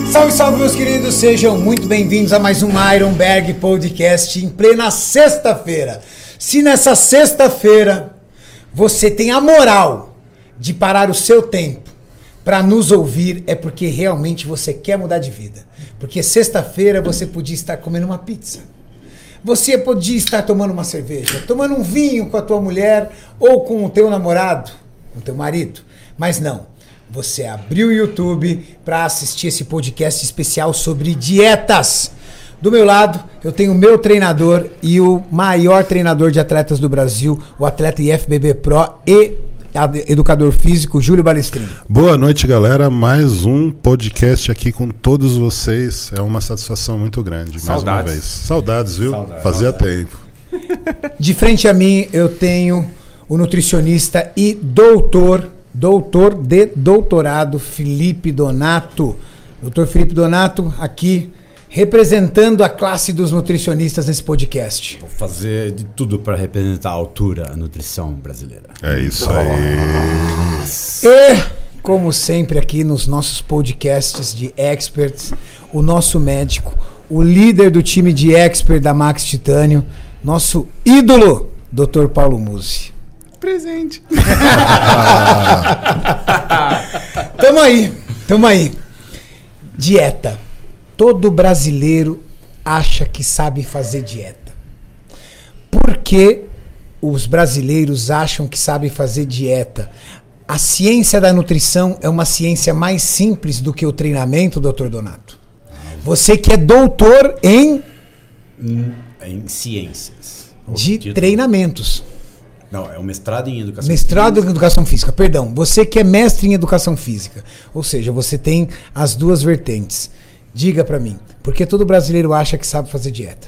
Salve, salve, meus queridos, sejam muito bem-vindos a mais um Ironberg Podcast em plena sexta-feira. Se nessa sexta-feira você tem a moral de parar o seu tempo para nos ouvir, é porque realmente você quer mudar de vida. Porque sexta-feira você podia estar comendo uma pizza. Você podia estar tomando uma cerveja, tomando um vinho com a tua mulher ou com o teu namorado, com o teu marido. Mas não, você abriu o YouTube para assistir esse podcast especial sobre dietas. Do meu lado, eu tenho o meu treinador e o maior treinador de atletas do Brasil, o atleta IFBB Pro e educador físico, Júlio Balestrini. Boa noite, galera. Mais um podcast aqui com todos vocês. É uma satisfação muito grande, mais uma vez. Saudades, viu? Fazia tempo. De frente a mim, eu tenho o nutricionista e doutor de doutorado, Felipe Donato. Doutor Felipe Donato, aqui, representando a classe dos nutricionistas nesse podcast. Vou fazer de tudo para representar a altura, a nutrição brasileira. É isso aí. E, como sempre aqui nos nossos podcasts de experts, o nosso médico, o líder do time de expert da Max Titânio, nosso ídolo, Dr. Paulo Musi. Presente. Tamo aí. Dieta. Todo brasileiro acha que sabe fazer dieta. Por que os brasileiros acham que sabem fazer dieta? A ciência da nutrição é uma ciência mais simples do que o treinamento, Dr. Donato. Você que é doutor em ciências. De treinamentos. Não, é o mestrado em educação física. Mestrado em educação física, perdão. Você que é mestre em educação física. Ou seja, você tem as duas vertentes. Diga pra mim, por que todo brasileiro acha que sabe fazer dieta?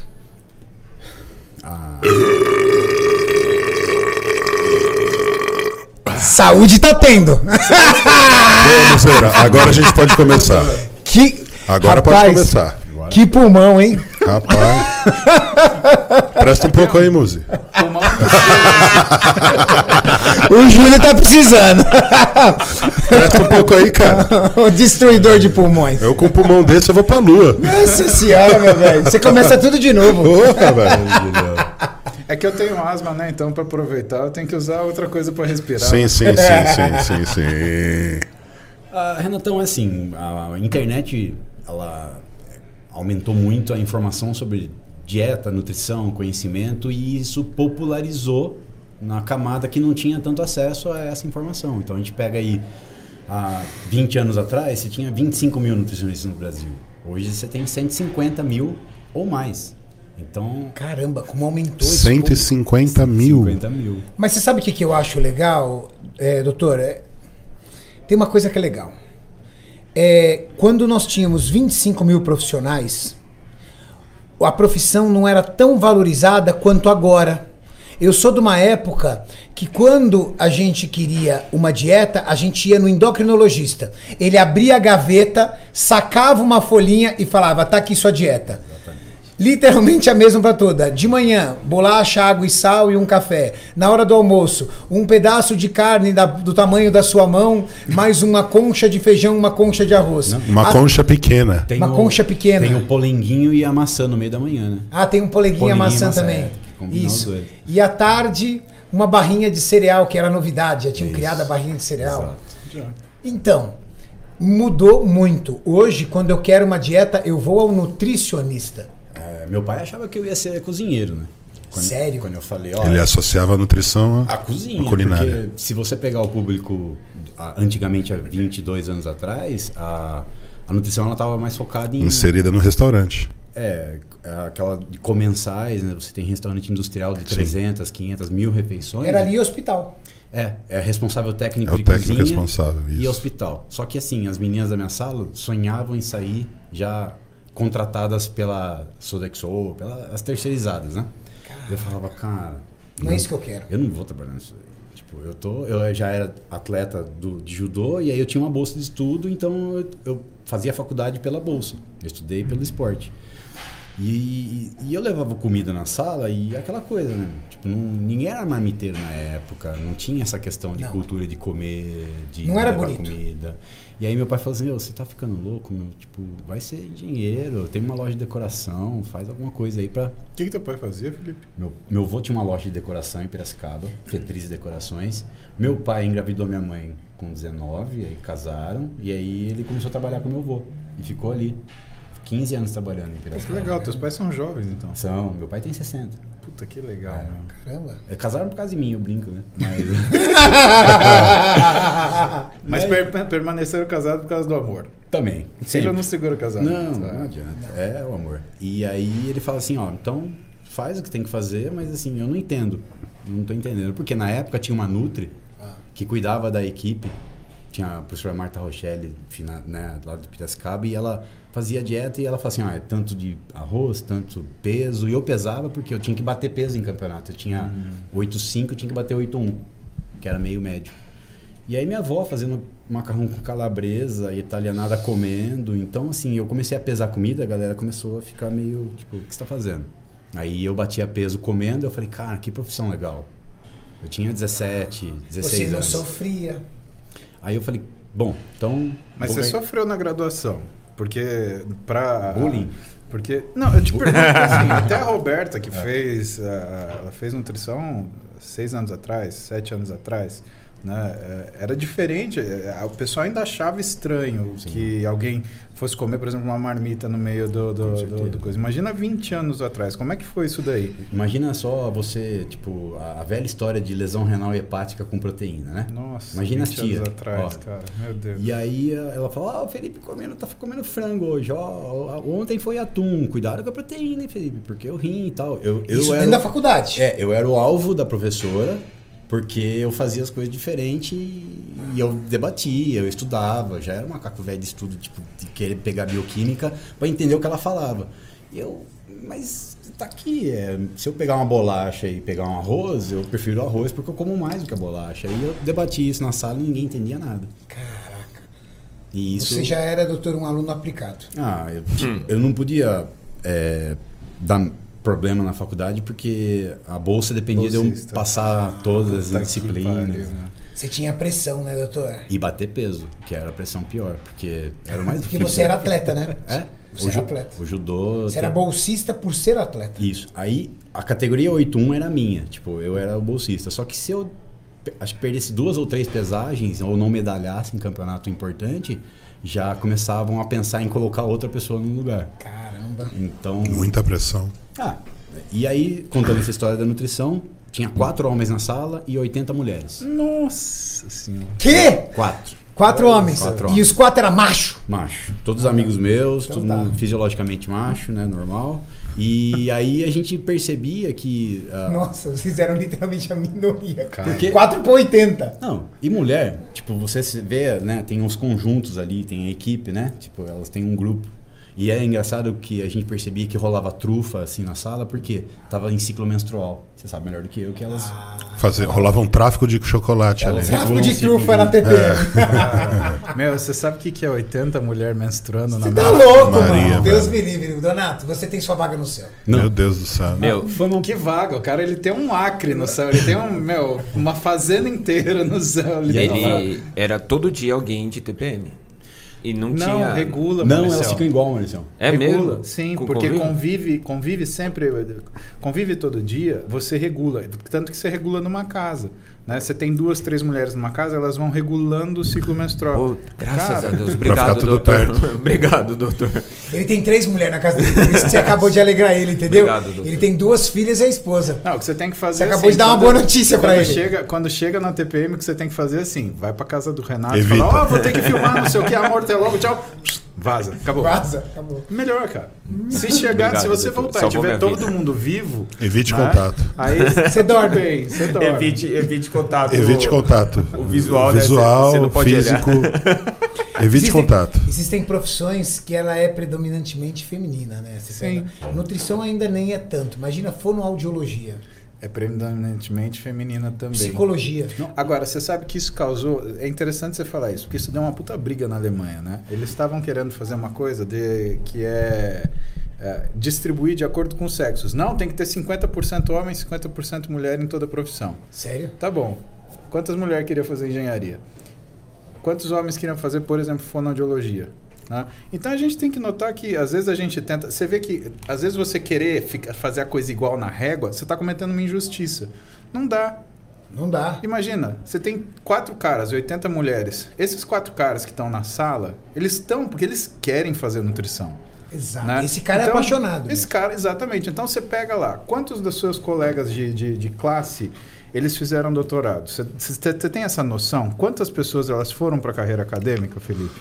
Saúde tá tendo. Vamos ver. Agora a gente pode começar. Agora pode começar. Que pulmão, hein? Rapaz. Presta um pouco aí, Muzi. O Júlio tá precisando. Presta um pouco aí, cara. O destruidor de pulmões. Eu com um pulmão desse eu vou pra lua. Nossa senhora, meu velho. Você começa tudo de novo. É que eu tenho asma, né? Então, pra aproveitar, eu tenho que usar outra coisa pra respirar. Sim. Renatão, é assim, a internet, ela aumentou muito a informação sobre dieta, nutrição, conhecimento, e isso popularizou na camada que não tinha tanto acesso a essa informação. Então a gente pega aí, há 20 anos atrás, você tinha 25 mil nutricionistas no Brasil. Hoje você tem 150 mil ou mais. Então... Caramba, como aumentou isso? 150 mil. 150 mil. Mas você sabe o que eu acho legal, doutor? Tem uma coisa que é legal. Quando nós tínhamos 25 mil profissionais, a profissão não era tão valorizada quanto agora. Eu sou de uma época que quando a gente queria uma dieta, a gente ia no endocrinologista. Ele abria a gaveta, sacava uma folhinha e falava, tá aqui sua dieta. Literalmente a mesma para toda. De manhã, bolacha, água e sal e um café. Na hora do almoço, um pedaço de carne do tamanho da sua mão, mais uma concha de feijão, uma concha de arroz. Uma concha pequena. Concha pequena. Tem o polenguinho e a maçã no meio da manhã, né? Tem um polenguinho e a maçã também. Isso. E à tarde, uma barrinha de cereal, que era novidade. Já tinham criado a barrinha de cereal. Exato. Então, mudou muito. Hoje, quando eu quero uma dieta, eu vou ao nutricionista. Meu pai achava que eu ia ser cozinheiro, né? Sério? Quando eu falei, Ele associava a nutrição à cozinha, à culinária. Porque se você pegar o público, antigamente, há 22 anos atrás, a nutrição estava mais focada em... Inserida no restaurante. Aquela de comensais, né? Você tem restaurante industrial de 300, 500, 1000 refeições. Era ali hospital. É responsável técnico de técnico cozinha responsável, isso. E hospital. Só que assim, as meninas da minha sala sonhavam em sair já contratadas pela Sodexo, pelas terceirizadas, né? Eu falava, cara... Não é isso que eu quero. Eu não vou trabalhar nisso. Tipo, eu já era atleta de judô e aí eu tinha uma bolsa de estudo, então eu fazia faculdade pela bolsa. Eu estudei pelo esporte. E eu levava comida na sala e aquela coisa, né? Tipo, ninguém era marmiteiro na época, não tinha essa questão de cultura de comer, de não era levar bonito. comida. E aí meu pai falou assim, você tá ficando louco, meu? Tipo, vai ser engenheiro, tem uma loja de decoração, faz alguma coisa aí pra... O que teu pai fazia, Felipe? Meu avô tinha uma loja de decoração em Piracicaba, Fetriz Decorações. Meu pai engravidou minha mãe com 19, aí casaram, e aí ele começou a trabalhar com meu avô. E ficou ali, 15 anos trabalhando em Piracicaba. Que legal, teus pais são jovens, então. São, meu pai tem 60. Puta, que legal, meu. Caramba. Casaram por causa de mim, eu brinco, né? Mas permaneceram casados por causa do amor. Também. Filho não segura casamento. Não adianta. É o amor. E aí ele fala assim, então faz o que tem que fazer, mas assim, eu não entendo. Não tô entendendo. Porque na época tinha uma Nutri que cuidava da equipe. Tinha a professora Marta Rochelle, né, lá do Piracicaba, e ela fazia dieta e ela falava assim, é tanto de arroz, tanto peso. E eu pesava porque eu tinha que bater peso em campeonato. Eu tinha 8,5, eu tinha que bater 8,1, que era meio médio. E aí minha avó fazendo macarrão com calabresa, italianada comendo. Então, assim, eu comecei a pesar comida, a galera começou a ficar meio, tipo, o que você tá fazendo? Aí eu batia peso comendo, eu falei, cara, que profissão legal. Eu tinha 17, 16 anos. Você não sofria. Aí eu falei, bom, então... Mas você sofreu na graduação, porque Bullying? Porque, não, eu te pergunto assim, até a Roberta, que ela fez nutrição 6 anos atrás, 7 anos atrás, né? Era diferente, o pessoal ainda achava estranho que alguém fosse comer, por exemplo, uma marmita no meio do coisa. Imagina 20 anos atrás, como é que foi isso daí? Imagina só você, tipo, a velha história de lesão renal e hepática com proteína, né? Nossa, imagina 20 anos atrás, cara, meu Deus. E aí ela falou, o Felipe tá comendo frango hoje, ontem foi atum, cuidado com a proteína, hein, Felipe, porque eu rim e tal. Isso dentro da faculdade? Eu era o alvo da professora, porque eu fazia as coisas diferentes e eu debatia, eu estudava, já era um macaco velho de estudo, tipo, de querer pegar bioquímica para entender o que ela falava. Mas tá aqui, se eu pegar uma bolacha e pegar um arroz, eu prefiro o arroz porque eu como mais do que a bolacha. E eu debati isso na sala e ninguém entendia nada. Caraca. E isso... Você já era, doutor, um aluno aplicado. Eu não podia dar problema na faculdade porque a bolsa dependia de eu passar todas as disciplinas. Você tinha pressão, né, doutor? E bater peso, que era a pressão pior, porque era o mais difícil. Porque você era atleta, né? Você era atleta. O judô... Você era bolsista por ser atleta. Isso. Aí, a categoria 8-1 era minha. Tipo, eu era o bolsista. Só que se eu acho que perdesse 2 ou 3 pesagens ou não medalhasse em campeonato importante, já começavam a pensar em colocar outra pessoa no lugar. Caramba. Então... Muita pressão. E aí, contando essa história da nutrição, tinha 4 homens na sala e 80 mulheres. Nossa senhora. Quê? 4 homens. 4 E os 4 eram macho? Macho. Todos amigos meus, Então todo mundo fisiologicamente macho, né? Normal. E aí a gente percebia que... Nossa, vocês eram literalmente a minoria, cara. Porque... 4 por 80. Não, e mulher, tipo, você vê, né? Tem uns conjuntos ali, tem a equipe, né? Tipo, elas têm um grupo. E é engraçado que a gente percebia que rolava trufa assim na sala, porque tava em ciclo menstrual. Você sabe melhor do que eu que elas... Rolava um tráfico de chocolate ali. Tráfico de trufa na TPM. Meu, você sabe o que é 80 mulheres menstruando na Você tá mesa? louco, Maria, mano. Deus me velho. livre. Donato, você tem sua vaga no céu. Meu Deus do céu. Meu, Que vaga, o cara ele tem um acre no céu, ele tem uma fazenda inteira no céu. ele era todo dia alguém de TPM. E não tinha... regula, Não, Marcelo. elas ficam igual, Maurício. É Regula, mesmo? sim, Com porque convívio? convive sempre, convive todo dia, você regula, tanto que você regula numa casa, né? Você tem 2, 3 mulheres numa casa, elas vão regulando o ciclo menstrual. Graças a Deus. Pra ficar Obrigado, tudo doutor. perto. Obrigado, doutor. Ele tem 3 mulheres na casa dele, por isso que você acabou de alegrar ele, entendeu? Obrigado, doutor. Ele tem 2 filhas e a esposa. Não, o que você tem que fazer Você acabou de dar uma boa notícia pra ele. Quando chega na TPM, o que você tem que fazer é assim, vai pra casa do Renato Evita. e fala, vou ter que filmar, não sei o que, amor, até logo, tchau. Vaza, acabou. Vaza, acabou. Melhor, cara. Se chegar, Obrigado, se você doutor. voltar e Salvou tiver minha todo vida. mundo vivo... Evite né? contato. Aí Você dorme. bem, você dorme. Evite contato. Evite contato. O visual, né? Visual, Você não pode físico. Evite contato. Existem profissões que ela é predominantemente feminina, né? Você Sim. pega- Nutrição ainda nem é tanto. Imagina fonoaudiologia, É predominantemente feminina também. psicologia. Agora, você sabe que isso causou... É interessante você falar isso, porque isso deu uma puta briga na Alemanha, né? Eles estavam querendo fazer uma coisa que é distribuir de acordo com os sexos. Não, tem que ter 50% homem, 50% mulher em toda a profissão. Sério? Tá bom. Quantas mulheres queriam fazer engenharia? Quantos homens queriam fazer, por exemplo, fonoaudiologia? Né? Então a gente tem que notar que às vezes a gente tenta... Você vê que às vezes você querer fazer a coisa igual na régua, você está cometendo uma injustiça. Não dá. Não dá. Imagina, você tem 4 caras e 80 mulheres. Esses 4 caras que estão na sala, eles estão porque eles querem fazer nutrição. Exato. Né? Esse cara é apaixonado. Esse cara, exatamente. Então você pega lá, quantos dos seus colegas de classe eles fizeram doutorado? Você tem essa noção? Quantas pessoas elas foram para a carreira acadêmica, Felipe?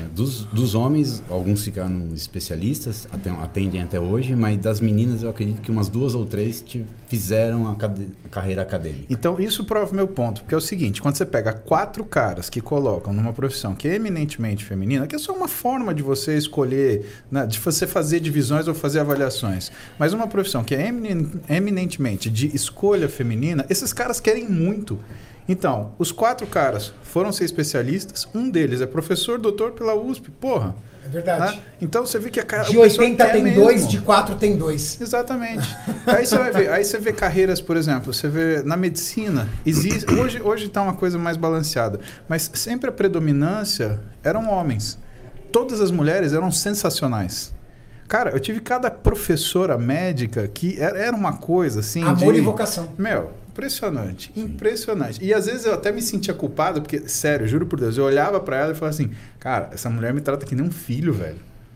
Dos homens, alguns ficaram especialistas, atendem até hoje, mas das meninas eu acredito que umas 2 ou 3 fizeram a carreira acadêmica. Então isso prova o meu ponto, porque é o seguinte, quando você pega 4 caras que colocam numa profissão que é eminentemente feminina, que é só uma forma de você escolher, né, de você fazer divisões ou fazer avaliações, mas uma profissão que é eminentemente de escolha feminina, esses caras querem muito. Então, os 4 caras foram ser especialistas, um deles é professor, doutor pela USP, porra. É verdade. Né? Então você vê que de 80 tem 2, de 4 tem 2. Exatamente. Aí você vai ver, aí você vê carreiras, por exemplo, você vê na medicina, existe, hoje está uma coisa mais balanceada, mas sempre a predominância eram homens. Todas as mulheres eram sensacionais. Cara, eu tive cada professora médica que era uma coisa assim. Amor e vocação. Meu, impressionante, impressionante. E às vezes eu até me sentia culpado, porque, sério, juro por Deus, eu olhava pra ela e falava assim, cara, essa mulher me trata que nem um filho, velho.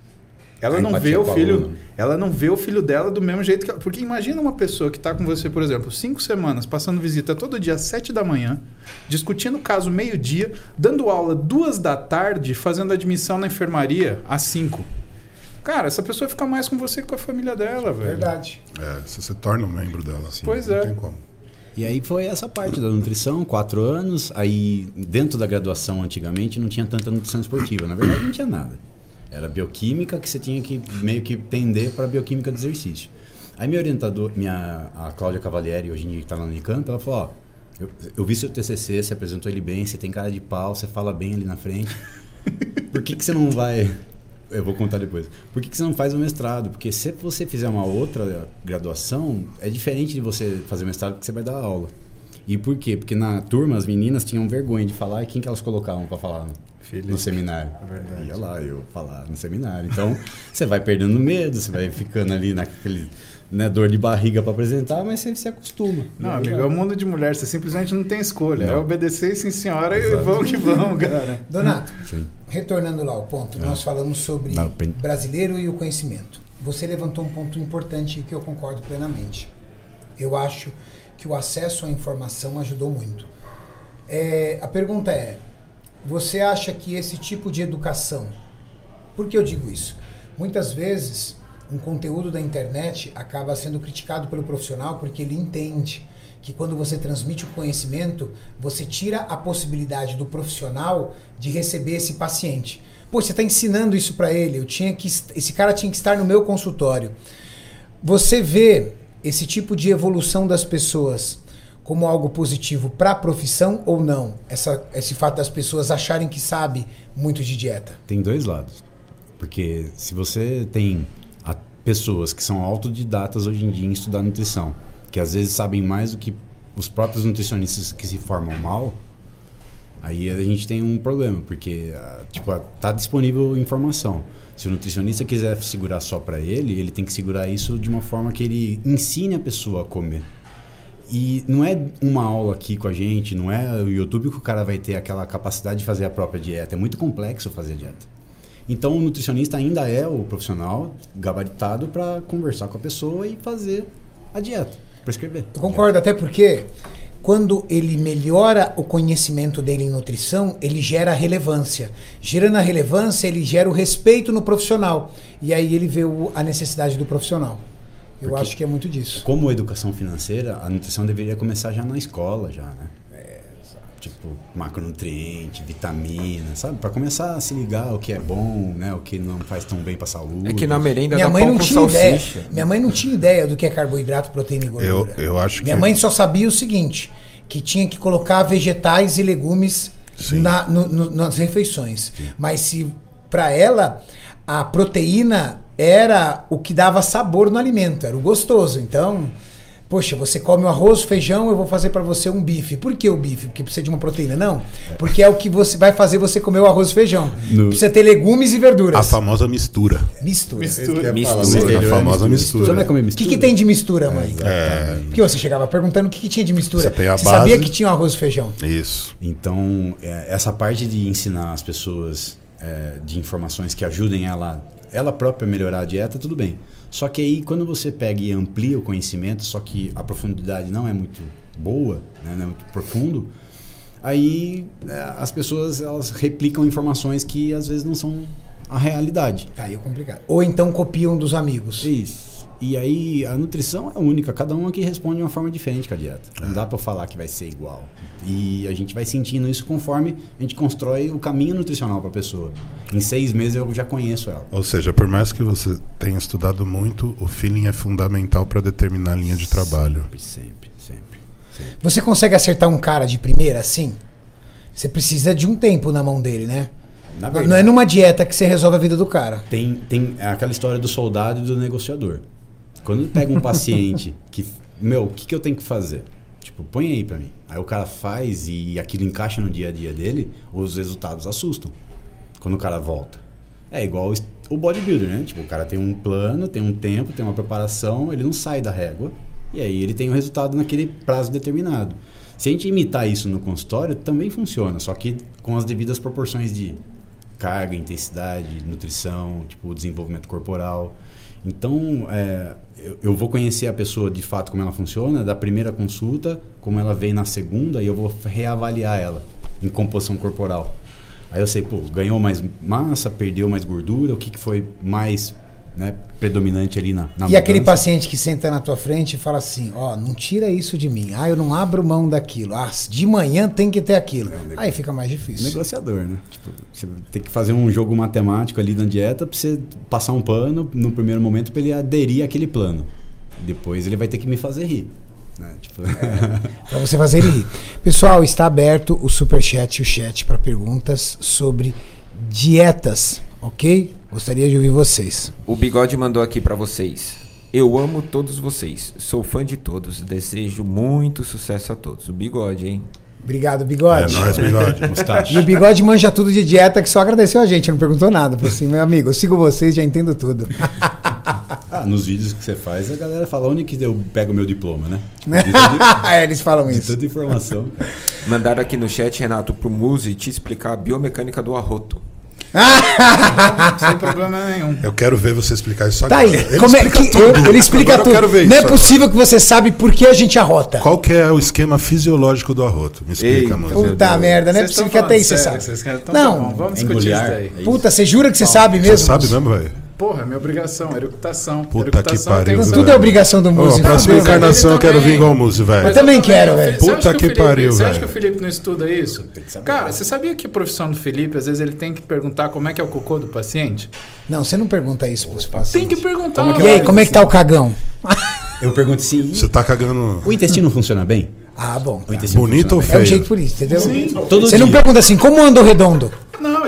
Ela não vê o filho, ela não vê o filho dela do mesmo jeito que ela. Porque imagina uma pessoa que tá com você, por exemplo, 5 semanas, passando visita todo dia às 7 da manhã, discutindo o caso meio-dia, dando aula 2 da tarde, fazendo admissão na enfermaria às 5. Cara, essa pessoa fica mais com você que com a família dela, velho. Verdade. Você se torna um membro dela, assim. Pois não é. tem como. E aí foi essa parte da nutrição, 4 anos. Aí, dentro da graduação, antigamente, não tinha tanta nutrição esportiva. Na verdade, não tinha nada. Era bioquímica que você tinha que meio que tender para a bioquímica do exercício. Aí minha orientadora, a Cláudia Cavalieri, hoje em dia que está lá no Unicamp, ela falou, eu vi seu TCC, você apresentou ele bem, você tem cara de pau, você fala bem ali na frente. Por que você não vai... Eu vou contar depois. Por que você não faz o mestrado? Porque se você fizer uma outra graduação, é diferente de você fazer mestrado porque você vai dar aula. E por quê? Porque na turma as meninas tinham vergonha de falar e quem que elas colocavam para falar no seminário? É verdade. Ia lá eu falar no seminário. Então você vai perdendo medo, você vai ficando ali naquele... Né, dor de barriga para apresentar, mas você se acostuma. Não, amigo, é o mundo de mulher, você simplesmente não tem escolha. Não. É obedecer, sim senhora, e vamos que vamos, cara. Donato, retornando lá ao ponto, nós falamos sobre brasileiro e o conhecimento. Você levantou um ponto importante que eu concordo plenamente. Eu acho que o acesso à informação ajudou muito. A pergunta é, você acha que esse tipo de educação, por que eu digo isso? Muitas vezes... um conteúdo da internet acaba sendo criticado pelo profissional porque ele entende que quando você transmite o conhecimento, você tira a possibilidade do profissional de receber esse paciente. Pô, você está ensinando isso para ele, esse cara tinha que estar no meu consultório. Você vê esse tipo de evolução das pessoas como algo positivo para a profissão ou não? Esse fato das pessoas acharem que sabe muito de dieta. Tem 2 lados. Porque se você tem... pessoas que são autodidatas hoje em dia em estudar nutrição, que às vezes sabem mais do que os próprios nutricionistas que se formam mal, aí a gente tem um problema, porque tá disponível informação. Se o nutricionista quiser segurar só para ele tem que segurar isso de uma forma que ele ensine a pessoa a comer. E não é uma aula aqui com a gente, não é o YouTube que o cara vai ter aquela capacidade de fazer a própria dieta. É muito complexo fazer dieta. Então, o nutricionista ainda é o profissional gabaritado para conversar com a pessoa e fazer a dieta, prescrever. Eu concordo, até porque quando ele melhora o conhecimento dele em nutrição, ele gera relevância. Gerando a relevância, ele gera o respeito no profissional. E aí ele vê a necessidade do profissional. Eu acho que é muito disso. Como educação financeira, a nutrição deveria começar já na escola, já, né? Tipo, macronutriente, vitamina, sabe? Para começar a se ligar o que é bom, né? O que não faz tão bem para a saúde. É que na merenda minha dá mãe pão não com tinha salsicha. Ideia. Minha mãe não tinha ideia do que é carboidrato, proteína e gordura. Eu acho que... Minha mãe só sabia o seguinte, que tinha que colocar vegetais e legumes nas refeições. Sim. Mas se para ela a proteína era o que dava sabor no alimento, era o gostoso. Então, poxa, você come o arroz, feijão, eu vou fazer para você um bife. Por que o bife? Porque precisa de uma proteína? Não, porque é o que você vai fazer você comer o arroz e feijão. Precisa ter legumes e verduras. A famosa mistura. Mistura. A famosa mistura. Você não vai comer mistura? O que tem de mistura, mãe? Porque você chegava perguntando o que tinha de mistura. Você tem a Você base. sabia que tinha o arroz e feijão. Isso. Então, essa parte de ensinar as pessoas de informações que ajudem ela própria a melhorar a dieta, tudo bem. Só que aí, quando você pega e amplia o conhecimento, só que a profundidade não é muito boa, né, não é muito profundo, aí as pessoas elas replicam informações que às vezes não são a realidade. Aí é complicado. Ou então copiam dos amigos. Isso. E aí a nutrição é única, cada um aqui responde de uma forma diferente com a dieta. Não dá para falar que vai ser igual. E a gente vai sentindo isso conforme a gente constrói o caminho nutricional para a pessoa. Em 6 meses eu já conheço ela. Ou seja, por mais que você tenha estudado muito, o feeling é fundamental para determinar a linha de trabalho. Sempre. Você consegue acertar um cara de primeira assim? Você precisa de um tempo na mão dele, né? Não é numa dieta que você resolve a vida do cara. Tem aquela história do soldado e do negociador. Quando pega um paciente que, o que eu tenho que fazer? Tipo, põe aí pra mim. Aí o cara faz e aquilo encaixa no dia a dia dele, os resultados assustam. Quando o cara volta. É igual o bodybuilder, né? Tipo, o cara tem um plano, tem um tempo, tem uma preparação, ele não sai da régua. E aí ele tem o resultado naquele prazo determinado. Se a gente imitar isso no consultório, também funciona. Só que com as devidas proporções de carga, intensidade, nutrição, tipo, desenvolvimento corporal. Então, eu vou conhecer a pessoa de fato como ela funciona, da primeira consulta, como ela vem na segunda, e eu vou reavaliar ela em composição corporal. Aí eu sei, ganhou mais massa, perdeu mais gordura, o que foi mais predominante ali na mudança. Aquele paciente que senta na tua frente e fala assim, não tira isso de mim, eu não abro mão daquilo, de manhã tem que ter aquilo. Aí fica mais difícil. Negociador, né? Tipo, você tem que fazer um jogo matemático ali na dieta pra você passar um pano no primeiro momento pra ele aderir àquele plano. Depois ele vai ter que me fazer rir. Né? Tipo... Pra você fazer ele rir. Pessoal, está aberto o superchat e o chat para perguntas sobre dietas, ok? Gostaria de ouvir vocês. O Bigode mandou aqui pra vocês. Eu amo todos vocês. Sou fã de todos. Desejo muito sucesso a todos. O Bigode, hein? Obrigado, Bigode. É nóis, Bigode. E o Bigode manja tudo de dieta, que só agradeceu a gente, não perguntou nada. Falou assim, meu amigo, eu sigo vocês, já entendo tudo. Nos vídeos que você faz, a galera fala onde que eu pego o meu diploma, né? Eles falam isso. Tanta informação. Mandaram aqui no chat, Renato, pro Muzi te explicar a biomecânica do arroto. Sem problema nenhum. Eu quero ver você explicar isso agora. Tá aí. Ele explica tudo. Não é possível que você sabe por que a gente arrota. Qual que é o esquema fisiológico do arroto? Me explica, mano. Puta merda, não é possível que até isso você sabe. Não, vamos discutir isso aí. Puta, você jura que você sabe mesmo? Você sabe mesmo, velho? Porra, é minha obrigação, eructação. Puta que pariu. Tudo é obrigação do Muzi. Próxima encarnação eu quero vir igual o Muzi, velho. Eu também quero, velho. Puta que pariu, velho. Você acha que o Felipe não estuda isso? Cara, você sabia que a profissão do Felipe, às vezes ele tem que perguntar como é que é o cocô do paciente? Não, você não pergunta isso pros pacientes. Tem que perguntar. E aí, como é que tá o cagão? Eu pergunto se... Você tá cagando... O intestino funciona bem? Bom. Bonito ou feio? É o jeito por isso, entendeu? Sim. Você não pergunta assim, como anda o redondo? Não,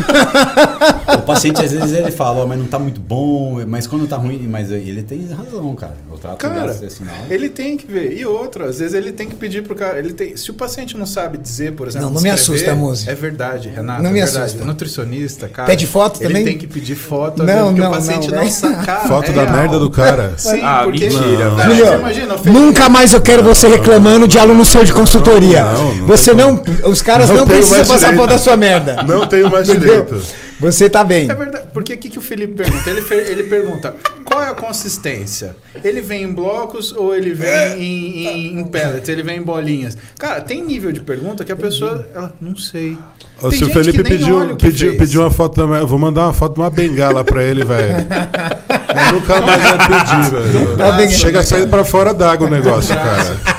O paciente às vezes ele fala, mas não tá muito bom, mas quando tá ruim, mas ele tem razão, cara. O trato gastrointestinal. Ele tem que ver. E outra, às vezes ele tem que pedir pro cara. Se o paciente não sabe dizer, por exemplo, não me assusta, Muzi. É verdade, Renato. Não me assusta. O nutricionista, cara. Pede foto também? Ele tem que pedir foto, porque o paciente não sabe. Foto da merda do cara. Sim, porque mentira. Julio, imagina, nunca mais eu quero você reclamando de aluno seu de consultoria. Os caras não precisam passar foto da sua merda. Não tenho mais direito. Você tá bem. É verdade. Porque o que o Felipe pergunta? Ele pergunta qual é a consistência? Ele vem em blocos ou ele vem em pellets? Ele vem em bolinhas? Cara, tem nível de pergunta que a pessoa... Ela, não sei. Se o Felipe pediu uma foto da... Eu vou mandar uma foto de uma bengala pra ele, velho. Eu nunca mais vai pedir, velho. Chega a sair pra fora d'água o negócio, cara.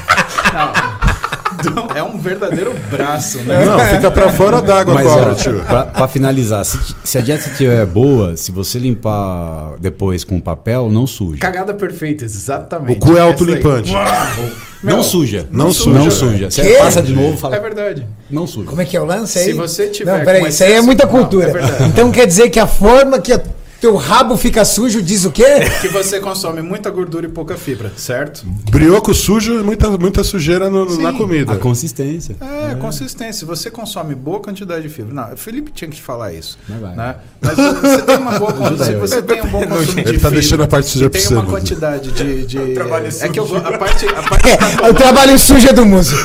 É um verdadeiro braço, né? Não, fica pra fora d'água agora, tio. Pra finalizar, se a dieta estiver boa, se você limpar depois com papel, não suja. Cagada perfeita, exatamente. O cu é autolimpante. Não suja. Não suja. Você passa de novo e fala. É verdade. Não suja. Como é que é o lance aí? Se você tiver. Não, peraí, isso aí é muita cultura. Não, é então quer dizer que a forma que o teu rabo fica sujo, diz o quê? Que você consome muita gordura e pouca fibra, certo? Brioco sujo e muita sujeira na comida. A consistência. Consistência. Se você consome boa quantidade de fibra. Não, o Felipe tinha que te falar isso. Né? Mas você tem uma boa quantidade. Se você tem um bom consumo de fibra. Ele tá deixando a parte suja pra você. Tem uma quantidade de... É que a parte O trabalho sujo é do músico.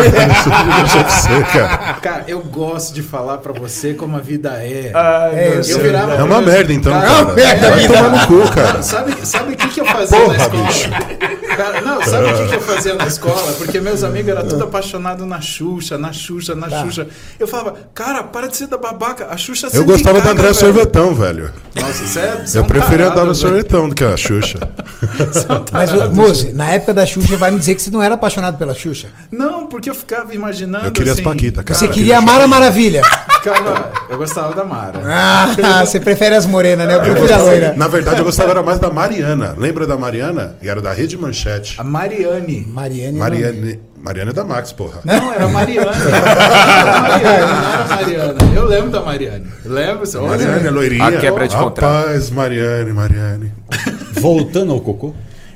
Cara, eu gosto de falar pra você como a vida é. É uma merda, então. É uma merda, vai tomar no cu, cara. Sabe o que eu fazia na escola? Cara, não, sabe o que eu fazia na escola? Porque meus amigos eram tudo apaixonados na Xuxa. Eu falava, cara, para de ser da babaca. A Xuxa sempre Eu gostava da André velho. Sorvetão, velho. Nossa, você é Eu preferia a Dona velho. Sorvetão do que a Xuxa. Mas, moço, na época da Xuxa, vai me dizer que você não era apaixonado pela Xuxa? Não, porque eu ficava imaginando. Eu queria assim, as Paquita, cara. Você queria a Mara Maravilha? Cara, eu gostava da Mara. Você prefere as morenas, né? Eu prefiro a loira. Na verdade, eu gostava era mais da Mariana. Lembra da Mariana? E era da Rede Manchete. A Mariane. Mariana é da Max, porra. Não, era a Mariana. Não era a Mariana. Eu lembro da Mariane. Lembro. Mariane, a loirinha. A quebra de contrato. Rapaz, Mariane. Voltando ao cocô.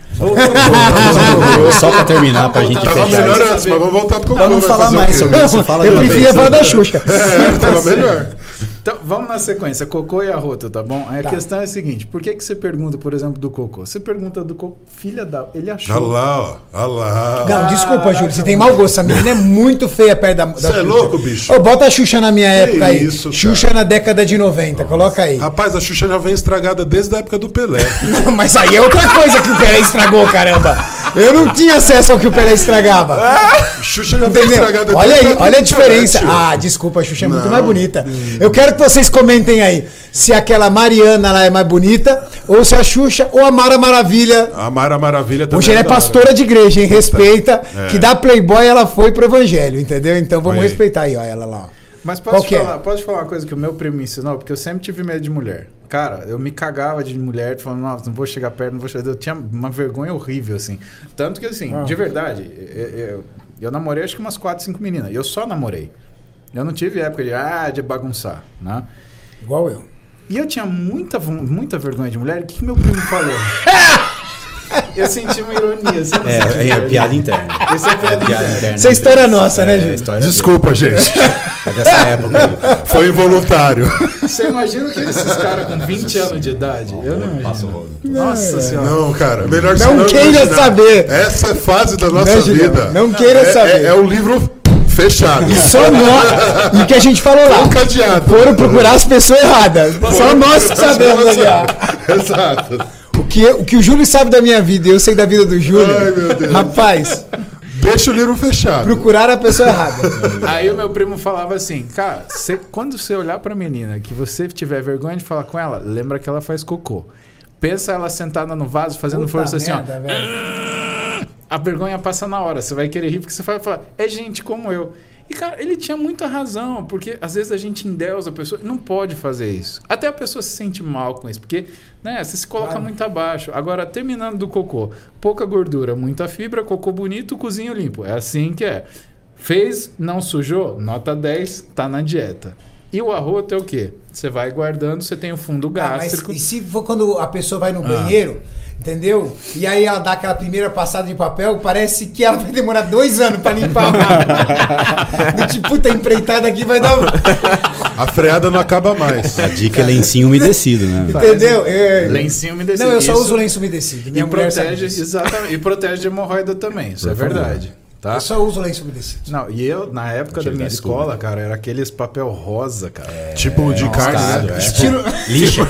Só pra terminar, pra gente Tava fechar. melhor antes, mas vamos voltar pro Pra não vai falar fazer o mais quê? sobre isso, fala Eu de uma preferia vez. falar da Xuxa. Tava melhor. Então, vamos na sequência. Cocô e arroto, tá bom? Aí a questão é a seguinte. Por que você pergunta, por exemplo, do cocô? Você pergunta do cocô, filha da... Ele achou... Olha lá, ó. Olha lá. Não, desculpa, Júlio, você tem mau gosto. A menina é muito feia perto da Você Xuxa. é louco, bicho? Ô, bota a Xuxa na minha época aí. isso, cara. Xuxa na década de 90, coloca aí. Rapaz, a Xuxa já vem estragada desde a época do Pelé. Não, mas aí é outra coisa que o Pelé estragou, caramba. Eu não tinha acesso ao que o Pelé estragava. Xuxa já vem Entendeu? estragada Olha desde aí, época olha a do diferença. Pelé, tio. Ah, desculpa, a Xuxa é muito Não. mais bonita. Eu quero que vocês comentem aí se aquela Mariana lá é mais bonita, ou se a Xuxa ou a Mara Maravilha. A Mara Maravilha também. Hoje ela é da hora. pastora de igreja, hein? Respeita. É. Que da Playboy ela foi pro evangelho, entendeu? Então vamos Olha aí. respeitar aí, ó, ela lá. Ó. Mas Qual que é? posso falar uma coisa que o meu primo me ensinou? Porque eu sempre tive medo de mulher. Cara, eu me cagava de mulher, falando, nossa, não vou chegar perto, não vou chegar... Eu tinha uma vergonha horrível, assim. Tanto que, assim, de verdade, eu namorei acho que umas 4, 5 meninas. Eu só namorei. Eu não tive época de bagunçar, né? Igual eu. E eu tinha muita vergonha de mulher. O que meu primo falou? Eu senti uma ironia. Você não sentiu É piada interna. Isso é piada interna. Isso é história nossa, né, gente? Desculpa, gente. É dessa época. Foi involuntário. Você imagina que esses caras com 20 anos de idade? Eu não Passo o imagino. rolo. Nossa senhora. Não, cara. Melhor Não você queira imaginar. saber. Essa é fase da nossa Né, Julião? vida. Não queira saber. É o livro fechado. E só nós. E o que a gente falou lá. Um cadeado. Foram procurar as pessoas erradas. Só nós que sabemos ali, ó. Exato. O que o Júlio sabe da minha vida e eu sei da vida do Júlio. Ai, meu Deus. Rapaz, Deixa o livro fechado. procurar a pessoa errada. Aí o meu primo falava assim, cara, quando você olhar pra menina, que você tiver vergonha de falar com ela, lembra que ela faz cocô. Pensa ela sentada no vaso, fazendo Puta força assim, ó. merda, velho. A vergonha passa na hora, você vai querer rir, porque você vai falar, é gente como eu. E, cara, ele tinha muita razão, porque às vezes a gente endeusa a pessoa, não pode fazer isso. Até a pessoa se sente mal com isso, porque, né, você se coloca muito abaixo. Agora, terminando do cocô, pouca gordura, muita fibra, cocô bonito, cozinho limpo. É assim que é. Fez, não sujou, nota 10, tá na dieta. E o arroto é o quê? Você vai guardando, você tem o fundo Ah, mas gástrico. e se for quando a pessoa vai no banheiro, entendeu? E aí ela dá aquela primeira passada de papel, parece que ela vai demorar 2 anos pra limpar. Do tipo, puta, empreitada aqui vai dar. A freada não acaba mais. A dica é lencinho umedecido, né? Entendeu? Lencinho umedecido. Não, eu só Isso- uso lenço umedecido. Minha E mulher sabe protege, disso. exatamente, e protege de hemorroida também, isso é verdade. Tá? Eu só uso lenço umedecido. Não, e eu, na época da minha Atividade escola, pública. cara, era aqueles papel rosa, cara. Tipo de carne, Mostarda, né? é. Estilo, Lixa.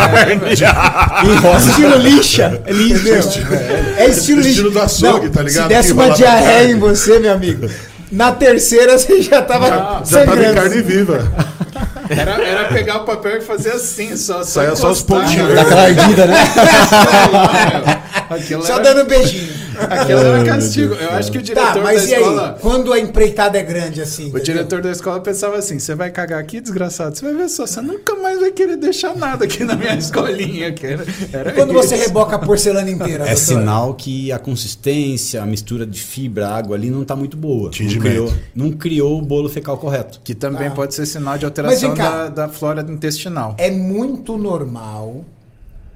estilo lixa. Entendeu? É estilo lixa. Estilo do açougue, Não, tá ligado? Se desse Que uma enrola diarreia carne. em você, meu amigo, na terceira você já tava Já tava em sangrando. carne viva. Era pegar o papel e fazer assim, só Saia só os encostar. pontinhos. Daquela ardida, né? Aquilo Só era, dando beijinho. aquilo era castigo. Eu acho que o diretor Tá, da mas e escola... aí? Quando a empreitada é grande assim? O entendeu? diretor da escola pensava assim, você vai cagar aqui, desgraçado, você vai ver só, você nunca mais vai querer deixar nada aqui na minha escolinha. Que era Quando você isso. reboca a porcelana inteira, É doutor? sinal que a consistência, a mistura de fibra, água ali não tá muito boa. Tingimento. Não criou o bolo fecal correto. Que também Ah. pode ser sinal de Mas alteração vem cá. da flora intestinal. É muito normal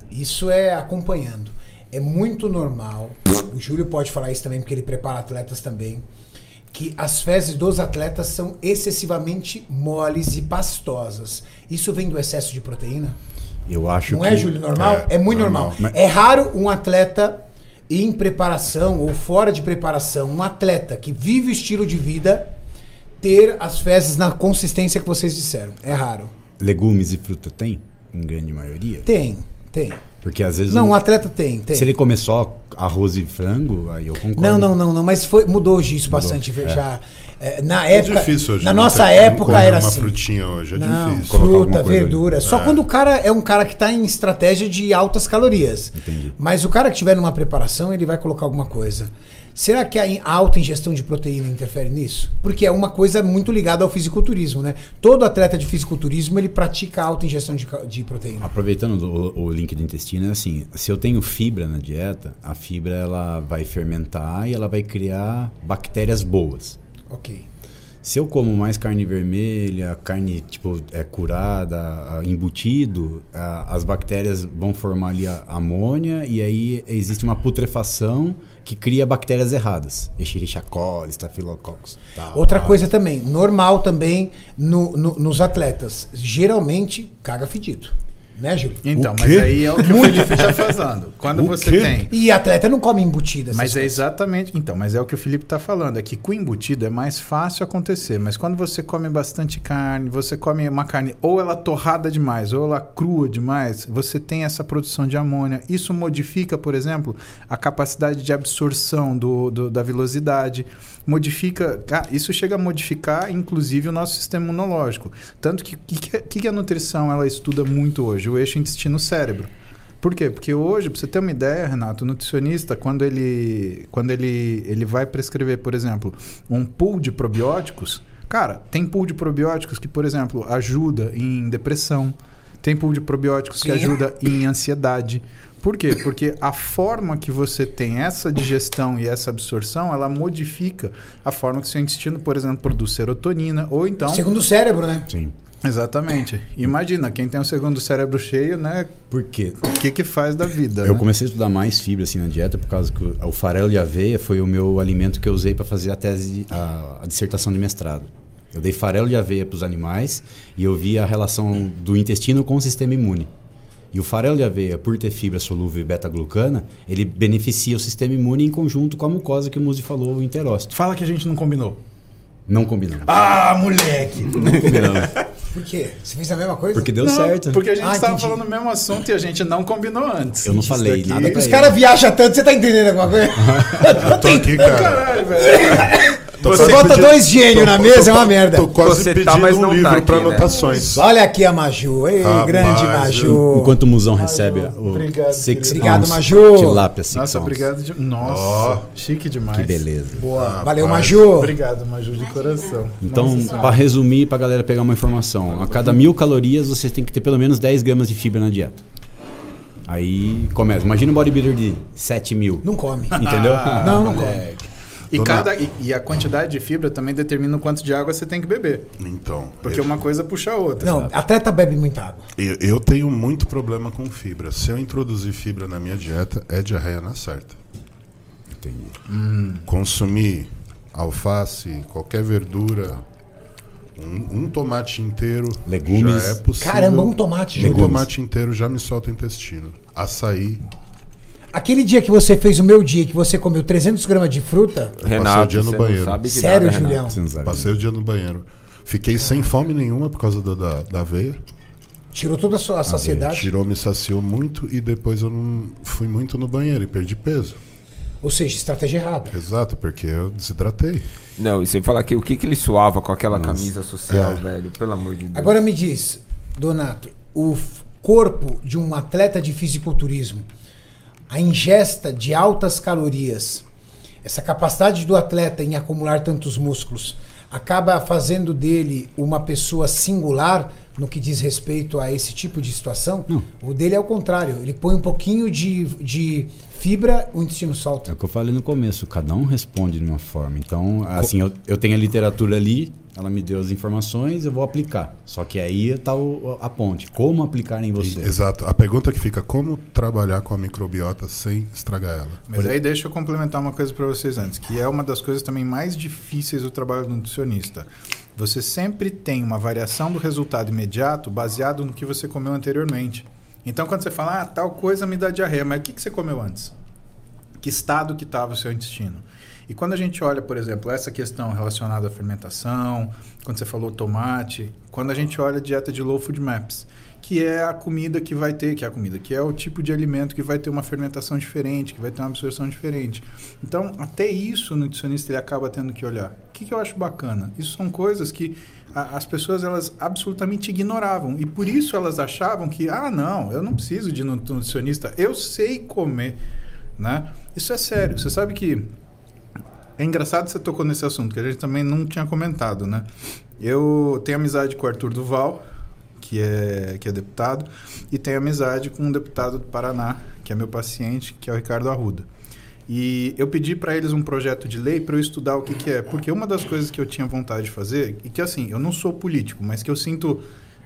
Isso é acompanhando. É muito normal, o Júlio pode falar isso também, porque ele prepara atletas também, que as fezes dos atletas são excessivamente moles e pastosas. Isso vem do excesso de proteína? Eu acho Não é, Júlio, normal? É muito normal. É raro um atleta em preparação ou fora de preparação, um atleta que vive o estilo de vida, ter as fezes na consistência que vocês disseram. É raro. Legumes e fruta tem? Em grande maioria? Tem. Porque às vezes... Não, um atleta tem. Se ele comer só arroz e frango, aí eu concordo. Não, mas mudou isso bastante. Já, na época, difícil hoje. Na nossa época era assim. Uma frutinha hoje, é difícil. Fruta, verdura. Só quando o cara é um cara que está em estratégia de altas calorias. Entendi. Mas o cara que estiver numa preparação, ele vai colocar alguma coisa. Será que a alta ingestão de proteína interfere nisso? Porque é uma coisa muito ligada ao fisiculturismo, né? Todo atleta de fisiculturismo, ele pratica alta ingestão de proteína. Aproveitando o link do intestino, é assim, se eu tenho fibra na dieta, a fibra ela vai fermentar e ela vai criar bactérias boas. Ok. Se eu como mais carne vermelha, carne tipo curada, embutido, as bactérias vão formar ali a amônia e aí existe uma putrefação que cria bactérias erradas. Escherichia coli, Staphylococcus. Outra coisa também, normal também nos atletas. Geralmente, caga fedido. Né, Júlio? Então, mas aí é o que o Felipe está fazendo. Quando você tem... E atleta não come embutida. Mas é exatamente... Então, mas é o que o Felipe está falando. É que com embutido é mais fácil acontecer. Mas quando você come bastante carne, você come uma carne ou ela torrada demais, ou ela crua demais, você tem essa produção de amônia. Isso modifica, por exemplo, a capacidade de absorção da velocidade. Modifica... Isso chega a modificar, inclusive, o nosso sistema imunológico. Tanto que a nutrição ela estuda muito hoje? O eixo intestino-cérebro. Por quê? Porque hoje, para você ter uma ideia, Renato, o nutricionista, quando ele vai prescrever, por exemplo, um pool de probióticos, cara, tem pool de probióticos que, por exemplo, ajuda em depressão, tem pool de probióticos que ajuda em ansiedade. Por quê? Porque a forma que você tem essa digestão e essa absorção, ela modifica a forma que o seu intestino, por exemplo, produz serotonina, ou então... Segundo o cérebro, né? Sim. Exatamente. Imagina, quem tem o segundo cérebro cheio, né? Por quê? O que faz da vida? Eu comecei a estudar mais fibra assim, na dieta por causa que o farelo de aveia foi o meu alimento que eu usei para fazer a dissertação de mestrado. Eu dei farelo de aveia para os animais e eu vi a relação do intestino com o sistema imune. E o farelo de aveia, por ter fibra solúvel e beta-glucana, ele beneficia o sistema imune em conjunto com a mucosa que o Muzi falou, o enterócito. Fala que a gente não combinou. Não combinamos. Ah, moleque! Não combinamos. Por quê? Você fez a mesma coisa? Porque deu certo. Porque a gente estava falando o mesmo assunto e a gente não combinou antes. Eu não falei nada. É que os caras viajam tanto, você tá entendendo alguma coisa? Eu tô aqui, cara. Caralho, velho. Você bota dois gênios na mesa, é uma merda. Tô quase Você pedindo tá, mas um não livro tá para aqui, né? anotações. Olha aqui a Maju. Ei, grande Maju. Enquanto o Musão recebe o Obrigado, Obrigado, ounce Maju. tilápia 6 Nossa, ounce. obrigado. Nossa, chique demais. Que beleza. Boa. Valeu, Maju. Obrigado, Maju, de coração. Então, para resumir, para a galera pegar uma informação, a cada 1000 calorias você tem que ter pelo menos 10 gramas de fibra na dieta. Aí começa. Imagina um bodybuilder de 7.000. Não come. Entendeu? Não come. E a quantidade de fibra também determina o quanto de água você tem que beber. Então, Porque uma coisa puxa a outra. Não, atleta bebe muita água. eu tenho muito problema com fibra. Se eu introduzir fibra na minha dieta, é diarreia na certa. Entendi. Consumir alface, qualquer verdura, um tomate inteiro, Legumes. já é possível. Caramba, um tomate, Um Júlio. tomate inteiro já me solta o intestino. Açaí, Aquele dia que você fez o meu dia, que você comeu 300 gramas de fruta... passei o dia no você banheiro. não sabe de Sério, nada, Julião? Renato. Você não sabe. Passei o dia no banheiro. Fiquei sem fome nenhuma por causa da aveia. Tirou toda a sua saciedade. Tirou, me saciou muito e depois eu não fui muito no banheiro e perdi peso. Ou seja, estratégia errada. Exato, porque eu desidratei. Não, e sem falar que o que ele suava com aquela camisa social, É. velho, pelo amor de Deus. Agora me diz, Donato, o corpo de um atleta de fisiculturismo, a ingesta de altas calorias, essa capacidade do atleta em acumular tantos músculos, acaba fazendo dele uma pessoa singular no que diz respeito a esse tipo de situação. O dele é o contrário. Ele põe um pouquinho de fibra, o intestino solta. É o que eu falei no começo. Cada um responde de uma forma. Então, assim, eu tenho a literatura ali, ela me deu as informações, eu vou aplicar. Só que aí está a ponte. Como aplicar em você? Exato. A pergunta que fica, como trabalhar com a microbiota sem estragar ela? Mas aí deixa eu complementar uma coisa para vocês antes, que é uma das coisas também mais difíceis do trabalho do nutricionista. Você sempre tem uma variação do resultado imediato baseado no que você comeu anteriormente. Então, quando você fala, tal coisa me dá diarreia, mas o que você comeu antes? Que estado que estava o seu intestino? E quando a gente olha, por exemplo, essa questão relacionada à fermentação, quando você falou tomate, quando a gente olha a dieta de Low Food Maps, que é a comida que vai ter, que é o tipo de alimento que vai ter uma fermentação diferente, que vai ter uma absorção diferente. Então, até isso o nutricionista ele acaba tendo que olhar. O que eu acho bacana? Isso são coisas que as pessoas elas absolutamente ignoravam. E por isso elas achavam que, não, eu não preciso de nutricionista, eu sei comer. Né? Isso é sério. Você sabe que é engraçado que você tocou nesse assunto, que a gente também não tinha comentado, né? Eu tenho amizade com o Arthur Duval, que é deputado, e tenho amizade com um deputado do Paraná, que é meu paciente, que é o Ricardo Arruda. E eu pedi para eles um projeto de lei para eu estudar o que é. Porque uma das coisas que eu tinha vontade de fazer, e que assim, eu não sou político, mas que eu sinto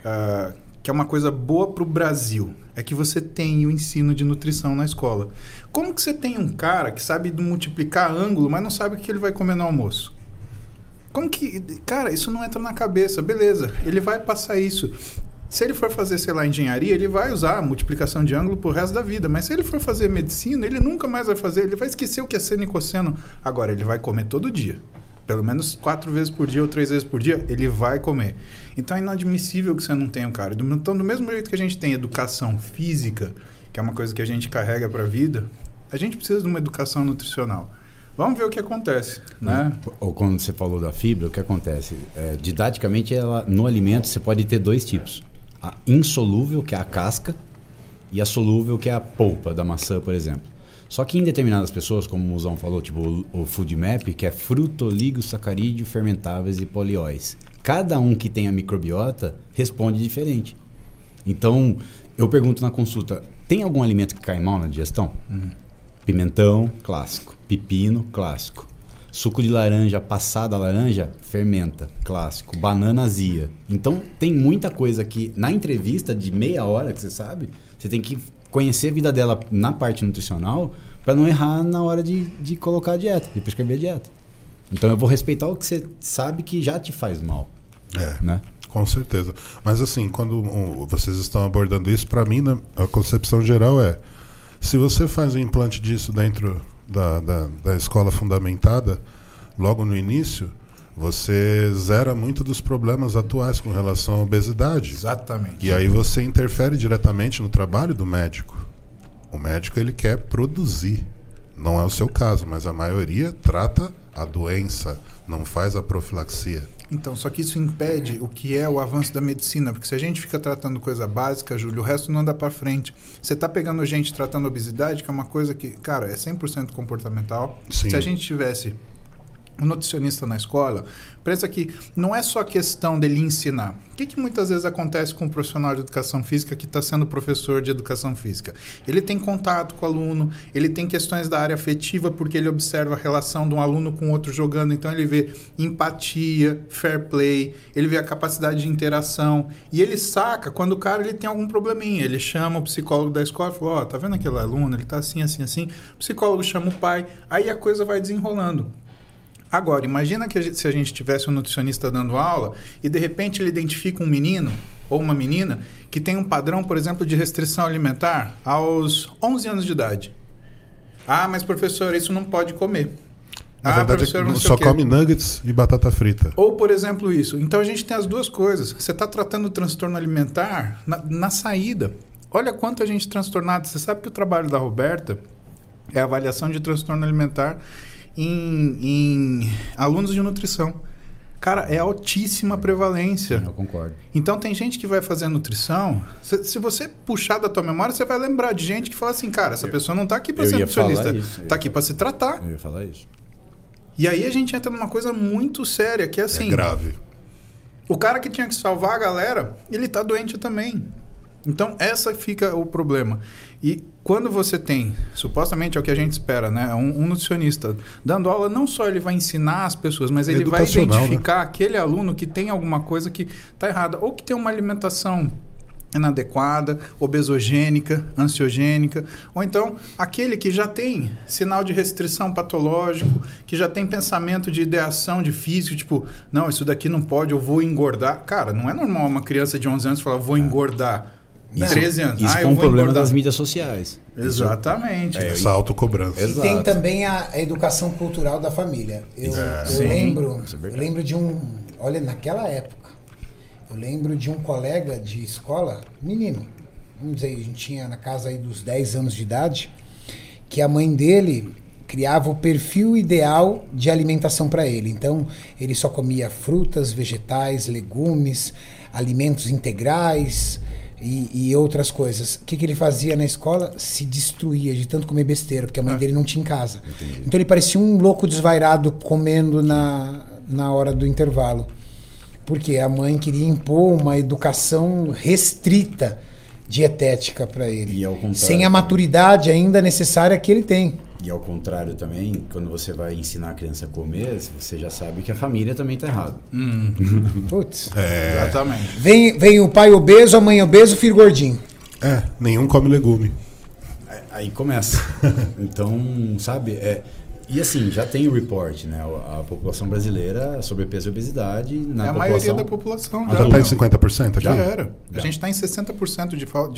que é uma coisa boa para o Brasil, é que você tem o ensino de nutrição na escola. Como que você tem um cara que sabe multiplicar ângulo, mas não sabe o que ele vai comer no almoço? Como que... Cara, isso não entra na cabeça. Beleza, ele vai passar isso. Se ele for fazer, sei lá, engenharia, ele vai usar a multiplicação de ângulo pro resto da vida. Mas se ele for fazer medicina, ele nunca mais vai fazer. Ele vai esquecer o que é seno e cosseno. Agora, ele vai comer todo dia. Pelo menos 4 vezes por dia ou 3 vezes por dia, ele vai comer. Então, é inadmissível que você não tenha um cara. Então, do mesmo jeito que a gente tem educação física, que é uma coisa que a gente carrega para a vida, a gente precisa de uma educação nutricional. Vamos ver o que acontece, né? Ou quando você falou da fibra, o que acontece? Didaticamente, no alimento, você pode ter 2 tipos. A insolúvel, que é a casca, e a solúvel, que é a polpa da maçã, por exemplo. Só que em determinadas pessoas, como o Musão falou, tipo o Food Map, que é fruto, oligosacarídeo, fermentáveis e polióis. Cada um que tem a microbiota responde diferente. Então, eu pergunto na consulta, tem algum alimento que cai mal na digestão? Pimentão, clássico. Pepino, clássico. Suco de laranja, passada a laranja, fermenta, clássico. Banana azia. Então, tem muita coisa que, na entrevista de meia hora, que você sabe, você tem que conhecer a vida dela na parte nutricional para não errar na hora de colocar a dieta, de prescrever a dieta. Então, eu vou respeitar o que você sabe que já te faz mal. Né? Com certeza. Mas, assim, quando vocês estão abordando isso, para mim, a concepção geral é, se você faz um implante disso dentro da escola fundamentada, logo no início, você zera muito dos problemas atuais com relação à obesidade. Exatamente. E aí você interfere diretamente no trabalho do médico. O médico, ele quer produzir. Não é o seu caso, mas a maioria trata a doença, não faz a profilaxia. Então, só que isso impede o que é o avanço da medicina, porque se a gente fica tratando coisa básica, Júlio, o resto não anda para frente. Você está pegando gente tratando obesidade, que é uma coisa que, cara, é 100% comportamental. Sim. Se a gente tivesse um nutricionista na escola, pensa que não é só questão dele ensinar. O que muitas vezes acontece com um profissional de educação física que está sendo professor de educação física? Ele tem contato com o aluno, ele tem questões da área afetiva, porque ele observa a relação de um aluno com outro jogando, então ele vê empatia, fair play, ele vê a capacidade de interação, e ele saca quando o cara ele tem algum probleminha. Ele chama o psicólogo da escola e fala, tá vendo aquele aluno? Ele tá assim, assim, assim. O psicólogo chama o pai, aí a coisa vai desenrolando. Agora, imagina que se a gente tivesse um nutricionista dando aula e, de repente, ele identifica um menino ou uma menina que tem um padrão, por exemplo, de restrição alimentar aos 11 anos de idade. Mas, professor, isso não pode comer. Na verdade, só come nuggets e batata frita. Ou, por exemplo, isso. Então, a gente tem as duas coisas. Você está tratando o transtorno alimentar na saída. Olha quanto a gente transtornado. Você sabe que o trabalho da Roberta é a avaliação de transtorno alimentar em alunos de nutrição. Cara, é altíssima prevalência. Sim, eu concordo. Então, tem gente que vai fazer nutrição... Se você puxar da tua memória, você vai lembrar de gente que fala assim, cara, essa pessoa não está aqui para ser nutricionista, está aqui para se tratar. Eu ia falar isso. E aí a gente entra numa coisa muito séria, que é assim... É grave. O cara que tinha que salvar a galera, ele tá doente também. Então, essa fica o problema. E quando você tem, supostamente é o que a gente espera, né? Um nutricionista dando aula, não só ele vai ensinar as pessoas, mas ele vai identificar aquele aluno que tem alguma coisa que está errada. Ou que tem uma alimentação inadequada, obesogênica, ansiogênica, ou então aquele que já tem sinal de restrição patológico, que já tem pensamento de ideação de físico, tipo, não, isso daqui não pode, eu vou engordar. Cara, não é normal uma criança de 11 anos falar, vou engordar. 13 anos. Isso com o problema das mídias sociais. Exatamente. Essa autocobrança. E tem também a educação cultural da família. Eu lembro de um... Olha, naquela época, eu lembro de um colega de escola, menino, vamos dizer, a gente tinha na casa aí dos 10 anos de idade, que a mãe dele criava o perfil ideal de alimentação para ele. Então, ele só comia frutas, vegetais, legumes, alimentos integrais e outras coisas. O que ele fazia na escola? Se destruía de tanto comer besteira, porque a mãe dele não tinha em casa. Entendi. Então, ele parecia um louco desvairado comendo na hora do intervalo. Porque a mãe queria impor uma educação restrita dietética para ele, sem a maturidade ainda necessária que ele tem. E ao contrário também, quando você vai ensinar a criança a comer, você já sabe que a família também está errada. Putz. Exatamente. Vem o pai obeso, a mãe obesa, o filho gordinho. Nenhum come legume. Aí começa. Então, sabe... E assim, já tem o report, né? A população brasileira, sobrepeso e obesidade... A maioria da população já está em 50% aqui? Já era. A gente está em 60%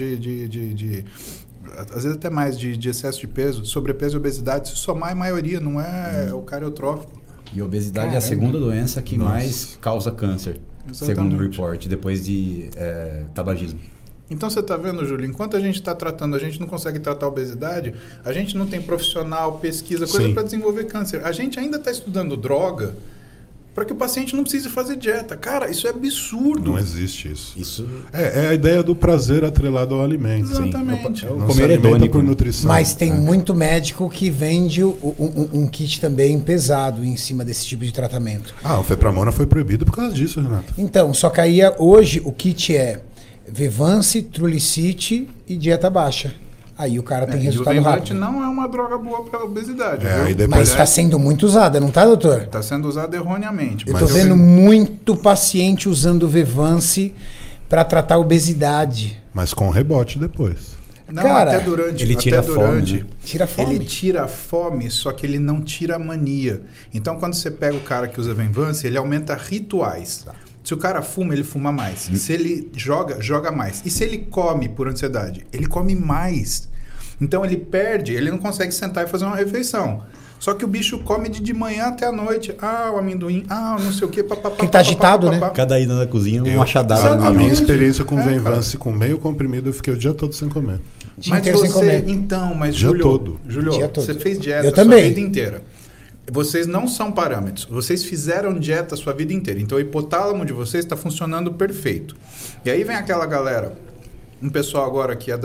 de às vezes até mais, de excesso de peso, sobrepeso e obesidade. Se somar, a maioria, não é o cariotrófico. E a obesidade é a segunda doença que mais causa câncer, segundo o report, depois de tabagismo. Então você está vendo, Júlio, enquanto a gente está tratando, a gente não consegue tratar a obesidade, a gente não tem profissional, pesquisa, coisa para desenvolver câncer. A gente ainda está estudando droga para que o paciente não precise fazer dieta. Cara, isso é absurdo. Não existe isso. É a ideia do prazer atrelado ao alimento. Exatamente. O comer hedônico por nutrição. Mas tem muito médico que vende um kit também pesado em cima desse tipo de tratamento. O Fepramona foi proibido por causa disso, Renato. Então, só que aí hoje o kit é Vevance, Trulicite e dieta baixa. Aí o cara tem resultado rápido. O não é uma droga boa para obesidade. Mas está sendo muito usada, não está, doutor? Está sendo usada erroneamente. Eu estou vendo muito paciente usando Vevance para tratar obesidade. Mas com rebote depois. Não, cara, até durante. Ele tira a fome. Né? Tira a fome. Ele tira a fome, só que ele não tira a mania. Então, quando você pega o cara que usa Vevance, ele aumenta rituais. Se o cara fuma, ele fuma mais. Se ele joga mais. E se ele come por ansiedade? Ele come mais. Então ele perde, ele não consegue sentar e fazer uma refeição. Só que o bicho come de manhã até a noite. O amendoim, não sei o quê. Ele tá agitado, né? Cada ida na cozinha é uma machadada. A minha experiência com Vevance, com meio comprimido, eu fiquei o dia todo sem comer. Mas você, então, Júlio, você fez dieta a sua vida inteira. Vocês não são parâmetros. Vocês fizeram dieta a sua vida inteira. Então, o hipotálamo de vocês está funcionando perfeito. E aí vem aquela galera, um pessoal agora que é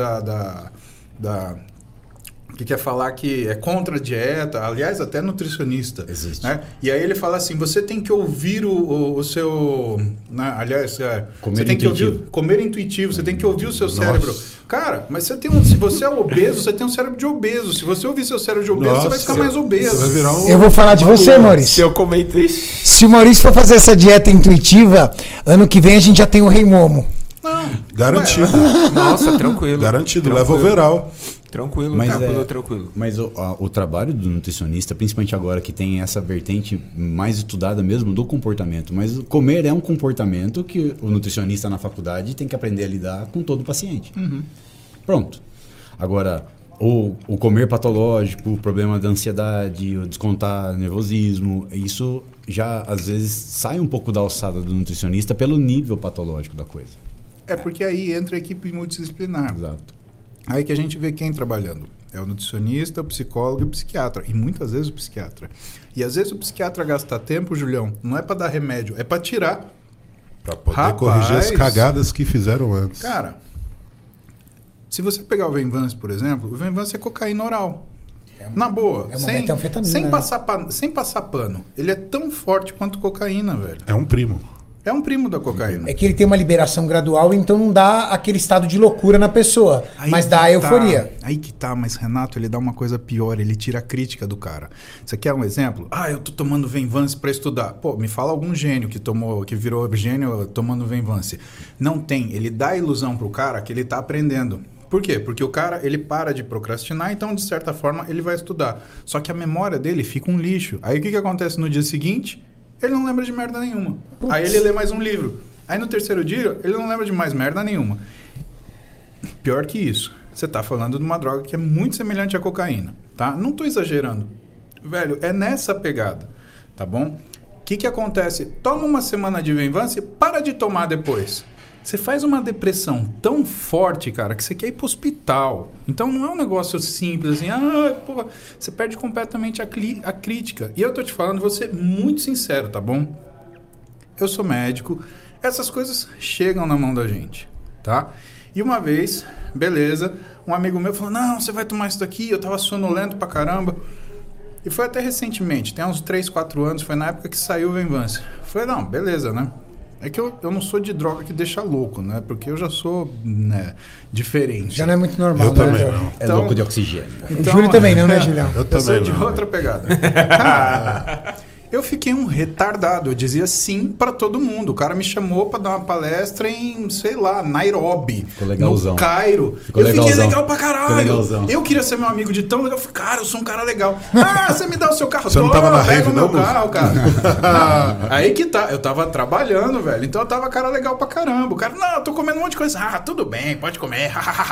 que quer falar que é contra a dieta, aliás, até nutricionista. Existe. Né? E aí ele fala assim, você tem que ouvir o seu... Né? Aliás, você tem que ouvir... Comer intuitivo, você tem que ouvir o seu cérebro. Cara, mas se você é obeso, você tem um cérebro de obeso. Se você ouvir seu cérebro de obeso, você vai ficar mais obeso. Você vai virar Eu vou falar de você, Maurício. Se eu comentei... Se o Maurício for fazer essa dieta intuitiva, ano que vem a gente já tem o Rei Momo. Não. Garantido. Nossa, tranquilo. Garantido, leva overall. Tranquilo, tranquilo. Mas o trabalho do nutricionista, principalmente agora que tem essa vertente mais estudada mesmo do comportamento, mas comer é um comportamento que o nutricionista na faculdade tem que aprender a lidar com todo o paciente. Pronto. Agora, o comer patológico, o problema da ansiedade, o descontar nervosismo, isso já às vezes sai um pouco da alçada do nutricionista pelo nível patológico da coisa. É porque aí entra a equipe multidisciplinar. Exato. Aí que a gente vê quem trabalhando. É o nutricionista, o psicólogo e o psiquiatra. E muitas vezes o psiquiatra. E às vezes o psiquiatra gasta tempo, Julião, não é para dar remédio, é para tirar. Para poder corrigir as cagadas que fizeram antes. Cara, se você pegar o Venvance, por exemplo, o Venvance é cocaína oral. Na boa. É uma metanfetamina. Sem passar pano. Ele é tão forte quanto cocaína, velho. É um primo. É um primo da cocaína. É que ele tem uma liberação gradual, então não dá aquele estado de loucura na pessoa, mas dá a euforia. Aí que tá, mas Renato, ele dá uma coisa pior, ele tira a crítica do cara. Você quer um exemplo? Eu tô tomando Venvance pra estudar. Pô, me fala algum gênio que virou gênio tomando Venvance. Não tem, ele dá a ilusão pro cara que ele tá aprendendo. Por quê? Porque o cara, ele para de procrastinar, então, de certa forma, ele vai estudar. Só que a memória dele fica um lixo. Aí o que acontece no dia seguinte? Ele não lembra de merda nenhuma. Putz. Aí ele lê mais um livro. Aí no terceiro dia, ele não lembra de mais merda nenhuma. Pior que isso, você tá falando de uma droga que é muito semelhante à cocaína, tá? Não tô exagerando. Velho, é nessa pegada, tá bom? O que acontece? Toma uma semana de Venvance, para de tomar depois. Você faz uma depressão tão forte, cara, que você quer ir pro hospital. Então não é um negócio simples, assim, pô, você perde completamente a crítica. E eu tô te falando, vou ser muito sincero, tá bom? Eu sou médico, essas coisas chegam na mão da gente, tá? E uma vez, beleza, um amigo meu falou, não, você vai tomar isso daqui, eu tava sonolento pra caramba. E foi até recentemente, tem uns 3, 4 anos, foi na época que saiu o Venvance. Falei, não, beleza, né? É que eu não sou de droga que deixa louco, né? Porque eu já sou, né, diferente. Já não é muito normal, eu né? Também não. É louco de oxigênio. Então, o Júlio também não, né, Julião? Eu também sou de não. outra pegada. Eu fiquei um retardado. Eu dizia sim pra todo mundo. O cara me chamou pra dar uma palestra em, sei lá, Nairobi. Ficou legalzão. No Cairo. Ficou eu legalzão. fiquei legal pra caralho. Ficou legalzão. Eu queria ser meu amigo de tão legal. Eu falei, cara, eu sou um cara legal. Você me dá o seu carro. Você não tava na pega rave, o meu não, carro, cara. Aí que tá. Eu tava trabalhando, velho. Então eu tava cara legal pra caramba. O cara, não, eu tô comendo um monte de coisa. Tudo bem, pode comer.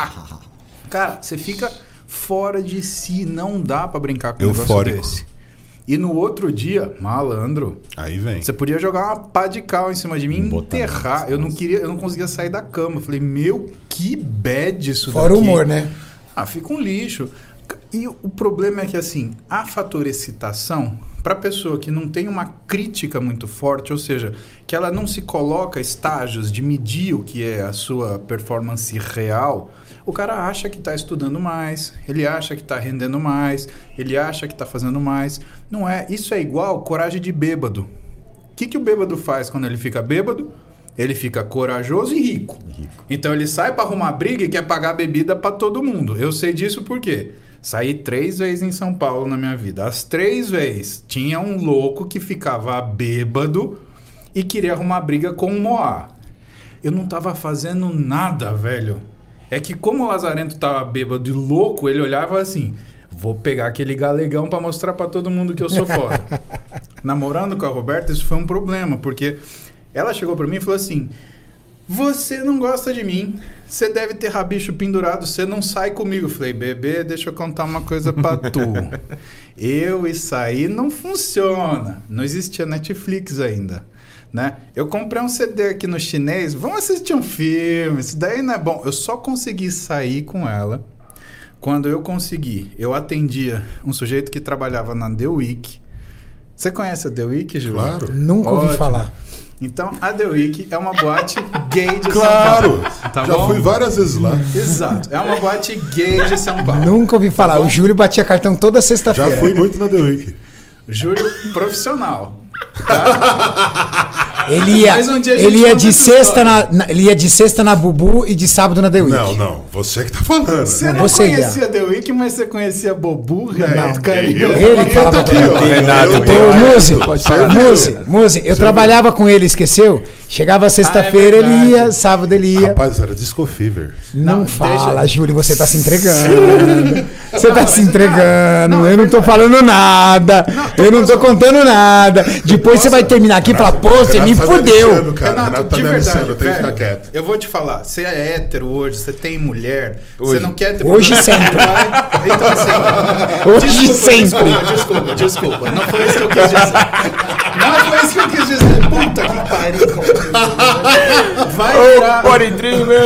Cara, você fica fora de si. Não dá pra brincar com um negócio desse. E no outro dia, malandro, aí vem. Você podia jogar uma pá de cal em cima de mim e enterrar. Eu não conseguia sair da cama. Eu falei, meu, que bad isso Fora daqui. o humor, né? Fica um lixo. E o problema é que, assim, a fator excitação, para pessoa que não tem uma crítica muito forte, ou seja, que ela não se coloca estágios de medir o que é a sua performance real, o cara acha que está estudando mais, ele acha que está rendendo mais, ele acha que está fazendo mais. Não é. Isso é igual coragem de bêbado. O que o bêbado faz quando ele fica bêbado? Ele fica corajoso e rico. Então ele sai para arrumar briga e quer pagar bebida para todo mundo. Eu sei disso por quê? Saí 3 vezes em São Paulo na minha vida. As 3 vezes tinha um louco que ficava bêbado e queria arrumar briga com um Moá. Eu não tava fazendo nada, velho. É que como o Lazarento tava bêbado e louco, ele olhava assim, vou pegar aquele galegão pra mostrar pra todo mundo que eu sou foda. Namorando com a Roberta, isso foi um problema, porque ela chegou pra mim e falou assim, você não gosta de mim, você deve ter rabicho pendurado, você não sai comigo. Eu falei, bebê, deixa eu contar uma coisa pra tu. Eu e sair não funciona. Não existia Netflix ainda. Né? Eu comprei um CD aqui no chinês, vamos assistir um filme, isso daí não é bom. Eu só consegui sair com ela quando eu atendia um sujeito que trabalhava na The Week. Você conhece a The Week, Júlio? Claro. Nunca ouvi falar. Então, a The Week é uma boate gay de Claro! São Paulo. Tá Já bom? fui várias vezes lá. Exato. É uma boate gay de São Paulo. Nunca ouvi falar. O Júlio batia cartão toda sexta-feira. Já fui muito na The Week. Júlio profissional. Tá? Ele ia de sexta na Bubu e de sábado na The Week. Não. Você que tá falando. Você não conhecia The Week, mas você conhecia Bobu, Renato Carinho. Ele falava aqui, ó. Muzi, eu trabalhava com ele, esqueceu? Chegava sexta-feira, ele ia, sábado ele ia. Rapaz, era Disco Fever. Não fala, Júlio, você tá se entregando. Você tá se entregando. Eu não tô falando nada. Eu não tô contando nada. Depois você vai terminar aqui e falar, pô, você me fudeu. Renato, de verdade, velho, eu vou te falar, você é hétero hoje, você tem mulher, você não quer ter... Hoje sempre. Então assim... Hoje sempre. Desculpa, não foi isso que eu quis dizer. Não foi isso que eu quis dizer. Puta que pariu. Vai virar... Body Dreamer!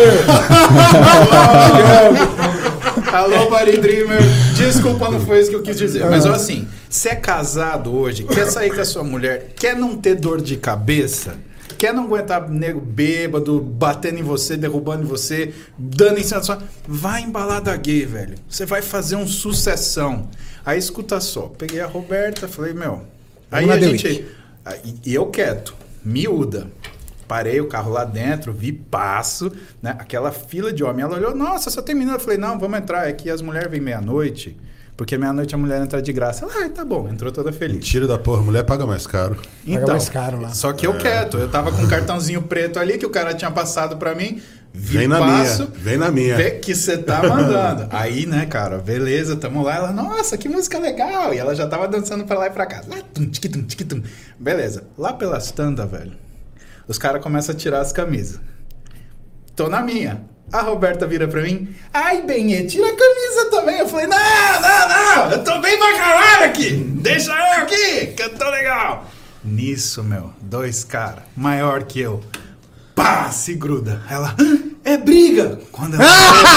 Alô, Body Dreamer. Desculpa, não foi isso que eu quis dizer. Mas assim, você é casado hoje, quer sair com a sua mulher, quer não ter dor de cabeça, quer não aguentar nego bêbado, batendo em você, derrubando em você, dando em cima da sua... Vai em balada gay, velho. Você vai fazer um sucessão. Aí escuta só. Peguei a Roberta, falei, meu... Aí a gente... E eu quieto, miúda. Parei o carro lá dentro, vi passo, né? Aquela fila de homem. Ela olhou, nossa, só tem menina. Eu falei, não, vamos entrar. É que as mulheres vêm meia-noite, porque meia-noite a mulher entra de graça. Ela, tá bom, entrou toda feliz. Mentira da porra, mulher paga mais caro. Paga mais caro lá. Só que eu quieto. Eu tava com um cartãozinho preto ali, que o cara tinha passado pra mim. Vem na minha, vem na minha. Vê que você tá mandando. Aí, né, cara, beleza, tamo lá. Ela, nossa, que música legal. E ela já tava dançando pra lá e pra cá. Lá, tum, tiquitum, tiquitum. Beleza. Lá pelas tandas, velho, os caras começam a tirar as camisas. Tô na minha. A Roberta vira pra mim. Ai, Benê, tira a camisa também. Eu falei, não. Eu tô bem pra caralho aqui. Deixa eu aqui, que eu tô legal. Nisso, meu, 2 caras, maior que eu. Pá, se gruda. Ela, é briga. Quando ela...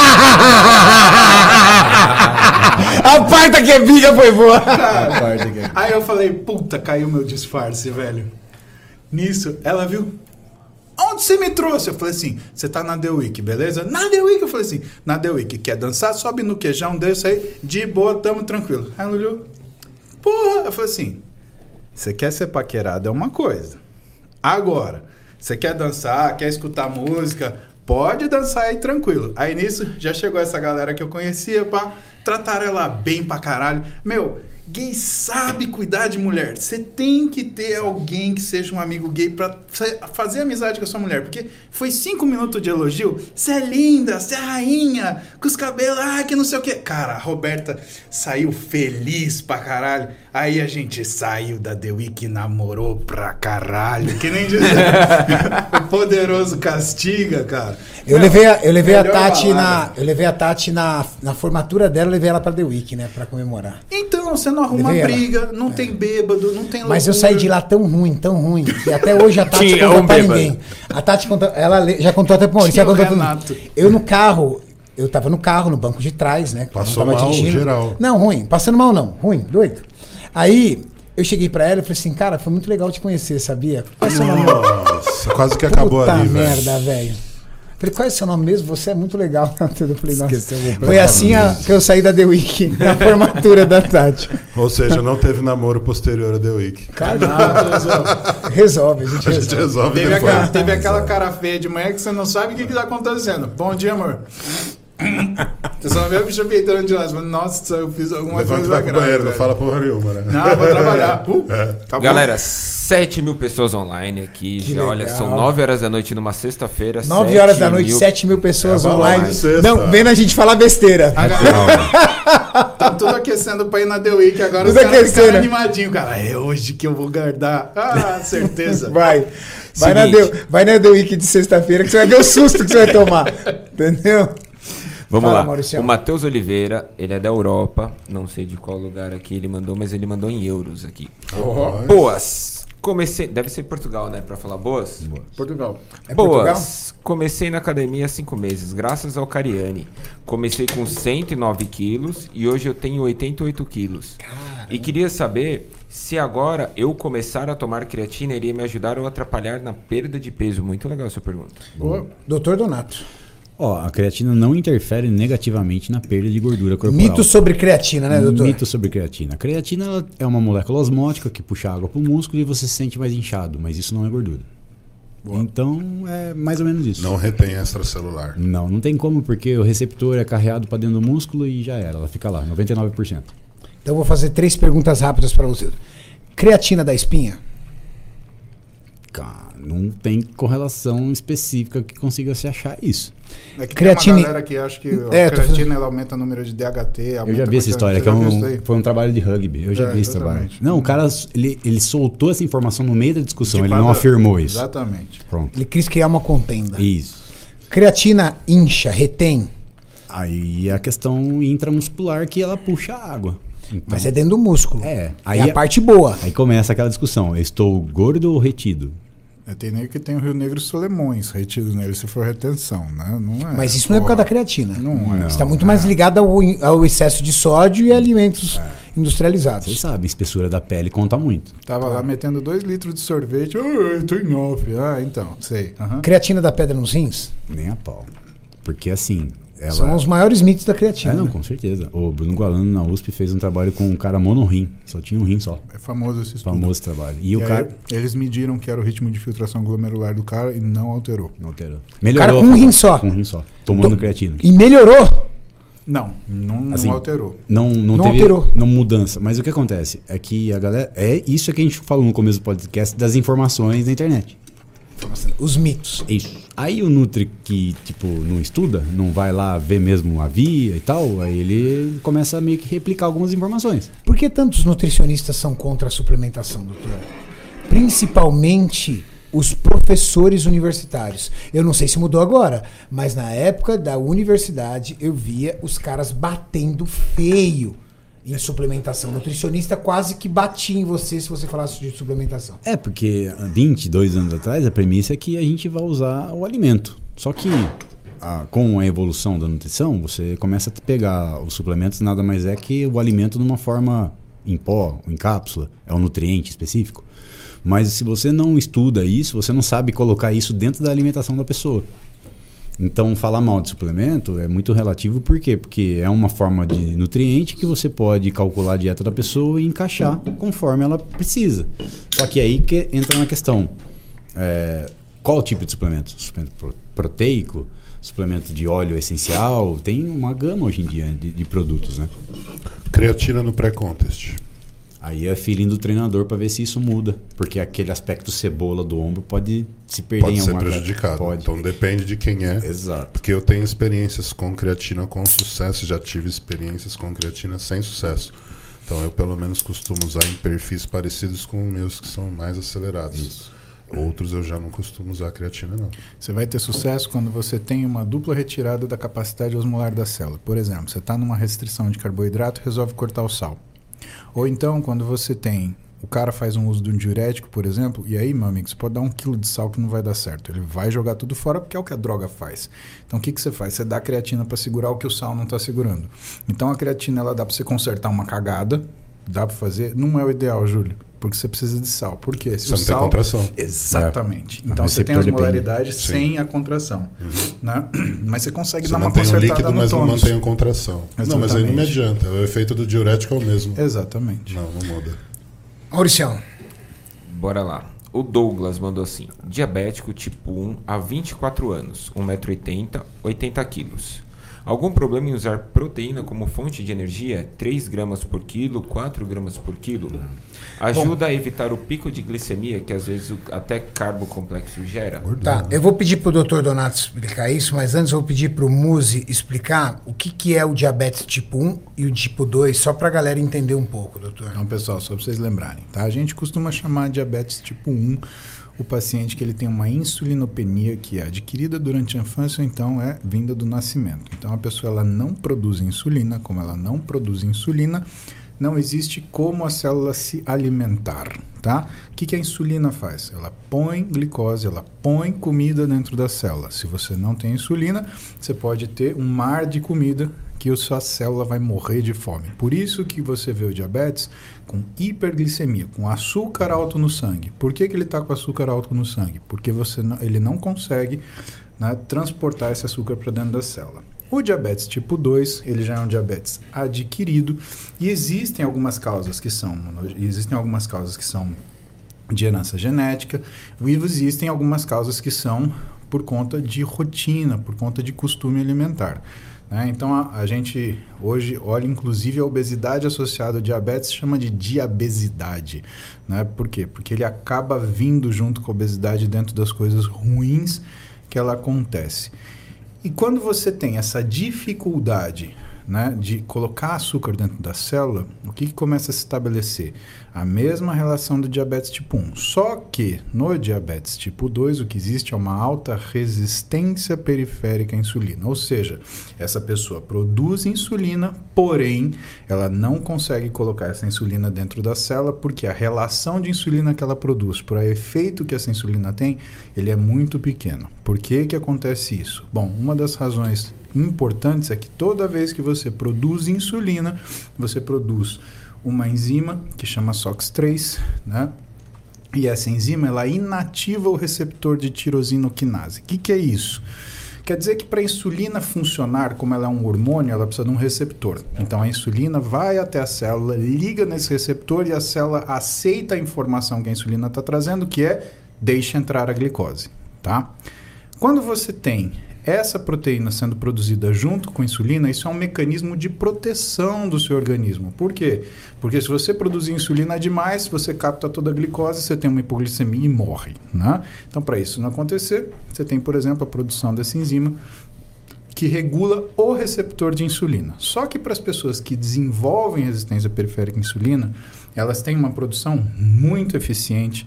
A parte que é briga foi boa. Aí eu falei, puta, caiu meu disfarce, velho. Nisso, ela viu. Onde você me trouxe? Eu falei assim, você tá na The Week, beleza? Na The Week, eu falei assim, na The Week, quer dançar? Sobe no queijão, desce aí, de boa, tamo tranquilo. Aí ela olhou, porra. Eu falei assim, você quer ser paquerado é uma coisa. Agora, você quer dançar, quer escutar música, pode dançar aí tranquilo. Aí nisso, já chegou essa galera que eu conhecia, pá, trataram ela bem pra caralho. Meu, gay sabe cuidar de mulher. Você tem que ter alguém que seja um amigo gay pra fazer amizade com a sua mulher. Porque foi 5 minutos de elogio. Você é linda, você é rainha, com os cabelos, que não sei o quê. Cara, a Roberta saiu feliz pra caralho. Aí a gente saiu da The Week e namorou pra caralho. Que nem dizer. O poderoso castiga, cara. Eu levei a Tati na formatura dela, eu levei ela pra The Week, né? Pra comemorar. Então, você não arruma briga, não tem bêbado, não tem loucura. Mas eu saí de lá tão ruim, que até hoje a Tati conta pra ninguém. A Tati conta, ela já contou até pra Maurício. Eu no carro, eu tava no carro, no banco de trás, né? Passou mal, geral. Não, ruim, passando mal não, ruim, doido. Aí, eu cheguei pra ela e falei assim, cara, foi muito legal te conhecer, sabia? Nossa, quase que acabou ali, velho. Puta merda, velho. Falei, qual é o seu nome mesmo? Você é muito legal. Eu falei, nossa. Foi assim que eu saí da The Week, na formatura da Tati. Ou seja, não teve namoro posterior a The Week. Cara, não, resolve, a gente resolve. Teve aquela cara feia de manhã que você não sabe o que tá acontecendo. Bom dia, amor. Você só vê o bicho peitando de lá. Você fala, nossa, eu fiz alguma coisa grave. Não fala porra nenhuma, né? Não, eu vou trabalhar. Galera, 7 mil pessoas online aqui. Que já, olha, são 9 horas da noite numa sexta-feira. 9 horas da noite, 7 mil pessoas online. Sexta. Não, vendo a gente falar besteira. Tá tudo aquecendo pra ir na The Week. Agora tudo os caras aquecendo. ficaram animadinhos, cara. É hoje que eu vou guardar. Certeza. Vai na The Week de sexta-feira que você vai ver o susto que você vai tomar. Entendeu? Vamos Fala, lá. Maurício. O Matheus Oliveira, ele é da Europa. Não sei de qual lugar aqui ele mandou, mas ele mandou em euros aqui. Boas. Comecei. Deve ser Portugal, né? Pra falar boas? Portugal. É Boas. Portugal? Comecei na academia há 5 meses, graças ao Cariani. Comecei com 109 quilos e hoje eu tenho 88 quilos. Caramba. E queria saber se agora eu começar a tomar creatina iria me ajudar ou atrapalhar na perda de peso. Muito legal a sua pergunta. Doutor Donato. A creatina não interfere negativamente na perda de gordura corporal. Mito sobre creatina, né, doutor? Mito sobre creatina. A creatina ela é uma molécula osmótica que puxa água para o músculo e você se sente mais inchado, mas isso não é gordura. Então, é mais ou menos isso. Não retém extracelular. Não tem como, porque o receptor é carreado para dentro do músculo e já era. Ela fica lá, 99%. Então eu vou fazer 3 perguntas rápidas para você. Creatina da espinha? Cara, não tem correlação específica que consiga se achar isso. É que creatina... tem uma galera que acha que a creatina ela aumenta o número de DHT. Eu já vi essa história, que foi um trabalho de rugby. Eu já vi esse trabalho. Não, o cara ele soltou essa informação no meio da discussão, ele não afirmou isso. Exatamente. Pronto. Ele quis criar uma contenda. Isso. Creatina incha, retém? Aí a questão intramuscular que ela puxa a água. Então, mas é dentro do músculo. Aí é a parte boa. Aí começa aquela discussão, eu estou gordo ou retido? Tem nego que tem o Rio Negro e Solimões retidos nele, se for retenção, né? Não é. Mas isso não é por causa da creatina. Não é. Está muito mais ligado ao excesso de sódio e alimentos industrializados. Vocês sabem, a espessura da pele conta muito. Tava lá metendo 2 litros de sorvete, tô em off. Então, sei. Creatina dá pedra nos rins? Nem a pau. Porque assim, São os maiores mitos da creatina. Não, com certeza. O Bruno Gualano na USP fez um trabalho com um cara monorrim. Só tinha um rim só. É famoso esse estudo. Famoso trabalho. E E o aí, cara... eles mediram que era o ritmo de filtração glomerular do cara e não alterou. Não alterou. cara com um rim só. Com um rim só. Tomando creatina. E melhorou. Não Assim, alterou. Não teve alterou. não mudança. Mas o que acontece é que a galera... Isso que a gente falou no começo do podcast das informações da internet. Os mitos. Isso. Aí o Nutri que, tipo, não estuda, não vai lá ver mesmo a via e tal, aí ele começa a meio que replicar algumas informações. Por que tantos nutricionistas são contra a suplementação, doutor? Principalmente os professores universitários. Eu não sei se mudou agora, mas na época da universidade eu via os caras batendo feio em suplementação. O nutricionista quase que batia em você se você falasse de suplementação. Porque há 22 anos atrás a premissa é que a gente vai usar o alimento. Só que com a evolução da nutrição, você começa a pegar os suplementos, nada mais é que o alimento numa forma em pó, em cápsula, é um nutriente específico. Mas se você não estuda isso, você não sabe colocar isso dentro da alimentação da pessoa. Então, falar mal de suplemento é muito relativo, por quê? Porque é uma forma de nutriente que você pode calcular a dieta da pessoa e encaixar conforme ela precisa. Só que aí que entra na questão, qual tipo de suplemento? Suplemento proteico? Suplemento de óleo essencial? Tem uma gama hoje em dia de produtos, né? Creatina no pré-contest. Aí é feeling do treinador para ver se isso muda, porque aquele aspecto cebola do ombro pode se perder Pode em ser alguma prejudicado. Pode. Então depende de quem é. Exato. Porque eu tenho experiências com creatina com sucesso, já tive experiências com creatina sem sucesso. Então eu pelo menos costumo usar em perfis parecidos com os meus que são mais acelerados. Isso. Outros eu já não costumo usar creatina, não. Você vai ter sucesso quando você tem uma dupla retirada da capacidade osmolar da célula. Por exemplo, você está numa restrição de carboidrato e resolve cortar o sal. Ou então, quando você tem... O cara faz um uso de um diurético, por exemplo, e aí, meu amigo, você pode dar 1 quilo de sal que não vai dar certo. Ele vai jogar tudo fora porque é o que a droga faz. Então, o que você faz? Você dá a creatina para segurar o que o sal não está segurando. Então, a creatina, ela dá para você consertar uma cagada. Dá para fazer. Não é o ideal, Júlio, porque você precisa de sal. Por quê? Você não tem contração. Exatamente. Então, você tem as modalidades sem a contração. Né? Mas você consegue dar uma consertada líquido, no mas tônus. não mantém a contração. Exatamente. Não, mas aí não me adianta. O efeito do diurético é o mesmo. Exatamente. Não muda. Mauricião. Bora lá. O Douglas mandou assim: diabético tipo 1 há 24 anos, 1,80 m, 80 quilos. Algum problema em usar proteína como fonte de energia? 3 gramas por quilo, 4 gramas por quilo? Ajuda a evitar o pico de glicemia que às vezes até carbo complexo gera? Tá, eu vou pedir pro Dr. Donato explicar isso, mas antes eu vou pedir pro Muzi explicar o que é o diabetes tipo 1 e o tipo 2, só pra galera entender um pouco, doutor. Então, pessoal, só para vocês lembrarem, tá? A gente costuma chamar de diabetes tipo 1 o paciente que ele tem uma insulinopenia que é adquirida durante a infância ou então é vinda do nascimento. Então, a pessoa ela não produz insulina, como ela não produz insulina, não existe como a célula se alimentar, tá? O que a insulina faz? Ela põe glicose, ela põe comida dentro da célula. Se você não tem insulina, você pode ter um mar de comida que a sua célula vai morrer de fome. Por isso que você vê o diabetes com hiperglicemia, com açúcar alto no sangue. Por que ele está com açúcar alto no sangue? Porque ele não consegue, né, transportar esse açúcar para dentro da célula. O diabetes tipo 2, ele já é um diabetes adquirido e existem algumas causas que são de herança genética e existem algumas causas que são por conta de rotina, por conta de costume alimentar. Então, a gente hoje olha, inclusive, a obesidade associada ao diabetes, chama de diabesidade. Né? Por quê? Porque ele acaba vindo junto com a obesidade dentro das coisas ruins que ela acontece. E quando você tem essa dificuldade, né, de colocar açúcar dentro da célula, o que começa a se estabelecer? A mesma relação do diabetes tipo 1. Só que no diabetes tipo 2 o que existe é uma alta resistência periférica à insulina. Ou seja, essa pessoa produz insulina, porém ela não consegue colocar essa insulina dentro da célula porque a relação de insulina que ela produz para o efeito que essa insulina tem, ele é muito pequeno. Por que acontece isso? Bom, uma das razões importantes é que toda vez que você produz insulina, você produz uma enzima que chama SOX3, né? E essa enzima ela inativa o receptor de tirosinoquinase. O que é isso? Quer dizer que para a insulina funcionar, como ela é um hormônio, ela precisa de um receptor. Então a insulina vai até a célula, liga nesse receptor e a célula aceita a informação que a insulina está trazendo, que é deixa entrar a glicose, tá? Quando você tem essa proteína sendo produzida junto com a insulina, isso é um mecanismo de proteção do seu organismo. Por quê? Porque se você produzir insulina demais, você capta toda a glicose, você tem uma hipoglicemia e morre, né? Então, para isso não acontecer, você tem, por exemplo, a produção dessa enzima que regula o receptor de insulina. Só que para as pessoas que desenvolvem resistência periférica à insulina, elas têm uma produção muito eficiente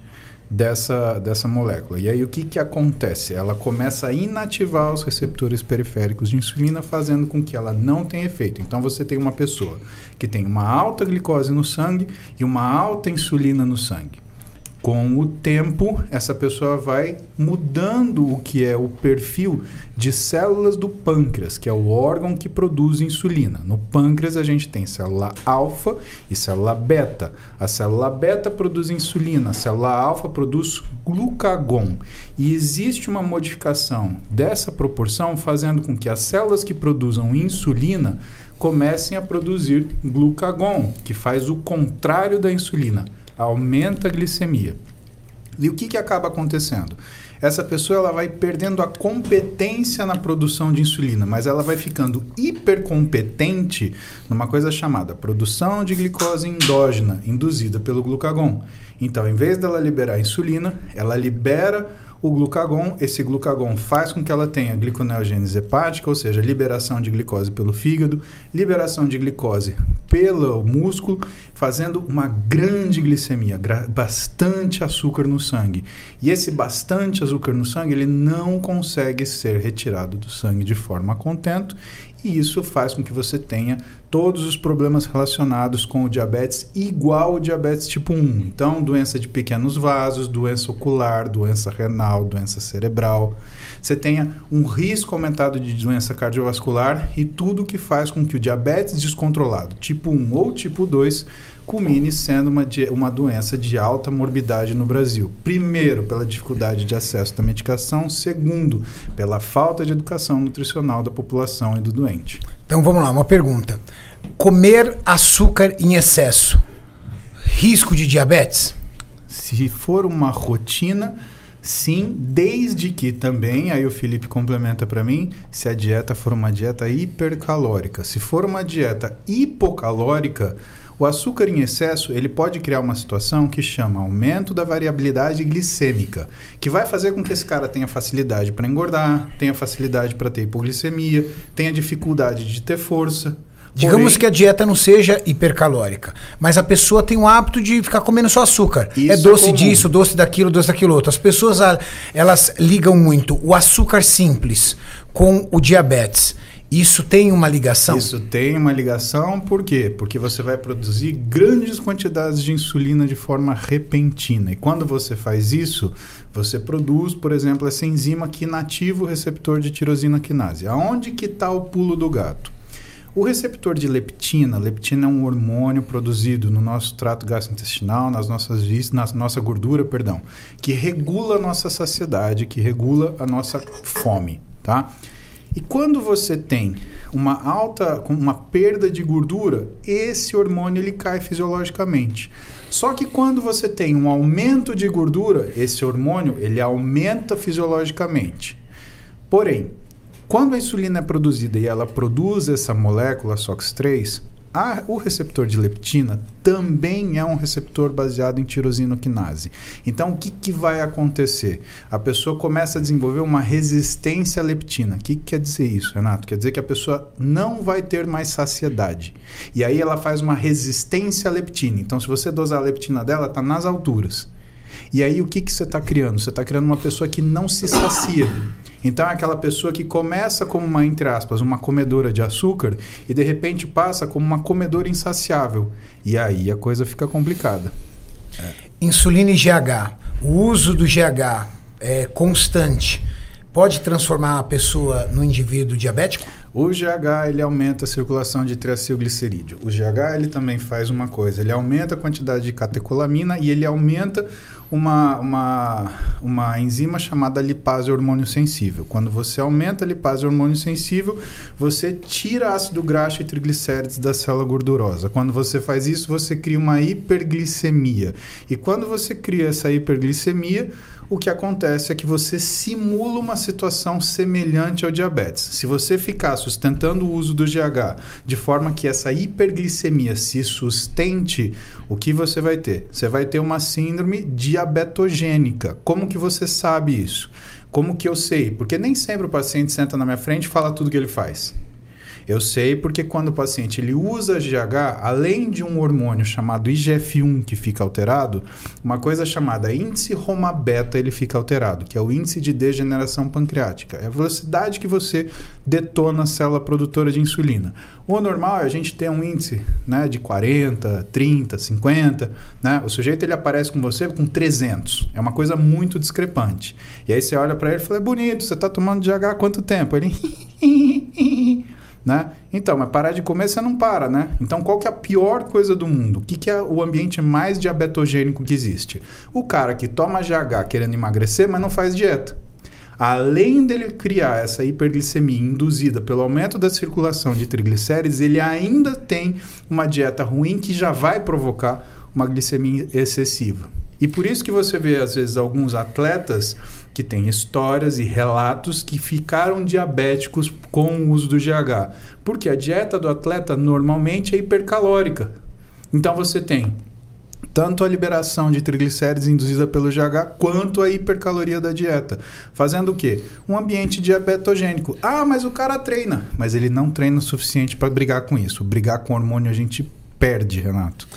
dessa molécula. E aí o que acontece? Ela começa a inativar os receptores periféricos de insulina, fazendo com que ela não tenha efeito. Então você tem uma pessoa que tem uma alta glicose no sangue e uma alta insulina no sangue. Com o tempo, essa pessoa vai mudando o que é o perfil de células do pâncreas, que é o órgão que produz insulina. No pâncreas, a gente tem célula alfa e célula beta. A célula beta produz insulina, a célula alfa produz glucagon. E existe uma modificação dessa proporção, fazendo com que as células que produzam insulina comecem a produzir glucagon, que faz o contrário da insulina. Aumenta a glicemia. E o que acaba acontecendo? Essa pessoa ela vai perdendo a competência na produção de insulina, mas ela vai ficando hipercompetente numa coisa chamada produção de glicose endógena, induzida pelo glucagon. Então, em vez dela liberar a insulina, ela libera o glucagon. Esse glucagon faz com que ela tenha gliconeogênese hepática, ou seja, liberação de glicose pelo fígado, liberação de glicose pelo músculo, fazendo uma grande glicemia, bastante açúcar no sangue. E esse bastante açúcar no sangue, ele não consegue ser retirado do sangue de forma a contento, e isso faz com que você tenha todos os problemas relacionados com o diabetes, igual o diabetes tipo 1. Então, doença de pequenos vasos, doença ocular, doença renal, doença cerebral. Você tenha um risco aumentado de doença cardiovascular e tudo que faz com que o diabetes descontrolado, tipo 1 ou tipo 2, culmine sendo uma doença de alta morbidade no Brasil. Primeiro, pela dificuldade de acesso à medicação. Segundo, pela falta de educação nutricional da população e do doente. Então vamos lá, uma pergunta. Comer açúcar em excesso, risco de diabetes? Se for uma rotina, sim, desde que também, aí o Felipe complementa para mim, se a dieta for uma dieta hipercalórica. Se for uma dieta hipocalórica, o açúcar em excesso, ele pode criar uma situação que chama aumento da variabilidade glicêmica, que vai fazer com que esse cara tenha facilidade para engordar, tenha facilidade para ter hipoglicemia, tenha dificuldade de ter força. Digamos que a dieta não seja hipercalórica, mas a pessoa tem o hábito de ficar comendo só açúcar. É doce disso, doce daquilo outro. As pessoas, elas ligam muito o açúcar simples com o diabetes. Isso tem uma ligação? Isso tem uma ligação, por quê? Porque você vai produzir grandes quantidades de insulina de forma repentina. E quando você faz isso, você produz, por exemplo, essa enzima que inativa o receptor de tirosina quinase. Aonde que está o pulo do gato? O receptor de leptina é um hormônio produzido no nosso trato gastrointestinal, na nossa gordura, que regula a nossa saciedade, que regula a nossa fome, tá? E quando você tem uma perda de gordura, esse hormônio ele cai fisiologicamente. Só que quando você tem um aumento de gordura, esse hormônio ele aumenta fisiologicamente. Porém, quando a insulina é produzida e ela produz essa molécula SOX3, o receptor de leptina também é um receptor baseado em tirosina quinase. Então, o que vai acontecer? A pessoa começa a desenvolver uma resistência à leptina. O que quer dizer isso, Renato? Quer dizer que a pessoa não vai ter mais saciedade. E aí ela faz uma resistência à leptina. Então, se você dosar a leptina dela, está nas alturas. E aí, o que você está criando? Você está criando uma pessoa que não se sacia. Então, é aquela pessoa que começa como uma, entre aspas, uma comedora de açúcar e, de repente, passa como uma comedora insaciável. E aí a coisa fica complicada. Insulina e GH. O uso do GH constante pode transformar a pessoa no indivíduo diabético? O GH ele aumenta a circulação de triacilglicerídeo. O GH ele também faz uma coisa, ele aumenta a quantidade de catecolamina e ele aumenta uma enzima chamada lipase hormônio sensível. Quando você aumenta a lipase hormônio sensível, você tira ácido graxo e triglicérides da célula gordurosa. Quando você faz isso, você cria uma hiperglicemia. E quando você cria essa hiperglicemia, o que acontece é que você simula uma situação semelhante ao diabetes. Se você ficar sustentando o uso do GH de forma que essa hiperglicemia se sustente, o que você vai ter? Você vai ter uma síndrome diabetogênica. Como que você sabe isso? Como que eu sei? Porque nem sempre o paciente senta na minha frente e fala tudo que ele faz. Eu sei porque quando o paciente ele usa GH, além de um hormônio chamado IGF-1 que fica alterado, uma coisa chamada índice Roma-beta ele fica alterado, que é o índice de degeneração pancreática. É a velocidade que você detona a célula produtora de insulina. O normal é a gente ter um índice, né, de 40, 30, 50. Né? O sujeito ele aparece com você com 300. É uma coisa muito discrepante. E aí você olha para ele e fala, é bonito, você está tomando GH há quanto tempo? Ele... Né? Então, mas parar de comer você não para, né? Então, qual que é a pior coisa do mundo? O que é o ambiente mais diabetogênico que existe? O cara que toma GH querendo emagrecer, mas não faz dieta. Além dele criar essa hiperglicemia induzida pelo aumento da circulação de triglicérides, ele ainda tem uma dieta ruim que já vai provocar uma glicemia excessiva. E por isso que você vê, às vezes, alguns atletas que têm histórias e relatos que ficaram diabéticos com o uso do GH. Porque a dieta do atleta normalmente é hipercalórica. Então você tem tanto a liberação de triglicérides induzida pelo GH, quanto a hipercaloria da dieta. Fazendo o quê? Um ambiente diabetogênico. Ah, mas o cara treina. Mas ele não treina o suficiente para brigar com isso. Brigar com hormônio a gente perde, Renato.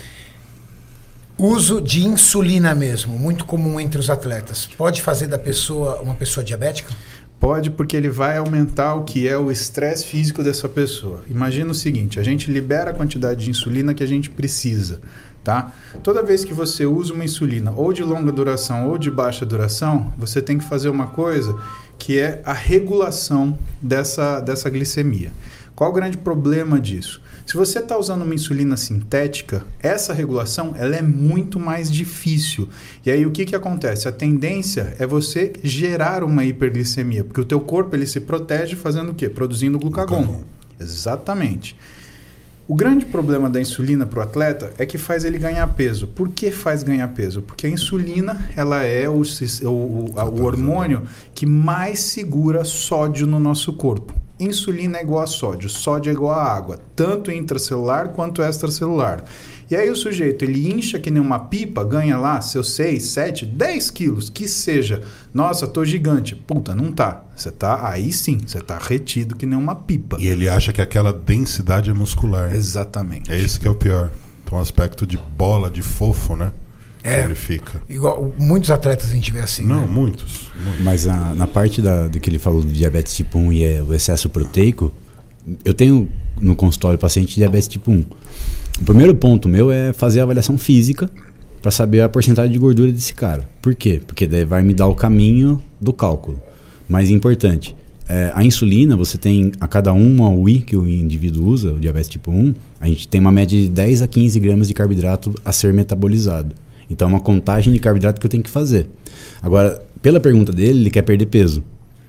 Uso de insulina mesmo, muito comum entre os atletas. Pode fazer da pessoa uma pessoa diabética? Pode, porque ele vai aumentar o que é o estresse físico dessa pessoa. Imagina o seguinte, a gente libera a quantidade de insulina que a gente precisa, tá? Toda vez que você usa uma insulina ou de longa duração ou de baixa duração, você tem que fazer uma coisa que é a regulação dessa glicemia. Qual o grande problema disso? Se você está usando uma insulina sintética, essa regulação ela é muito mais difícil. E aí o que acontece? A tendência é você gerar uma hiperglicemia, porque o teu corpo ele se protege fazendo o quê? Produzindo glucagon. Exatamente. O grande problema da insulina para o atleta é que faz ele ganhar peso. Por que faz ganhar peso? Porque a insulina ela é o hormônio que mais segura sódio no nosso corpo. Insulina é igual a sódio é igual a água, tanto intracelular quanto extracelular. E aí o sujeito, ele incha que nem uma pipa, ganha lá seus 6, 7, 10 quilos, que seja. Nossa, tô gigante. Puta, não tá. Você tá, aí sim, você tá retido que nem uma pipa. E ele acha que aquela densidade é muscular. Exatamente. É esse que é o pior. Então, um aspecto de bola, de fofo, né? É, ele fica. Igual, muitos atletas a gente vê assim. Não, né? muitos. Mas na parte do que ele falou do diabetes tipo 1 e o excesso proteico, eu tenho no consultório paciente de diabetes tipo 1. O primeiro ponto meu é fazer a avaliação física para saber a porcentagem de gordura desse cara. Por quê? Porque daí vai me dar o caminho do cálculo. Mais importante, a insulina, você tem a cada uma UI que o indivíduo usa, o diabetes tipo 1, a gente tem uma média de 10 a 15 gramas de carboidrato a ser metabolizado. Então é uma contagem de carboidrato que eu tenho que fazer. Agora, pela pergunta dele, ele quer perder peso.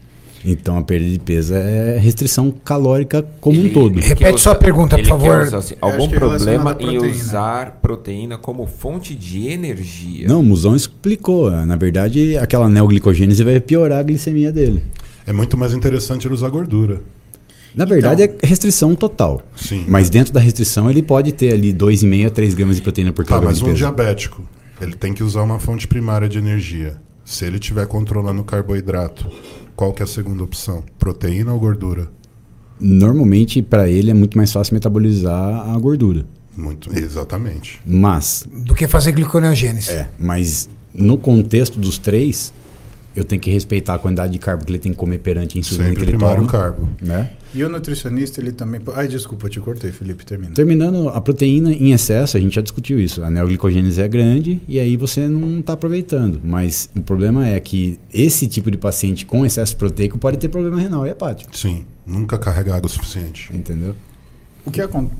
Então a perda de peso é restrição calórica como um todo. Repete sua pergunta, por favor. Assim, algum problema em usar proteína como fonte de energia? Não, o Musão explicou. Na verdade, aquela neoglicogênese vai piorar a glicemia dele. É muito mais interessante ele usar gordura. Na verdade, é restrição total. Sim. Mas dentro da restrição, ele pode ter ali 2,5 a 3 gramas de proteína por quilograma de peso. Mas um diabético, ele tem que usar uma fonte primária de energia. Se ele estiver controlando o carboidrato, qual que é a segunda opção? Proteína ou gordura? Normalmente, para ele, é muito mais fácil metabolizar a gordura. Exatamente. Mas... do que fazer gliconeogênese. Mas no contexto dos três, eu tenho que respeitar a quantidade de carbo que ele tem que comer perante a insulina sempre que ele primário toma. Carbo. Né? E o nutricionista, ele também... Ai, desculpa, eu te cortei, Felipe, termina. Terminando, a proteína em excesso, a gente já discutiu isso. A neoglicogênese é grande e aí você não está aproveitando. Mas o problema é que esse tipo de paciente com excesso proteico pode ter problema renal e hepático. Sim, nunca carrega água o suficiente. Entendeu? O que acontece?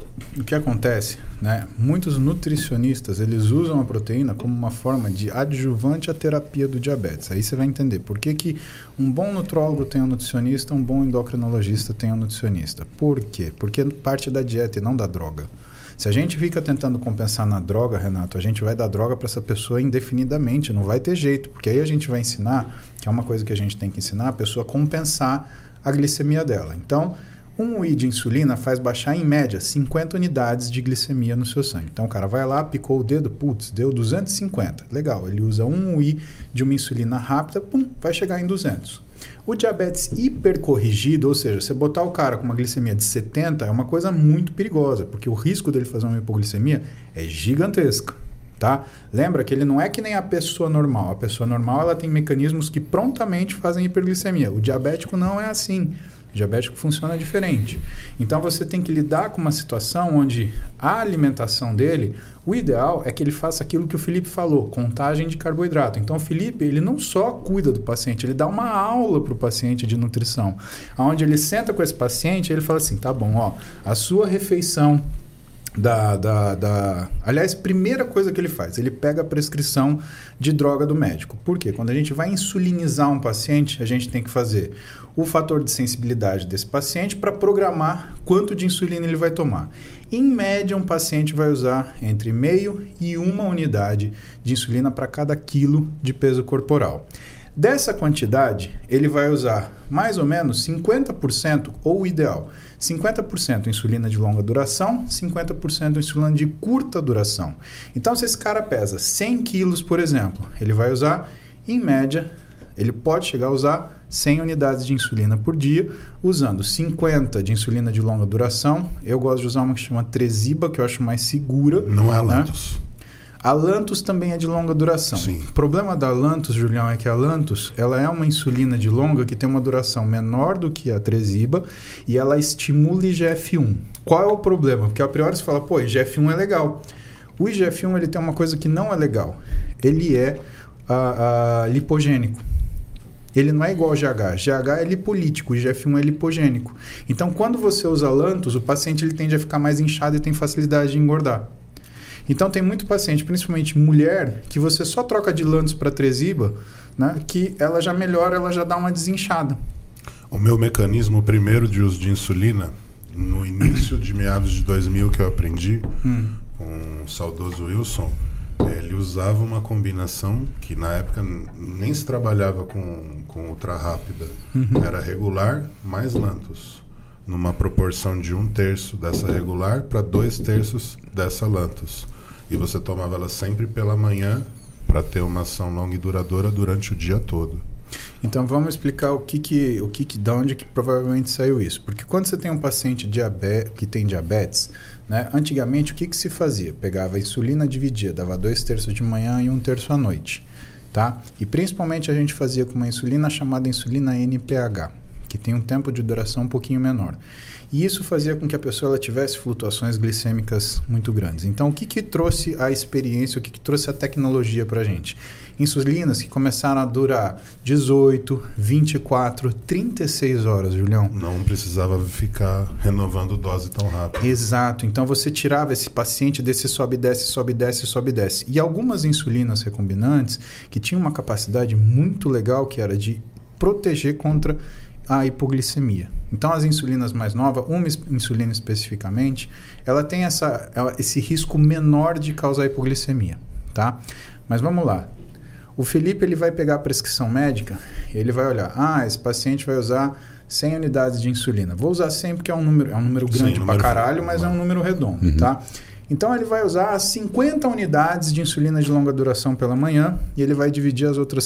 o que acontece, né? Muitos nutricionistas, eles usam a proteína como uma forma de adjuvante à terapia do diabetes. Aí você vai entender por que um bom nutrólogo tem um nutricionista, um bom endocrinologista tem um nutricionista. Por quê? Porque parte da dieta e não da droga. Se a gente fica tentando compensar na droga, Renato, a gente vai dar droga para essa pessoa indefinidamente, não vai ter jeito, porque aí a gente vai ensinar, que é uma coisa que a gente tem que ensinar, a pessoa a compensar a glicemia dela. Então, um UI de insulina faz baixar, em média, 50 unidades de glicemia no seu sangue. Então, o cara vai lá, picou o dedo, putz, deu 250. Legal, ele usa um UI de uma insulina rápida, pum, vai chegar em 200. O diabetes hipercorrigido, ou seja, você botar o cara com uma glicemia de 70 é uma coisa muito perigosa, porque o risco dele fazer uma hipoglicemia é gigantesco, tá? Lembra que ele não é que nem a pessoa normal. A pessoa normal ela tem mecanismos que prontamente fazem hiperglicemia. O diabético não é assim. O diabético funciona diferente. Então, você tem que lidar com uma situação onde a alimentação dele, o ideal é que ele faça aquilo que o Felipe falou, contagem de carboidrato. Então, o Felipe, ele não só cuida do paciente, ele dá uma aula para o paciente de nutrição, onde ele senta com esse paciente e ele fala assim, tá bom, ó, a sua refeição Aliás, primeira coisa que ele faz, ele pega a prescrição de droga do médico. Por quê? Quando a gente vai insulinizar um paciente, a gente tem que fazer o fator de sensibilidade desse paciente para programar quanto de insulina ele vai tomar. Em média, um paciente vai usar entre meio e 1 unidade de insulina para cada quilo de peso corporal. Dessa quantidade, ele vai usar mais ou menos 50%, ou o ideal, 50% insulina de longa duração, 50% insulina de curta duração. Então, se esse cara pesa 100 quilos, por exemplo, ele vai usar, em média, ele pode chegar a usar 100 unidades de insulina por dia, usando 50 de insulina de longa duração. Eu gosto de usar uma que chama Tresiba, que eu acho mais segura. Não é a Lantus. Né? A Lantus também é de longa duração. Sim. O problema da Lantus, Julião, é que a Lantus ela é uma insulina de longa que tem uma duração menor do que a Tresiba e ela estimula IGF-1. Qual é o problema? Porque a priori você fala, pô, IGF-1 é legal. O IGF-1 ele tem uma coisa que não é legal. Ele é lipogênico. Ele não é igual ao GH. GH é lipolítico, o IGF-1 é lipogênico. Então, quando você usa Lantus, o paciente ele tende a ficar mais inchado e tem facilidade de engordar. Então, tem muito paciente, principalmente mulher, que você só troca de Lantus para Tresiba, né, que ela já melhora, ela já dá uma desinchada. O meu mecanismo primeiro de uso de insulina, no início de meados de 2000 que eu aprendi, com o saudoso Wilson, ele usava uma combinação que na época nem se trabalhava com ultra rápida. Era regular mais Lantus, numa proporção de 1/3 dessa regular para 2/3 dessa Lantus. E você tomava ela sempre pela manhã para ter uma ação longa e duradoura durante o dia todo. Então vamos explicar da onde que provavelmente saiu isso. Porque quando você tem um paciente que tem diabetes, né, antigamente o que se fazia? Pegava a insulina, dividia, dava 2/3 de manhã e 1/3 à noite. Tá? E principalmente a gente fazia com uma insulina chamada insulina NPH, que tem um tempo de duração um pouquinho menor. E isso fazia com que a pessoa ela tivesse flutuações glicêmicas muito grandes. Então, o que trouxe a experiência, o que trouxe a tecnologia para a gente? Insulinas que começaram a durar 18, 24, 36 horas, Julião. Não precisava ficar renovando dose tão rápido. Exato. Então, você tirava esse paciente desse sobe e desce, sobe e desce, sobe e desce. E algumas insulinas recombinantes que tinham uma capacidade muito legal, que era de proteger contra a hipoglicemia. Então, as insulinas mais novas, uma insulina especificamente, ela tem esse risco menor de causar hipoglicemia, tá? Mas vamos lá. O Felipe ele vai pegar a prescrição médica, ele vai olhar, esse paciente vai usar 100 unidades de insulina. Vou usar 100 porque é um número grande pra caralho, mas é um número redondo, tá? Então, ele vai usar 50 unidades de insulina de longa duração pela manhã e ele vai dividir as outras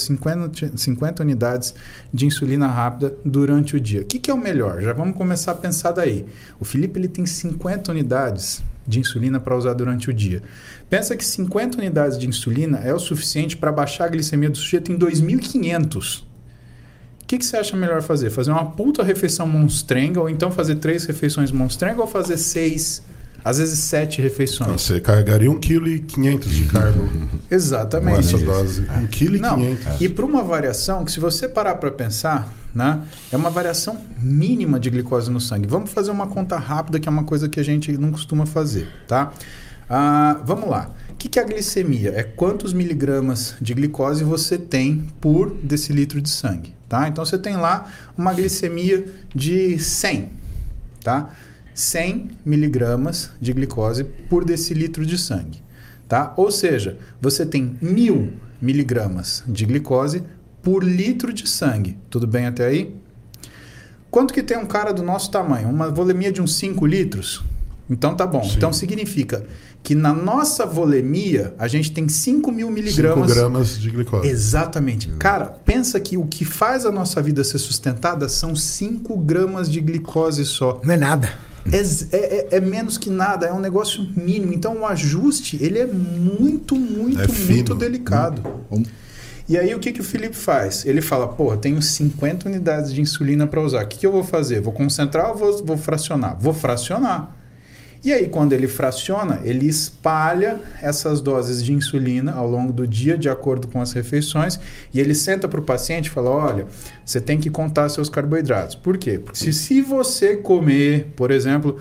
50 unidades de insulina rápida durante o dia. O que é o melhor? Já vamos começar a pensar daí. O Felipe ele tem 50 unidades de insulina para usar durante o dia. Pensa que 50 unidades de insulina é o suficiente para baixar a glicemia do sujeito em 2.500. O que você acha melhor fazer? Fazer uma puta refeição monstrenga ou então fazer 3 refeições monstrenga ou fazer 6... Às vezes 7 refeições. Então, você carregaria 1,5 kg de carbo. Exatamente. Com essa dose. 1,5 kg. E para uma variação que se você parar para pensar, né? É uma variação mínima de glicose no sangue. Vamos fazer uma conta rápida, que é uma coisa que a gente não costuma fazer, tá? Vamos lá. O que é a glicemia? É quantos miligramas de glicose você tem por decilitro de sangue, tá? Então, você tem lá uma glicemia de 100, tá? 100 miligramas de glicose por decilitro de sangue, tá? Ou seja, você tem 1000 miligramas de glicose por litro de sangue. Tudo bem até aí? Quanto que tem um cara do nosso tamanho? Uma volemia de uns 5 litros? Então tá bom. Sim. Então significa que na nossa volemia a gente tem 5.000 miligramas... 5 gramas de glicose. Exatamente. Cara, pensa que o que faz a nossa vida ser sustentada são 5 gramas de glicose só. Não é nada. É menos que nada, é um negócio mínimo. Então o ajuste, ele é muito delicado. E aí o que o Felipe faz? Ele fala, porra, tenho 50 unidades de insulina para usar. O que eu vou fazer? Vou concentrar ou vou fracionar? Vou fracionar. E aí, quando ele fraciona, ele espalha essas doses de insulina ao longo do dia, de acordo com as refeições, e ele senta para o paciente e fala, olha, você tem que contar seus carboidratos. Por quê? Porque se você comer, por exemplo,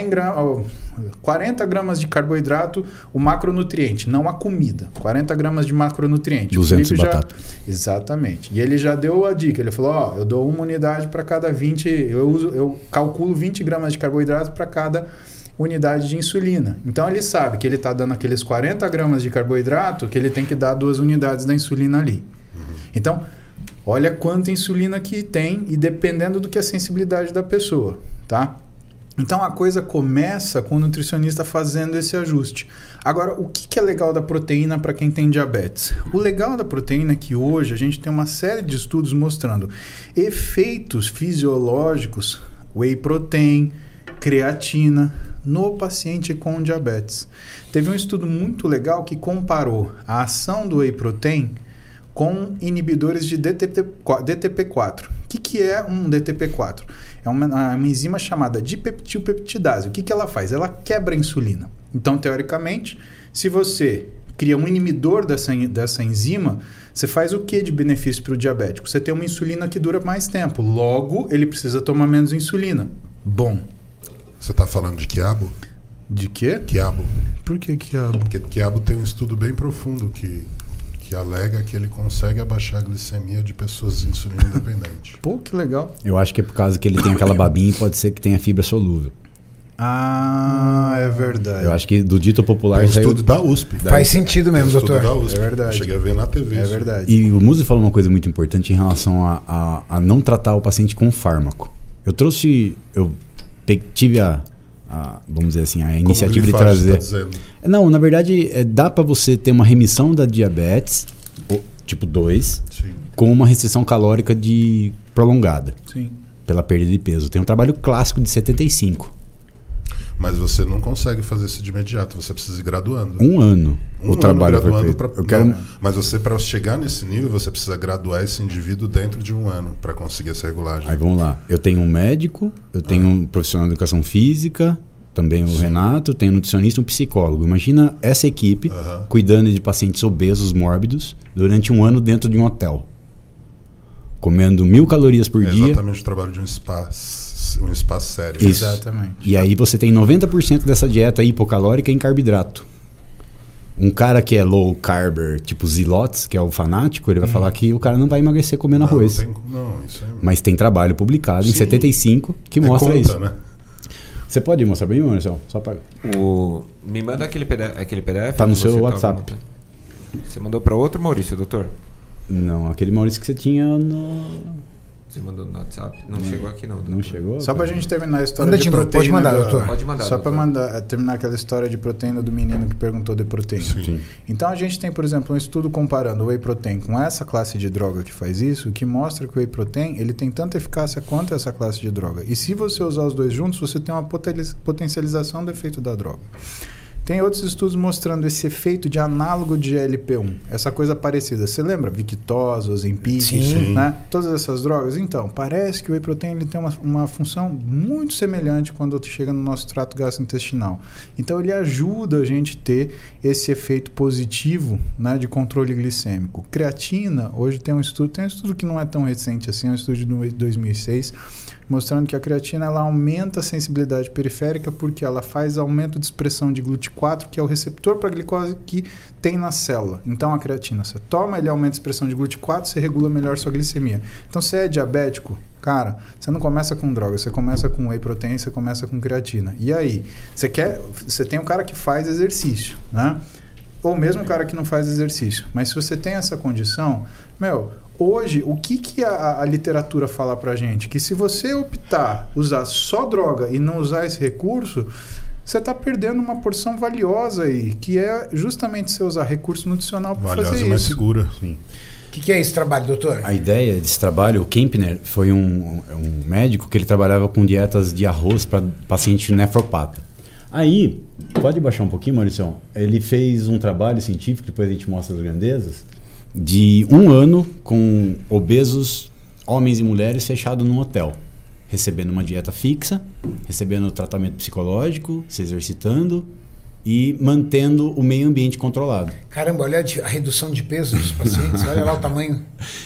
40 gramas de carboidrato, o macronutriente, não a comida, 40 gramas de macronutriente. 200 batata. Exatamente. E ele já deu a dica, ele falou, eu dou uma unidade para cada 20, eu calculo 20 gramas de carboidrato para cada unidade de insulina. Então ele sabe que ele está dando aqueles 40 gramas de carboidrato, que ele tem que dar 2 unidades da insulina ali. Então, olha quanta insulina que tem e dependendo do que é a sensibilidade da pessoa, tá? Então a coisa começa com o nutricionista fazendo esse ajuste. Agora, o que é legal da proteína para quem tem diabetes? O legal da proteína é que hoje a gente tem uma série de estudos mostrando efeitos fisiológicos, whey protein, creatina, no paciente com diabetes. Teve um estudo muito legal que comparou a ação do whey protein com inibidores de DTP4. O que é um DTP4? É uma enzima chamada dipeptilpeptidase. O que ela faz? Ela quebra a insulina. Então, teoricamente, se você cria um inibidor dessa enzima, você faz o que de benefício para o diabético? Você tem uma insulina que dura mais tempo. Logo, ele precisa tomar menos insulina. Bom. Você está falando de quiabo? De quê? Quiabo. Por que quiabo? Porque quiabo tem um estudo bem profundo que alega que ele consegue abaixar a glicemia de pessoas insulina independentes. Pô, que legal. Eu acho que é por causa que ele tem aquela babinha e pode ser que tenha fibra solúvel. É verdade. Eu acho que do dito popular... Tem um estudo da USP. Faz sentido mesmo, doutor. Da USP. É verdade. Eu cheguei a ver na TV. É isso. verdade. E o Muzi falou uma coisa muito importante em relação a não tratar o paciente com fármaco. Eu tive vamos dizer assim, a iniciativa de trazer... Tá dizendo. Não, na verdade, dá para você ter uma remissão da diabetes, tipo 2, Sim. com uma restrição calórica prolongada, Sim. pela perda de peso. Tem um trabalho clássico de 75. Mas você não consegue fazer isso de imediato, você precisa ir graduando. Um ano o trabalho foi feito. Mas você, para chegar nesse nível, você precisa graduar esse indivíduo dentro de um ano para conseguir essa regulagem. Aí vamos lá. Eu tenho um médico, eu tenho um profissional de educação física, também o Renato, tenho um nutricionista e um psicólogo. Imagina essa equipe cuidando de pacientes obesos, mórbidos, durante um ano dentro de um hotel. Comendo 1000 calorias por dia. Exatamente o trabalho de um espaço sério. Isso. Exatamente. E aí você tem 90% dessa dieta hipocalórica em carboidrato. Um cara que é low carb, tipo Zilotes, que é o fanático, ele vai falar que o cara não vai emagrecer comendo arroz. Não, isso é... Mas tem trabalho publicado em Sim. 75 que mostra conta, isso. Né? Você pode mostrar bem, Marcelo? Só para... Me manda aquele PDF. Tá no que seu você WhatsApp. Você mandou para outro, Maurício, doutor? Não, aquele Maurício que você tinha no... Você mandou no WhatsApp? Não chegou aqui, não. Doutor. Não chegou? Só pra gente terminar a história Manda de de novo, proteína. pode mandar, doutor. Pode mandar, Só doutor. para terminar aquela história de proteína do menino que perguntou de proteína. Sim. Então a gente tem, por exemplo, um estudo comparando o whey protein com essa classe de droga que faz isso, que mostra que o whey protein ele tem tanta eficácia quanto essa classe de droga. E se você usar os dois juntos, você tem uma potencialização do efeito da droga. Tem outros estudos mostrando esse efeito de análogo de GLP-1, essa coisa parecida. Você lembra? Victoza, Ozempic, né? Todas essas drogas. Então, parece que o whey protein ele tem uma função muito semelhante quando chega no nosso trato gastrointestinal. Então, ele ajuda a gente a ter esse efeito positivo, né, de controle glicêmico. Creatina, hoje tem um estudo que não é tão recente assim, é um estudo de 2006, mostrando que a creatina ela aumenta a sensibilidade periférica porque ela faz aumento de expressão de GLUT4, que é o receptor para a glicose que tem na célula. Então, a creatina, você toma, ele aumenta a expressão de GLUT4, você regula melhor sua glicemia. Então, se é diabético, cara, você não começa com droga, você começa com whey protein, você começa com creatina. E aí, você tem um cara que faz exercício, né? Ou mesmo um cara que não faz exercício. Mas se você tem essa condição, hoje, o que a literatura fala pra gente? Que se você optar usar só droga e não usar esse recurso, você está perdendo uma porção valiosa aí, que é justamente você usar recurso nutricional para fazer isso. Valiosa, mas segura. Sim. O que é esse trabalho, doutor? A ideia desse trabalho, o Kempner foi um médico que ele trabalhava com dietas de arroz para paciente nefropata. Aí, pode baixar um pouquinho, Maurício? Ele fez um trabalho científico, depois a gente mostra as grandezas, de 1 ano com obesos, homens e mulheres, fechado num hotel, recebendo uma dieta fixa, recebendo tratamento psicológico, se exercitando e mantendo o meio ambiente controlado. Caramba, olha a redução de peso dos pacientes, olha lá o tamanho.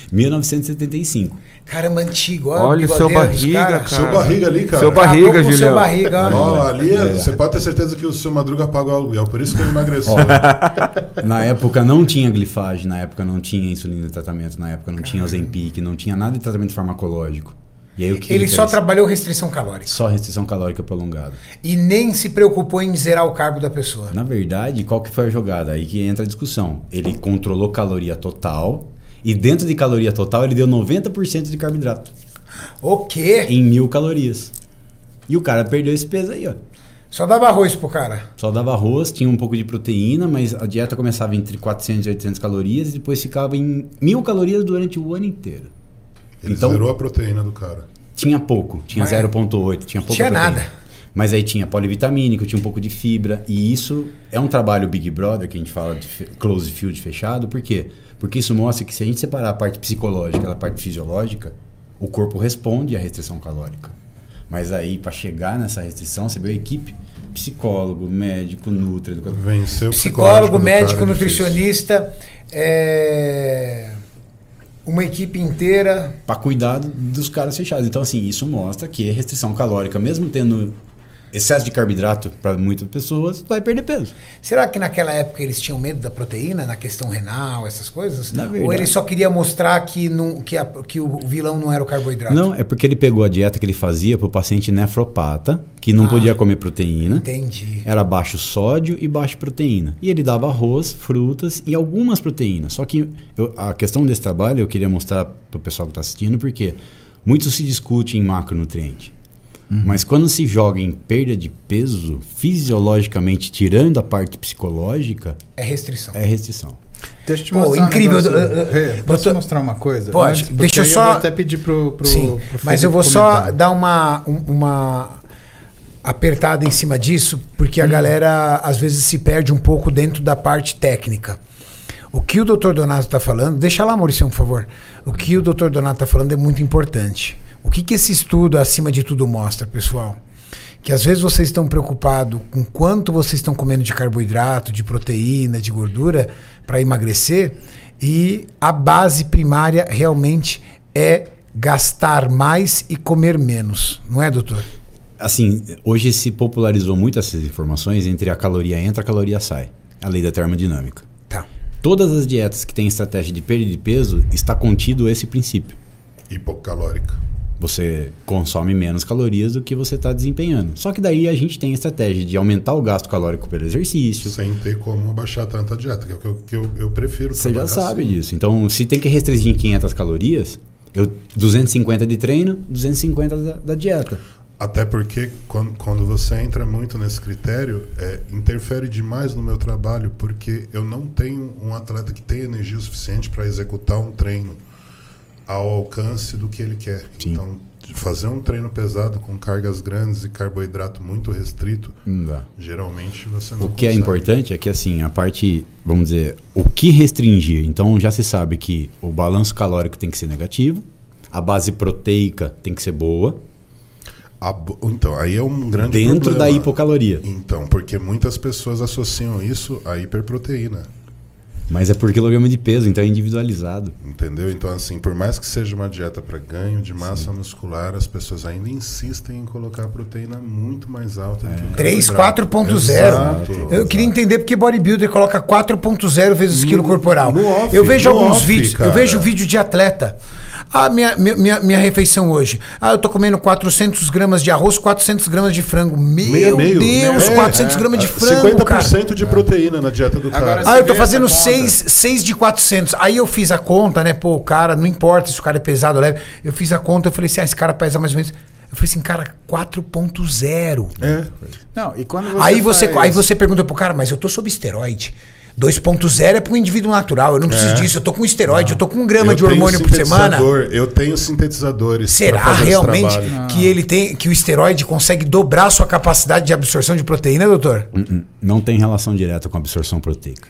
1975. Caramba, antigo. Olha o seu barriga, cara. Seu barriga ali, cara. Seu barriga, Julião. Seu barriga, ali, você pode ter certeza que o seu Madruga paga o aluguel, por isso que ele emagreceu. Na época não tinha glifagem, na época não tinha insulina de tratamento, na época não tinha Ozempic, não tinha nada de tratamento farmacológico. E aí, o que ele só trabalhou restrição calórica. Só restrição calórica prolongada. E nem se preocupou em zerar o carbo da pessoa. Na verdade, qual que foi a jogada? Aí que entra a discussão. Ele controlou caloria total e dentro de caloria total ele deu 90% de carboidrato. O quê? Em 1.000 calorias. E o cara perdeu esse peso aí, ó. Só dava arroz pro cara? Só dava arroz, tinha um pouco de proteína, mas a dieta começava entre 400 e 800 calorias e depois ficava em 1.000 calorias durante o ano inteiro. Ele zerou a proteína do cara. Tinha pouco, tinha 0,8, tinha pouco. Tinha nada. Mas aí tinha polivitamínico, tinha um pouco de fibra. E isso é um trabalho Big Brother, que a gente fala de close field fechado. Por quê? Porque isso mostra que se a gente separar a parte psicológica da parte fisiológica, o corpo responde à restrição calórica. Mas aí, para chegar nessa restrição, você vê a equipe, psicólogo, médico, nutri, educador. Venceu o psicólogo, médico, nutricionista, uma equipe inteira para cuidar dos caras fechados. Então, assim, isso mostra que a restrição calórica, mesmo tendo excesso de carboidrato para muitas pessoas, vai perder peso. Será que naquela época eles tinham medo da proteína, na questão renal, essas coisas? Na verdade. Ou ele só queria mostrar que o vilão não era o carboidrato? Não, é porque ele pegou a dieta que ele fazia para o paciente nefropata, que não podia comer proteína. Entendi. Era baixo sódio e baixo proteína. E ele dava arroz, frutas e algumas proteínas. Só que a questão desse trabalho eu queria mostrar para o pessoal que está assistindo, porque muito se discute em macronutriente. Mas quando se joga em perda de peso, fisiologicamente, tirando a parte psicológica... É restrição. É restrição. Deixa eu te mostrar incrível. Posso mostrar uma coisa? Pode. Deixa eu só... Eu vou até pedir pro Sim, mas eu vou só dar uma apertada em cima disso, porque a galera às vezes se perde um pouco dentro da parte técnica. O que o Dr. Donato está falando... Deixa lá, Maurício, por favor. O que o Dr. Donato está falando é muito importante. O que esse estudo, acima de tudo, mostra, pessoal? Que às vezes vocês estão preocupados com quanto vocês estão comendo de carboidrato, de proteína, de gordura para emagrecer, e a base primária realmente é gastar mais e comer menos. Não é, doutor? Assim, hoje se popularizou muito essas informações entre a caloria entra e a caloria sai. A lei da termodinâmica. Tá. Todas as dietas que têm estratégia de perda de peso, está contido esse princípio. Hipocalórica. Você consome menos calorias do que você está desempenhando. Só que daí a gente tem a estratégia de aumentar o gasto calórico pelo exercício. Sem ter como abaixar tanta dieta, que é o que eu prefiro. Você já sabe disso. Então, se tem que restringir 500 calorias, 250 de treino, 250 da dieta. Até porque quando você entra muito nesse critério, interfere demais no meu trabalho, porque eu não tenho um atleta que tenha energia suficiente para executar um treino ao alcance do que ele quer. Sim. Então, fazer um treino pesado com cargas grandes e carboidrato muito restrito, Não dá. geralmente você não O que é consegue. importante é que, assim, a parte, vamos dizer, o que restringir. Então, já se sabe que o balanço calórico tem que ser negativo, a base proteica tem que ser boa, Então, aí é um grande dentro problema. da hipocaloria. Então, porque muitas pessoas associam isso à hiperproteína. Mas é por quilograma de peso, então é individualizado. Entendeu? Então, assim, por mais que seja uma dieta para ganho de massa muscular, as pessoas ainda insistem em colocar a proteína muito mais alta do que o 3, carboidrato. 4.0. Exato. Eu queria entender porque bodybuilder coloca 4.0 vezes o quilo corporal. no off, Eu vejo no alguns off, vídeos, cara. eu vejo vídeo de atleta. Minha refeição hoje. Eu tô comendo 400 gramas de arroz, 400 gramas de frango. Meu Meio, Deus, 400 gramas de frango, 50% cara. de proteína na dieta do Agora, cara. Eu tô vê fazendo essa conta. 6 de 400. Aí eu fiz a conta, né? Pô, o cara, não importa se o cara é pesado ou leve. Eu fiz a conta, eu falei assim, esse cara pesa mais ou menos... Eu falei assim, cara, 4.0. É. Não, e quando Aí você pergunta pro cara, mas eu tô sob esteroide. 2.0 é pro indivíduo natural, eu não preciso disso, eu tô com esteroide, eu tô com 1 grama Eu de tenho hormônio por semana. Eu tenho sintetizadores. pra Será fazer esse realmente trabalho. que ele tem, que o esteroide consegue dobrar a sua capacidade de absorção de proteína, doutor? Não tem relação direta com a absorção proteica.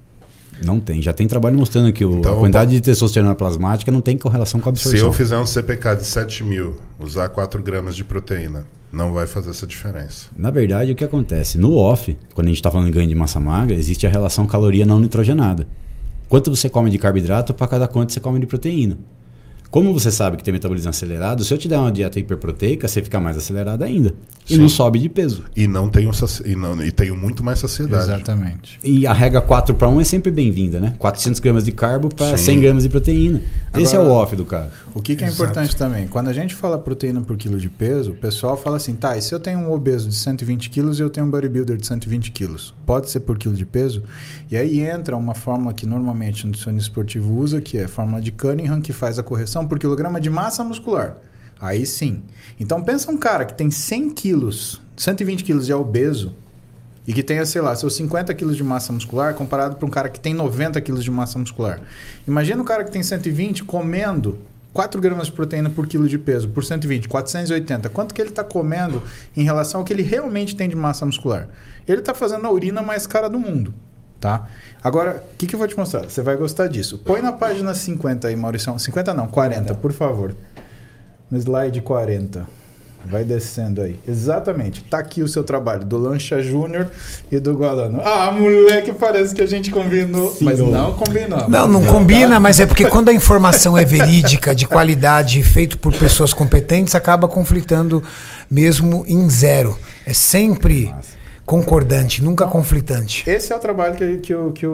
Não tem. Já tem trabalho mostrando que Então, a quantidade de testosterona plasmática não tem correlação com a Se absorção. eu fizer um CPK de 7.000, usar 4 gramas de proteína, não vai fazer essa diferença. Na verdade, o que acontece? No off, quando a gente está falando de ganho de massa magra, existe a relação caloria não nitrogenada. Quanto você come de carboidrato para cada quanto você come de proteína. Como você sabe que tem metabolismo acelerado, se eu te der uma dieta hiperproteica, você fica mais acelerado ainda. E Sim. não sobe de peso. E não tenho, e tenho muito mais saciedade. Exatamente. E a regra 4:1 é sempre bem-vinda, né? 400 gramas de carbo para Sim. 100 gramas de proteína. Esse é o Agora, off do cara. O que é importante também? Quando a gente fala proteína por quilo de peso, o pessoal fala assim, tá, e se eu tenho um obeso de 120 quilos e eu tenho um bodybuilder de 120 quilos? Pode ser por quilo de peso? E aí entra uma fórmula que normalmente o nutricionista esportivo usa, que é a fórmula de Cunningham, que faz a correção por quilograma de massa muscular. Aí sim. Então pensa um cara que tem 100 quilos, 120 quilos e é obeso, e que tenha, sei lá, seus 50 quilos de massa muscular comparado para um cara que tem 90 quilos de massa muscular. Imagina o cara que tem 120 comendo 4 gramas de proteína por quilo de peso, por 120, 480. Quanto que ele está comendo em relação ao que ele realmente tem de massa muscular? Ele está fazendo a urina mais cara do mundo, tá? Agora, o que eu vou te mostrar? Você vai gostar disso. Põe na página 50 aí, Maurição. 50 não, 40, por favor. No slide 40. Vai descendo aí. Exatamente. Tá aqui o seu trabalho do Lancha Júnior e do Gualano. Ah, moleque, parece que a gente combinou. Sim, mas não. não combinamos. Não combina, mas é porque quando a informação é verídica, de qualidade, feito por pessoas competentes, acaba conflitando mesmo em zero. É sempre concordante, nunca conflitante. Esse é o trabalho que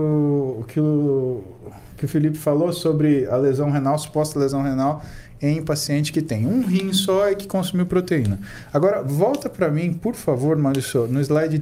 o Felipe falou sobre a lesão renal, suposta lesão renal em paciente que tem um rim só e que consumiu proteína. Agora, volta para mim, por favor, Maurício, no slide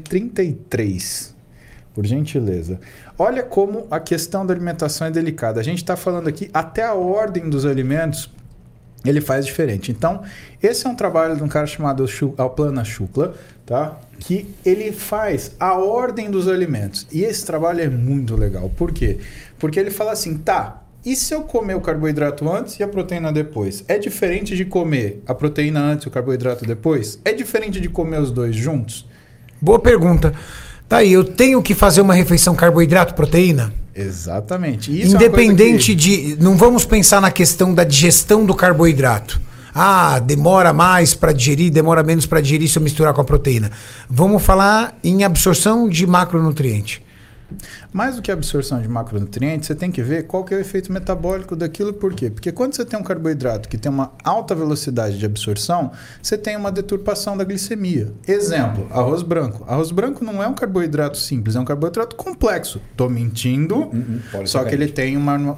33, por gentileza. Olha como a questão da alimentação é delicada. A gente está falando aqui até a ordem dos alimentos, ele faz diferente. Então, esse é um trabalho de um cara chamado Alplana Shukla, tá? Que ele faz a ordem dos alimentos. E esse trabalho é muito legal. Por quê? Porque ele fala assim, tá, e se eu comer o carboidrato antes e a proteína depois? É diferente de comer a proteína antes e o carboidrato depois? É diferente de comer os dois juntos? Boa pergunta. Tá aí, eu tenho que fazer uma refeição carboidrato-proteína? Exatamente. Isso Independente é uma coisa de... Não vamos pensar na questão da digestão do carboidrato. Ah, demora mais para digerir, demora menos para digerir se eu misturar com a proteína. Vamos falar em absorção de macronutriente. Mais do que a absorção de macronutrientes, você tem que ver qual que é o efeito metabólico daquilo. Por quê? Porque quando você tem um carboidrato que tem uma alta velocidade de absorção, você tem uma deturpação da glicemia. Exemplo, arroz branco. Arroz branco não é um carboidrato simples, é um carboidrato complexo. Estou mentindo, só que ele tem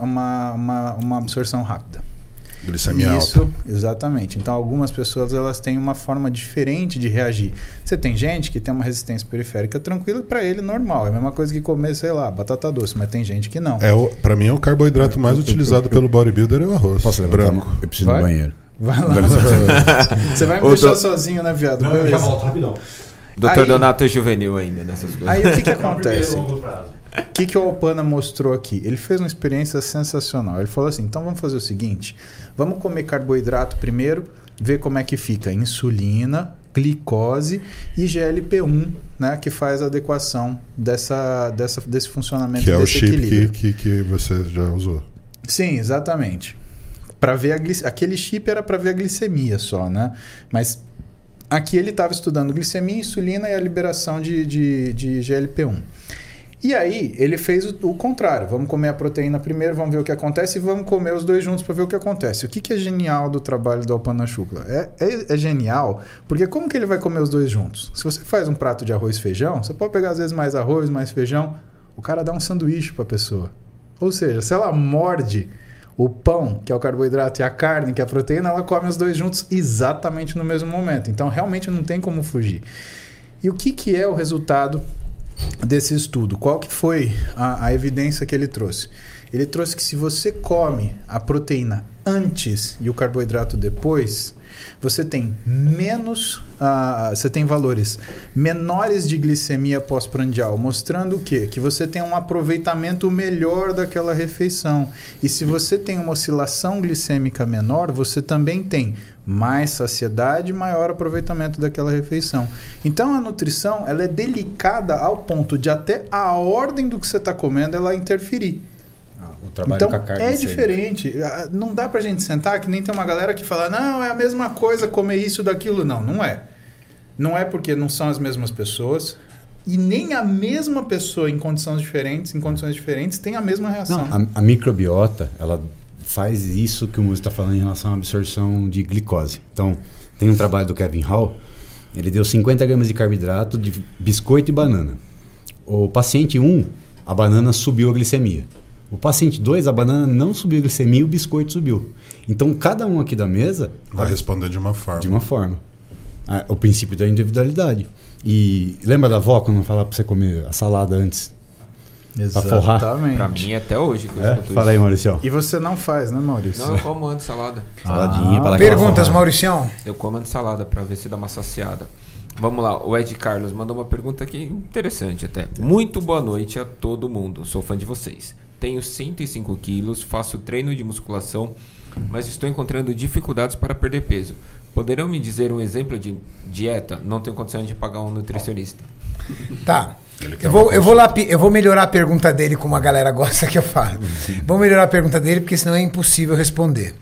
uma absorção rápida. Glicemia alta. Isso, exatamente. Então, algumas pessoas elas têm uma forma diferente de reagir. Você tem gente que tem uma resistência periférica tranquila, para ele normal. É a mesma coisa que comer, sei lá, batata doce, mas tem gente que não. Para mim, é o carboidrato mais utilizado pelo bodybuilder é o arroz. Posso branco. Eu preciso ir no banheiro. Vai lá. Você vai me deixar sozinho, né, viado? Não, eu já volto rapidão. Doutor Aí- Donato é juvenil ainda nessas coisas. Aí o que acontece? O que o Alpana mostrou aqui? Ele fez uma experiência sensacional. Ele falou assim, então vamos fazer o seguinte, vamos comer carboidrato primeiro, ver como é que fica insulina, glicose e GLP-1, né, que faz a adequação desse funcionamento, que é o desse equilíbrio. chip que você já usou. Sim, exatamente. Para ver aquele chip era para ver a glicemia só, né? Mas aqui ele estava estudando glicemia, insulina e a liberação de GLP-1. E aí ele fez o contrário. Vamos comer a proteína primeiro, vamos ver o que acontece e vamos comer os dois juntos para ver o que acontece. O que é genial do trabalho do Alpana Shukla? É genial, porque como que ele vai comer os dois juntos? Se você faz um prato de arroz e feijão, você pode pegar às vezes mais arroz, mais feijão, o cara dá um sanduíche para a pessoa. Ou seja, se ela morde o pão, que é o carboidrato, e a carne, que é a proteína, ela come os dois juntos exatamente no mesmo momento. Então, realmente não tem como fugir. E o que é o resultado desse estudo? Qual que foi a evidência que ele trouxe? Ele trouxe que se você come a proteína antes e o carboidrato depois, você tem você tem valores menores de glicemia pós-prandial, mostrando o quê? Que você tem um aproveitamento melhor daquela refeição. E se você tem uma oscilação glicêmica menor, você também tem mais saciedade e maior aproveitamento daquela refeição. Então a nutrição ela é delicada ao ponto de até a ordem do que você está comendo ela interferir. O trabalho Então com a carne é diferente. Não dá pra gente sentar que nem tem uma galera que fala, não, é a mesma coisa comer isso daquilo. Não, não é. Não é porque não são as mesmas pessoas e nem a mesma pessoa em condições diferentes tem a mesma reação. Não, a microbiota, ela faz isso que o Muzi está falando em relação à absorção de glicose. Então, tem um trabalho do Kevin Hall, ele deu 50 gramas de carboidrato de biscoito e banana. O paciente 1, a banana subiu a glicemia. O paciente 2, a banana não subiu a glicemia e o biscoito subiu. Então, cada um aqui da mesa Vai responder de uma forma. de uma forma. O princípio da individualidade. E lembra da avó quando falava para você comer a salada antes? Pra forrar? Exatamente. Pra mim, até hoje. Que eu É? escuto Fala aí, isso. Maurício. E você não faz, né, Maurício? Não, eu como antes salada. Saladinha para dar aquela Perguntas, forrada. Mauricião? Eu como antes salada pra ver se dá uma saciada. Vamos lá, o Ed Carlos mandou uma pergunta aqui interessante até. Muito boa noite a todo mundo, sou fã de vocês. Tenho 105 quilos, faço treino de musculação, mas estou encontrando dificuldades para perder peso. Poderão me dizer um exemplo de dieta? Não tenho condição de pagar um nutricionista. Tá. Eu vou melhorar a pergunta dele, como a galera gosta que eu falo. Vou melhorar a pergunta dele, porque senão é impossível responder.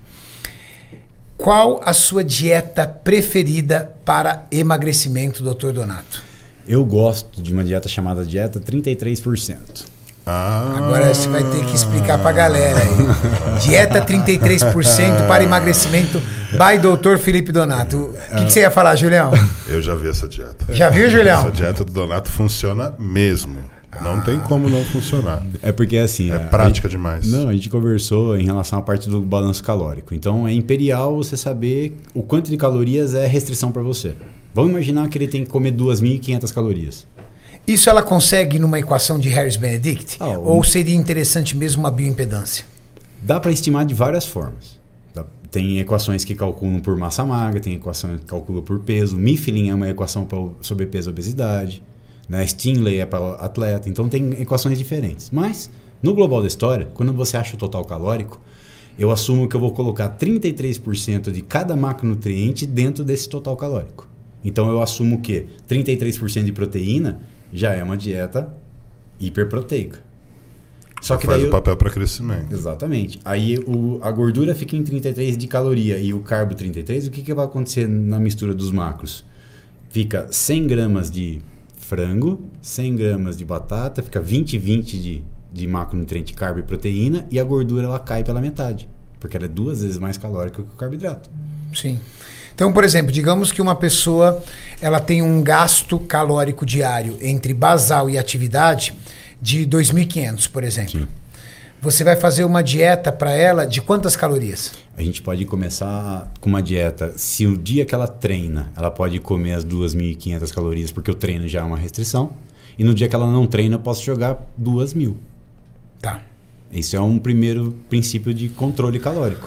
Qual a sua dieta preferida para emagrecimento, Dr. Donato? Eu gosto de uma dieta chamada dieta 33%. Agora você vai ter que explicar pra galera aí. Dieta 33% para emagrecimento by Dr. Felipe Donato. O que você ia falar, Julião? Eu já vi essa dieta. Já viu, Julião? Essa dieta do Donato funciona mesmo. Não tem como não funcionar. É porque assim... É prática demais. Não, a gente conversou em relação à parte do balanço calórico. Então é imperial você saber o quanto de calorias é restrição para você. Vamos imaginar que ele tem que comer 2.500 calorias. Isso ela consegue numa equação de Harris-Benedict? Ou seria interessante mesmo uma bioimpedância? Dá para estimar de várias formas. Tem equações que calculam por massa magra, tem equações que calculam por peso. Mifflin é uma equação para sobrepeso e obesidade. Né? Stinley é para atleta. Então tem equações diferentes. Mas, no global da história, quando você acha o total calórico, eu assumo que eu vou colocar 33% de cada macronutriente dentro desse total calórico. Então eu assumo que 33% de proteína já é uma dieta hiperproteica. Só que faz daí o papel para crescimento. Exatamente. Aí a gordura fica em 33 de caloria e o carbo 33. O que vai acontecer na mistura dos macros? Fica 100 gramas de frango, 100 gramas de batata, fica 20 de macronutriente, carbo e proteína, e a gordura ela cai pela metade, porque ela é 2 vezes mais calórica que o carboidrato. Sim. Então, por exemplo, digamos que uma pessoa ela tem um gasto calórico diário entre basal e atividade de 2.500, por exemplo. Sim. Você vai fazer uma dieta para ela de quantas calorias? A gente pode começar com uma dieta. Se o dia que ela treina, ela pode comer as 2.500 calorias, porque o treino já é uma restrição. E no dia que ela não treina, eu posso jogar 2.000. Tá. Isso é um primeiro princípio de controle calórico.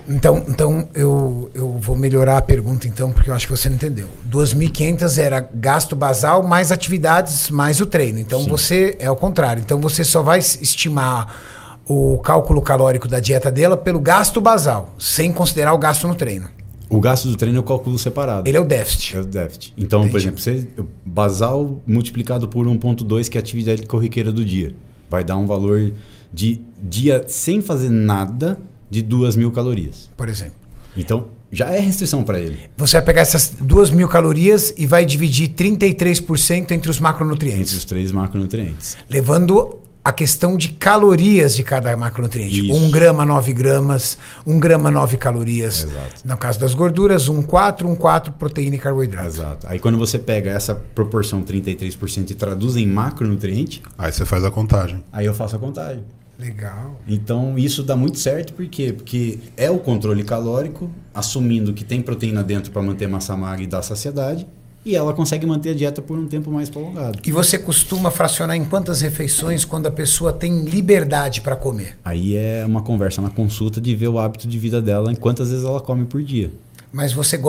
Então eu vou melhorar a pergunta, então, porque eu acho que você não entendeu. 2.500 era gasto basal, mais atividades, mais o treino. Então você é o contrário. Então você só vai estimar o cálculo calórico da dieta dela pelo gasto basal, sem considerar o gasto no treino. O gasto do treino eu calculo separado. Ele é o déficit. É o déficit. Então, por exemplo, basal multiplicado por 1,2, que é a atividade corriqueira do dia. Vai dar um valor de dia sem fazer nada de 2.000 calorias. Por exemplo. Então, já é restrição para ele. Você vai pegar essas 2.000 calorias e vai dividir 33% entre os macronutrientes. Entre os 3 macronutrientes. Levando a questão de calorias de cada macronutriente. Isso. 1 grama, 9 gramas, 1 grama, 9 calorias. Exato. No caso das gorduras, 1,4 proteína e carboidrato. Exato. Aí quando você pega essa proporção 33% e traduz em macronutriente, Aí você faz a contagem. aí eu faço a contagem. Legal. Então isso dá muito certo, por quê? Porque é o controle calórico, assumindo que tem proteína dentro para manter massa magra e dar saciedade, e ela consegue manter a dieta por um tempo mais prolongado. E você costuma fracionar em quantas refeições quando a pessoa tem liberdade para comer? Aí é uma conversa na consulta de ver o hábito de vida dela, em quantas vezes ela come por dia. Mas você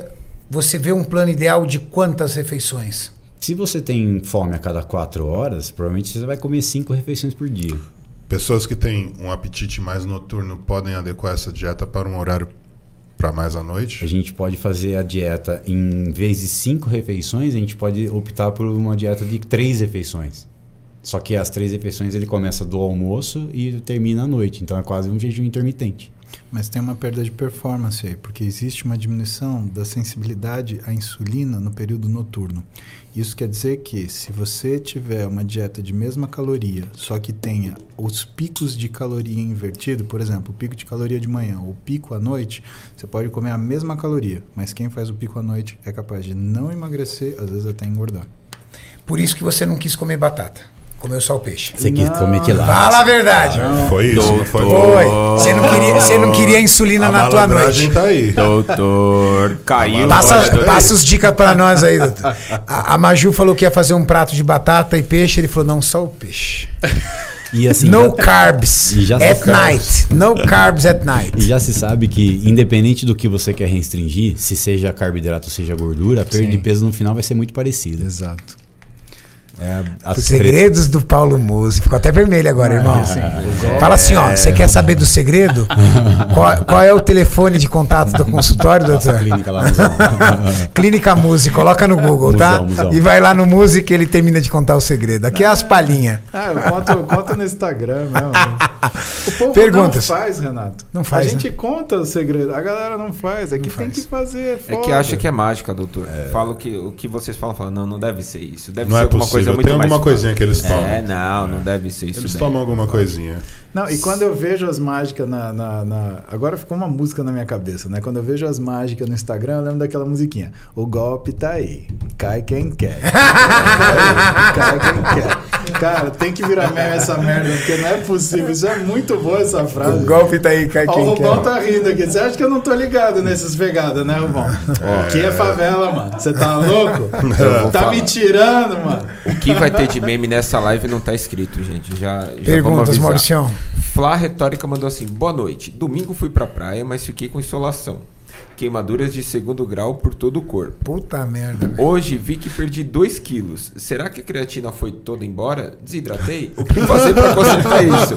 vê um plano ideal de quantas refeições? Se você tem fome a cada 4 horas, provavelmente você vai comer 5 refeições por dia. Pessoas que têm um apetite mais noturno podem adequar essa dieta para um horário para mais à noite? A gente pode fazer a dieta, em vez de 5 refeições, a gente pode optar por uma dieta de 3 refeições. Só que as 3 refeições ele começa do almoço e termina à noite. Então é quase um jejum intermitente. Mas tem uma perda de performance aí, porque existe uma diminuição da sensibilidade à insulina no período noturno. Isso quer dizer que se você tiver uma dieta de mesma caloria, só que tenha os picos de caloria invertido, por exemplo, o pico de caloria de manhã ou o pico à noite, você pode comer a mesma caloria, mas quem faz o pico à noite é capaz de não emagrecer, às vezes até engordar. Por isso que você não quis comer batata. Comeu só o peixe. Você quis comer que lá? Fala a verdade. Foi isso, não foi? Foi. Você não queria insulina na tua noite. Tá aí. Doutor, caiu. Passa os dicas pra nós aí, doutor. A Maju falou que ia fazer um prato de batata e peixe. Ele falou, não, só o peixe. E assim, No carbs at night. No carbs at E night. já se sabe que, independente do que você quer restringir, se seja carboidrato ou seja gordura, a perda de peso no final vai ser muito parecida. Exato. Os segredos do Paulo Musi. Ficou até vermelho agora, irmão. Fala assim, ó, você quer saber do segredo? Qual é o telefone de contato do consultório, doutor? Clínica lá, Musão. Clínica Musi, coloca no Google, tá? Musão. E vai lá no Musi que ele termina de contar o segredo. Aqui é as palhinhas. Eu conto no Instagram mesmo. O povo Perguntas. não faz, Renato. Não faz, A gente conta o segredo. A galera não faz. É que tem que fazer. É que acha que é mágica, doutor. Fala o que vocês falam, não deve ser isso. Deve Não ser é alguma possível. coisa muito Tem mais alguma coisinha que eles tomam. não deve ser isso. Eles daí. tomam alguma coisinha. Não, e quando eu vejo as mágicas Agora ficou uma música na minha cabeça, né? Quando eu vejo as mágicas no Instagram, eu lembro daquela musiquinha. O golpe tá aí. Cai quem quer. Cai quem quer. Cara, tem que virar meme essa merda, porque não é possível. Isso é muito boa essa frase. O golpe tá aí, cai Ó, quem o Rubão quer. tá rindo aqui. Você acha que eu não tô ligado nesses pegadas, né, Rubão? Aqui é favela, mano. Você tá louco? Tá me tirando, mano. O que vai ter de meme nessa live não tá escrito, gente. Já vamos Perguntas, avisar. Mauricião. Flá Retórica mandou assim: boa noite. Domingo fui pra praia, mas fiquei com insolação. Queimaduras de 2º grau por todo o corpo. Puta merda. velho. Hoje vi que perdi 2 quilos. Será que a creatina foi toda embora? Desidratei? O que fazer pra consertar isso?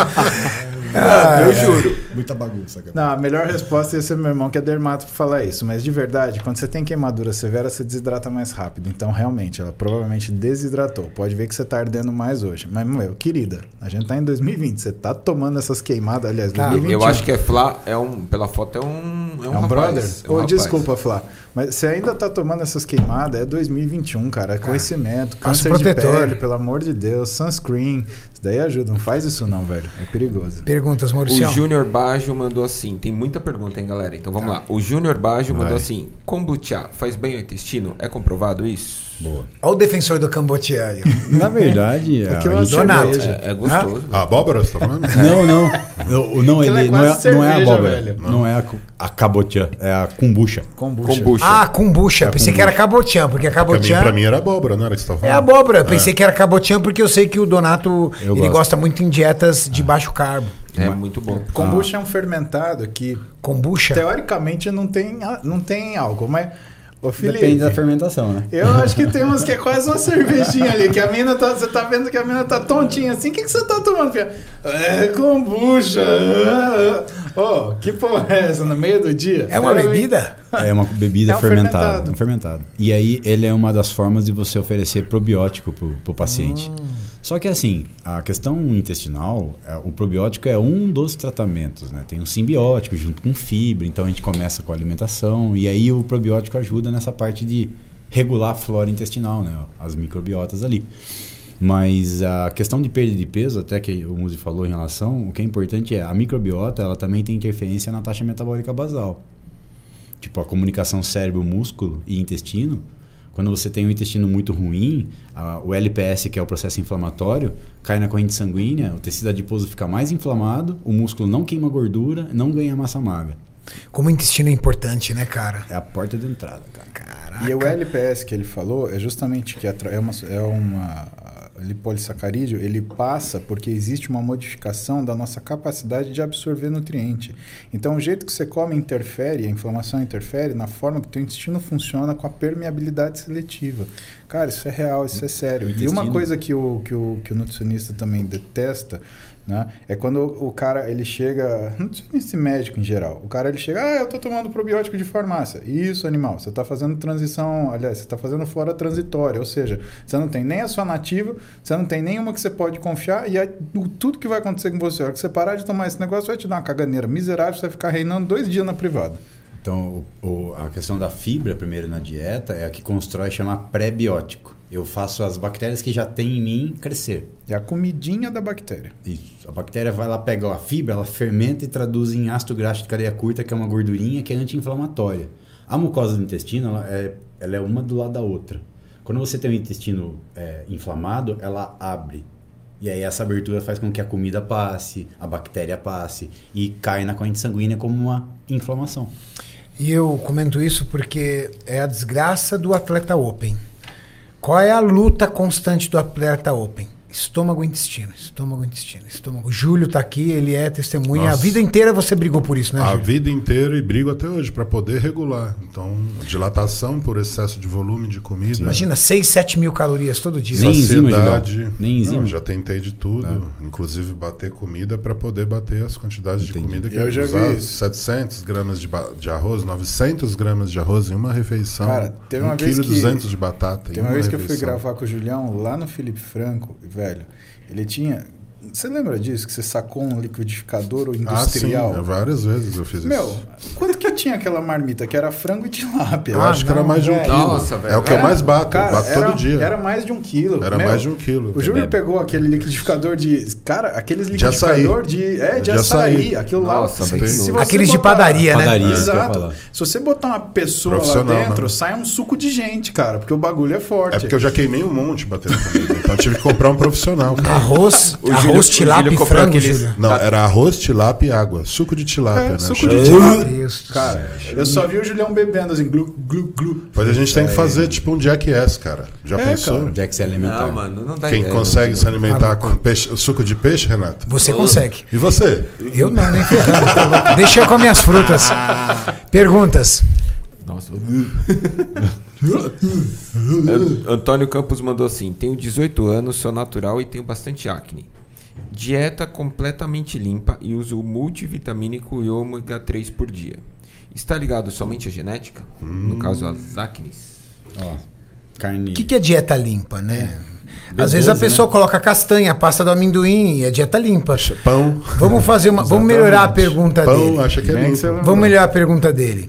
Eu juro. Muita bagunça, cara. Não, a melhor resposta ia ser meu irmão, que é dermato, pra falar isso. Mas de verdade, quando você tem queimadura severa, você desidrata mais rápido. Então, realmente, ela provavelmente desidratou. Pode ver que você tá ardendo mais hoje. Mas, meu, querida, a gente tá em 2020. Você tá tomando essas queimadas, aliás, 2021. Eu acho que é Flá, pela foto é um É um rapaz, brother? é um Ô, rapaz. desculpa, Flá. Mas você ainda tá tomando essas queimadas, é 2021, cara. É conhecimento, passa câncer de protetor. pele, pelo amor de Deus, sunscreen. Isso daí ajuda. Não faz isso não, velho. É perigoso. Perguntas, O Mauricião. Júnior Baggio mandou assim, tem muita pergunta, hein, galera? Então vamos lá. O Júnior Baggio mandou assim, kombucha faz bem ao intestino? É comprovado isso? Boa. Olha o defensor do Cambotiá aí. Na verdade, Aquilo a é gente- Donato. É gostoso. A abóbora, você tá falando? Não, Aquilo é ele quase não é a cerveja, abóbora. velho. Não é a cabotiã, é a kombucha. Kombucha. Ah, kombucha. Pensei que era cabotiã, porque a cabotiã Pra mim era abóbora, não era que você tava é falando? abóbora. Pensei que era cabotiã porque eu sei que o Donato ele gosto. gosta muito em dietas de baixo carbo. É muito bom. Kombucha é um fermentado que, Kombucha? teoricamente, não tem álcool, mas... Ô, Felipe, Depende da fermentação, né? eu acho que tem uns que é quase uma cervejinha ali, que a mina tá... Você tá vendo que a mina tá tontinha assim. O que você tá tomando, filha? É kombucha. Que porra é essa no meio do dia? É uma bebida? É uma bebida É um fermentada. Um fermentado. E aí ele é uma das formas de você oferecer probiótico pro paciente. Só que assim, a questão intestinal, o probiótico é um dos tratamentos, né? Tem um simbiótico junto com fibra, então a gente começa com a alimentação e aí o probiótico ajuda nessa parte de regular a flora intestinal, né? As microbiotas ali. Mas a questão de perda de peso, até que o Muzi falou em relação, o que é importante é a microbiota, ela também tem interferência na taxa metabólica basal. Tipo, a comunicação cérebro-músculo e intestino, quando você tem um intestino muito ruim, o LPS, que é o processo inflamatório, cai na corrente sanguínea, o tecido adiposo fica mais inflamado, o músculo não queima gordura, não ganha massa magra. Como o intestino é importante, né, cara? É a porta de entrada, cara. Caraca. E o LPS que ele falou é justamente que é uma lipolissacarídeo, ele passa porque existe uma modificação da nossa capacidade de absorver nutriente. Então, o jeito que você come interfere, a inflamação interfere na forma que o teu intestino funciona com a permeabilidade seletiva. Cara, isso é real, isso é sério. E uma coisa que o nutricionista também detesta, né, é quando o cara, ele chega, nutricionista médico em geral, o cara ele chega, eu tô tomando probiótico de farmácia. Isso, animal, você tá fazendo transição, aliás, você tá fazendo flora transitória, ou seja, você não tem nem a sua nativa, você não tem nenhuma que você pode confiar, e aí, tudo que vai acontecer com você, a hora que você parar de tomar esse negócio, vai te dar uma caganeira miserável, você vai ficar reinando 2 dias na privada. Então, a questão da fibra, primeiro na dieta, é a que constrói, chama pré-biótico. Eu faço as bactérias que já tem em mim crescer. É a comidinha da bactéria. Isso. A bactéria vai lá, pega a fibra, ela fermenta e traduz em ácido graxo de cadeia curta, que é uma gordurinha que é anti-inflamatória. A mucosa do intestino, ela é uma do lado da outra. Quando você tem o intestino inflamado, ela abre. E aí essa abertura faz com que a comida passe, a bactéria passe e cai na corrente sanguínea como uma inflamação. E eu comento isso porque é a desgraça do atleta open. Qual é a luta constante do atleta open? Estômago e intestino, estômago e intestino, estômago. O Júlio tá aqui, ele é testemunha. Nossa. A vida inteira você brigou por isso, né, A Júlio? vida inteira e brigo até hoje para poder regular. Então, dilatação por excesso de volume de comida. Imagina, 6, 7 mil calorias todo dia. Nem enzima, Saciedade. Julião. Nem enzima. Não, já tentei de tudo, inclusive bater comida para poder bater as quantidades de comida que Eu já usar vi isso. 700 gramas de arroz, 900 gramas de arroz em uma refeição. Cara, teve uma 1 vez quilo que- 200 de batata em Tem uma uma vez que eu refeição. fui gravar com o Julião lá no Felipe Franco, velho, ele tinha... Você lembra disso? Que você sacou um liquidificador industrial? Ah, sim, várias vezes eu fiz isso. Meu, quanto que tinha aquela marmita? Que era frango e tilápia. Eu acho que era mais de 1 velho. quilo. Nossa, velho. É o que eu mais bato, Cara, eu bato todo dia. Era mais de 1 quilo. Era mais de 1 quilo. O Júlio pegou aquele liquidificador de... Cara, aqueles De açaí. liquidificador de De açaí. açaí. Aquilo Nossa, lá... velho. se você Aqueles de botar- padaria, né? Padaria, isso que eu ia Exato. falar. Se você botar uma pessoa lá Profissional, dentro, né? sai um suco de gente, cara. Porque o bagulho é forte. É porque eu já queimei um monte batendo comida. Então eu tive que comprar um profissional. cara. Arroz, O Júlio- arroz, o tilápia Júlio e comprou frango, aqueles- Júlio. Não, era arroz, tilápia e água. Suco de tilápia, né? suco de Meu tilápia. Deus do Cara, eu só vi o Julião bebendo assim, glu, glu, glu. Depois a gente tem que fazer tipo um Jackass, cara. Já pensou? cara. Jack se alimentar. Não, mano, não dá Quem ideia. consegue se alimentar com peixe, suco de peixe, Renato? Você consegue. E você? Eu não, nem ferrando. tá louco. Deixa eu com as minhas frutas. Perguntas. Nossa. Antônio Campos mandou assim: tenho 18 anos, sou natural e tenho bastante acne. Dieta completamente limpa e uso multivitamínico e ômega 3 por dia. Está ligado somente à genética? No caso, às acnes? Ó, carne. O que é dieta limpa, né? Às B12, vezes a pessoa né? coloca castanha, pasta do amendoim, é dieta limpa. Pão. Vamos fazer uma. Vamos melhorar a pergunta Pão, dele. acha que é Bem que limpo. você lembrou. Vamos melhorar a pergunta dele.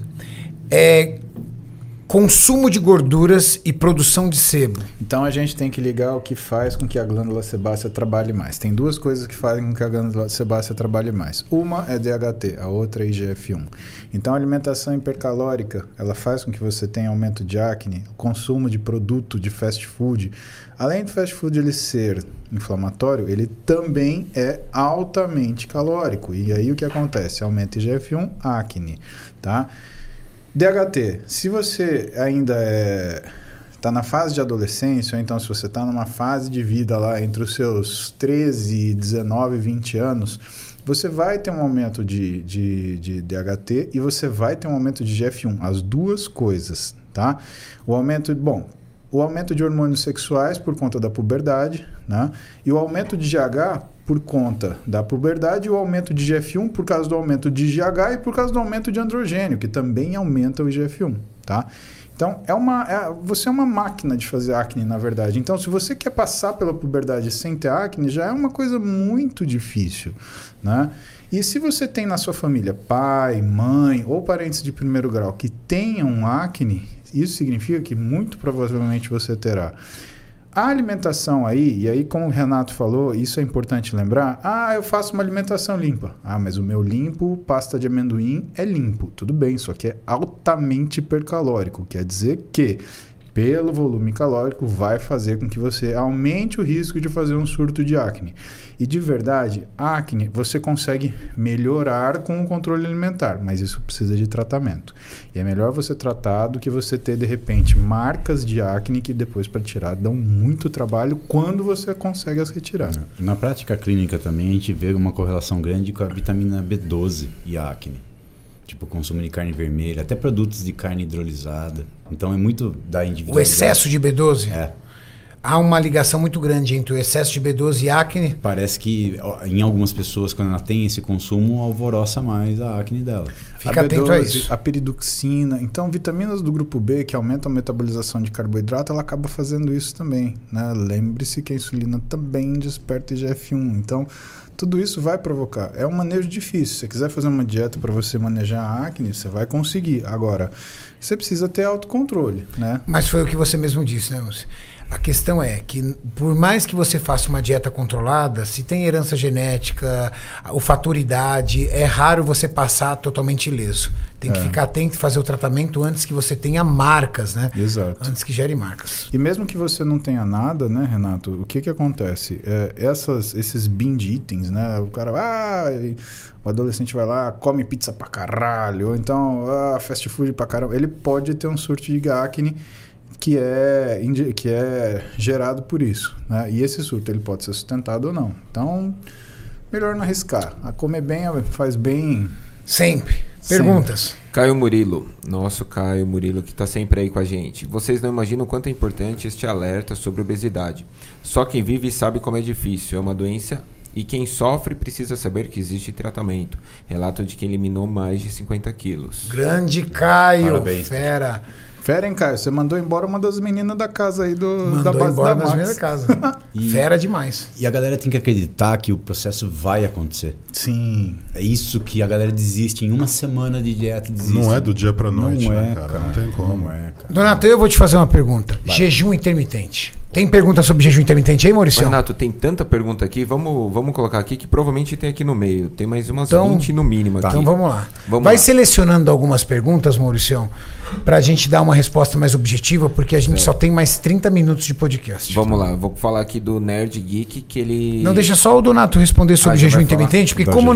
Consumo de gorduras e produção de sebo. Então a gente tem que ligar o que faz com que a glândula sebácea trabalhe mais. Tem 2 coisas que fazem com que a glândula sebácea trabalhe mais. Uma é DHT, a outra é IGF-1. Então a alimentação hipercalórica, ela faz com que você tenha aumento de acne, consumo de produto de fast food. Além do fast food ele ser inflamatório, ele também é altamente calórico. E aí o que acontece? Aumenta IGF-1, acne, tá? DHT, se você ainda está na fase de adolescência, ou então se você está numa fase de vida lá entre os seus 13, 19, 20 anos, você vai ter um aumento de DHT e você vai ter um aumento de GF1, as duas coisas, tá? O aumento de hormônios sexuais por conta da puberdade, né? E o aumento de GH por conta da puberdade e o aumento de GF1 por causa do aumento de GH e por causa do aumento de androgênio, que também aumenta o IGF-1, tá? Então, você é uma máquina de fazer acne, na verdade. Então, se você quer passar pela puberdade sem ter acne, já é uma coisa muito difícil, né? E se você tem na sua família pai, mãe ou parentes de primeiro grau que tenham acne, isso significa que muito provavelmente você terá. A alimentação aí, e aí como o Renato falou, isso é importante lembrar, eu faço uma alimentação limpa. Mas o meu limpo, pasta de amendoim é limpo. Tudo bem, só que é altamente hipercalórico. Quer dizer que, pelo volume calórico, vai fazer com que você aumente o risco de fazer um surto de acne. E de verdade, acne você consegue melhorar com o controle alimentar, mas isso precisa de tratamento. E é melhor você tratar do que você ter, de repente, marcas de acne que depois para tirar dão muito trabalho quando você consegue as retirar. Na prática clínica também a gente vê uma correlação grande com a vitamina B12 e a acne. Tipo, consumo de carne vermelha, até produtos de carne hidrolisada. Então é muito da individualidade. O excesso de B12? É. Há uma ligação muito grande entre o excesso de B12 e acne? Parece que em algumas pessoas, quando ela tem esse consumo, alvoroça mais a acne dela. Fica atento a isso. A peridoxina. Então, vitaminas do grupo B, que aumentam a metabolização de carboidrato, ela acaba fazendo isso também, né? Lembre-se que a insulina também desperta IGF-1. Então, tudo isso vai provocar. É um manejo difícil. Se você quiser fazer uma dieta para você manejar a acne, você vai conseguir. Agora, você precisa ter autocontrole, né? Mas foi o que você mesmo disse, né, Lúcio? A questão é que, por mais que você faça uma dieta controlada, se tem herança genética, o fator idade, é raro você passar totalmente ileso. Tem que ficar atento e fazer o tratamento antes que você tenha marcas, né? Exato. Antes que gere marcas. E mesmo que você não tenha nada, né, Renato? O que acontece? Esses binge eatings, né? O cara, o adolescente vai lá, come pizza pra caralho, ou então, fast food pra caralho. Ele pode ter um surto de acne que é gerado por isso, né? E esse surto ele pode ser sustentado ou não. Então, melhor não arriscar. A comer bem faz bem. Sempre. Perguntas. Caio Murilo, nosso Caio Murilo, que está sempre aí com a gente. Vocês não imaginam o quanto é importante este alerta sobre obesidade. Só quem vive sabe como é difícil. É uma doença e quem sofre precisa saber que existe tratamento. Relato de quem eliminou mais de 50 quilos. Grande Caio, Parabéns. fera. Fera, hein, Caio? Você mandou embora uma das meninas da casa aí da base embora da das Max. minhas casa. Fera demais. E a galera tem que acreditar que o processo vai acontecer. Sim. É isso que a galera desiste em uma semana de dieta. Desiste. Não é do dia pra noite, Não né, é, cara? Não tem como. Não é, cara. Donato, eu vou te fazer uma pergunta. Jejum intermitente. Tem pergunta sobre jejum intermitente aí, Maurício? Renato, tem tanta pergunta aqui. Vamos colocar aqui que provavelmente tem aqui no meio. Tem mais umas Então, 20 no mínimo aqui. Então vamos lá. Vamos Vai lá. selecionando algumas perguntas, Maurício, para a gente dar uma resposta mais objetiva, porque a gente só tem mais 30 minutos de podcast. Vamos lá, vou falar aqui do Nerd Geek, que ele... Não, deixa só o Donato responder sobre já jejum vai falar? intermitente, porque como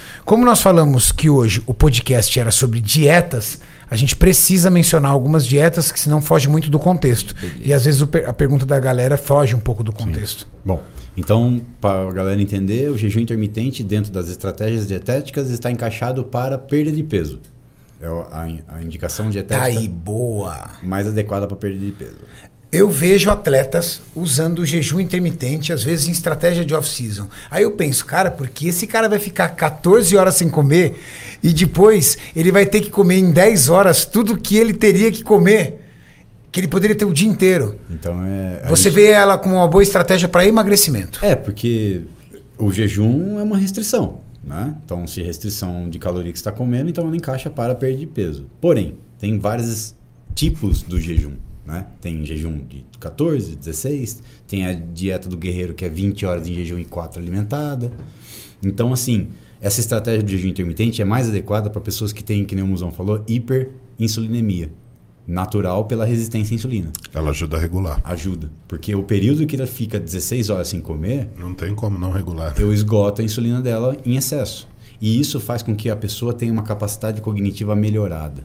nós falamos que hoje o podcast era sobre dietas, a gente precisa mencionar algumas dietas que senão foge muito do contexto. E às vezes a pergunta da galera foge um pouco do contexto. Bom, então, para a galera entender, o jejum intermitente dentro das estratégias dietéticas está encaixado para perda de peso. É a indicação dietética Tá aí, boa. mais adequada para perda de peso. Eu vejo atletas usando o jejum intermitente, às vezes em estratégia de off-season. Aí eu penso, cara, porque esse cara vai ficar 14 horas sem comer e depois ele vai ter que comer em 10 horas tudo que ele teria que comer, que ele poderia ter o dia inteiro. Então, Você vê ela como uma boa estratégia para emagrecimento. porque o jejum é uma restrição, né? Então, se restrição de caloria que você está comendo, então ela encaixa para perda de peso. Porém, tem vários tipos do jejum. Né? Tem jejum de 14, 16, tem a dieta do guerreiro que é 20 horas em jejum e 4 alimentada. Então, assim, essa estratégia do jejum intermitente é mais adequada para pessoas que têm, que nem o Musão falou, hiperinsulinemia, natural pela resistência à insulina. Ela ajuda a regular. Ajuda, porque o período que ela fica 16 horas sem comer, Não tem como não regular. eu esgoto a insulina dela em excesso. E isso faz com que a pessoa tenha uma capacidade cognitiva melhorada.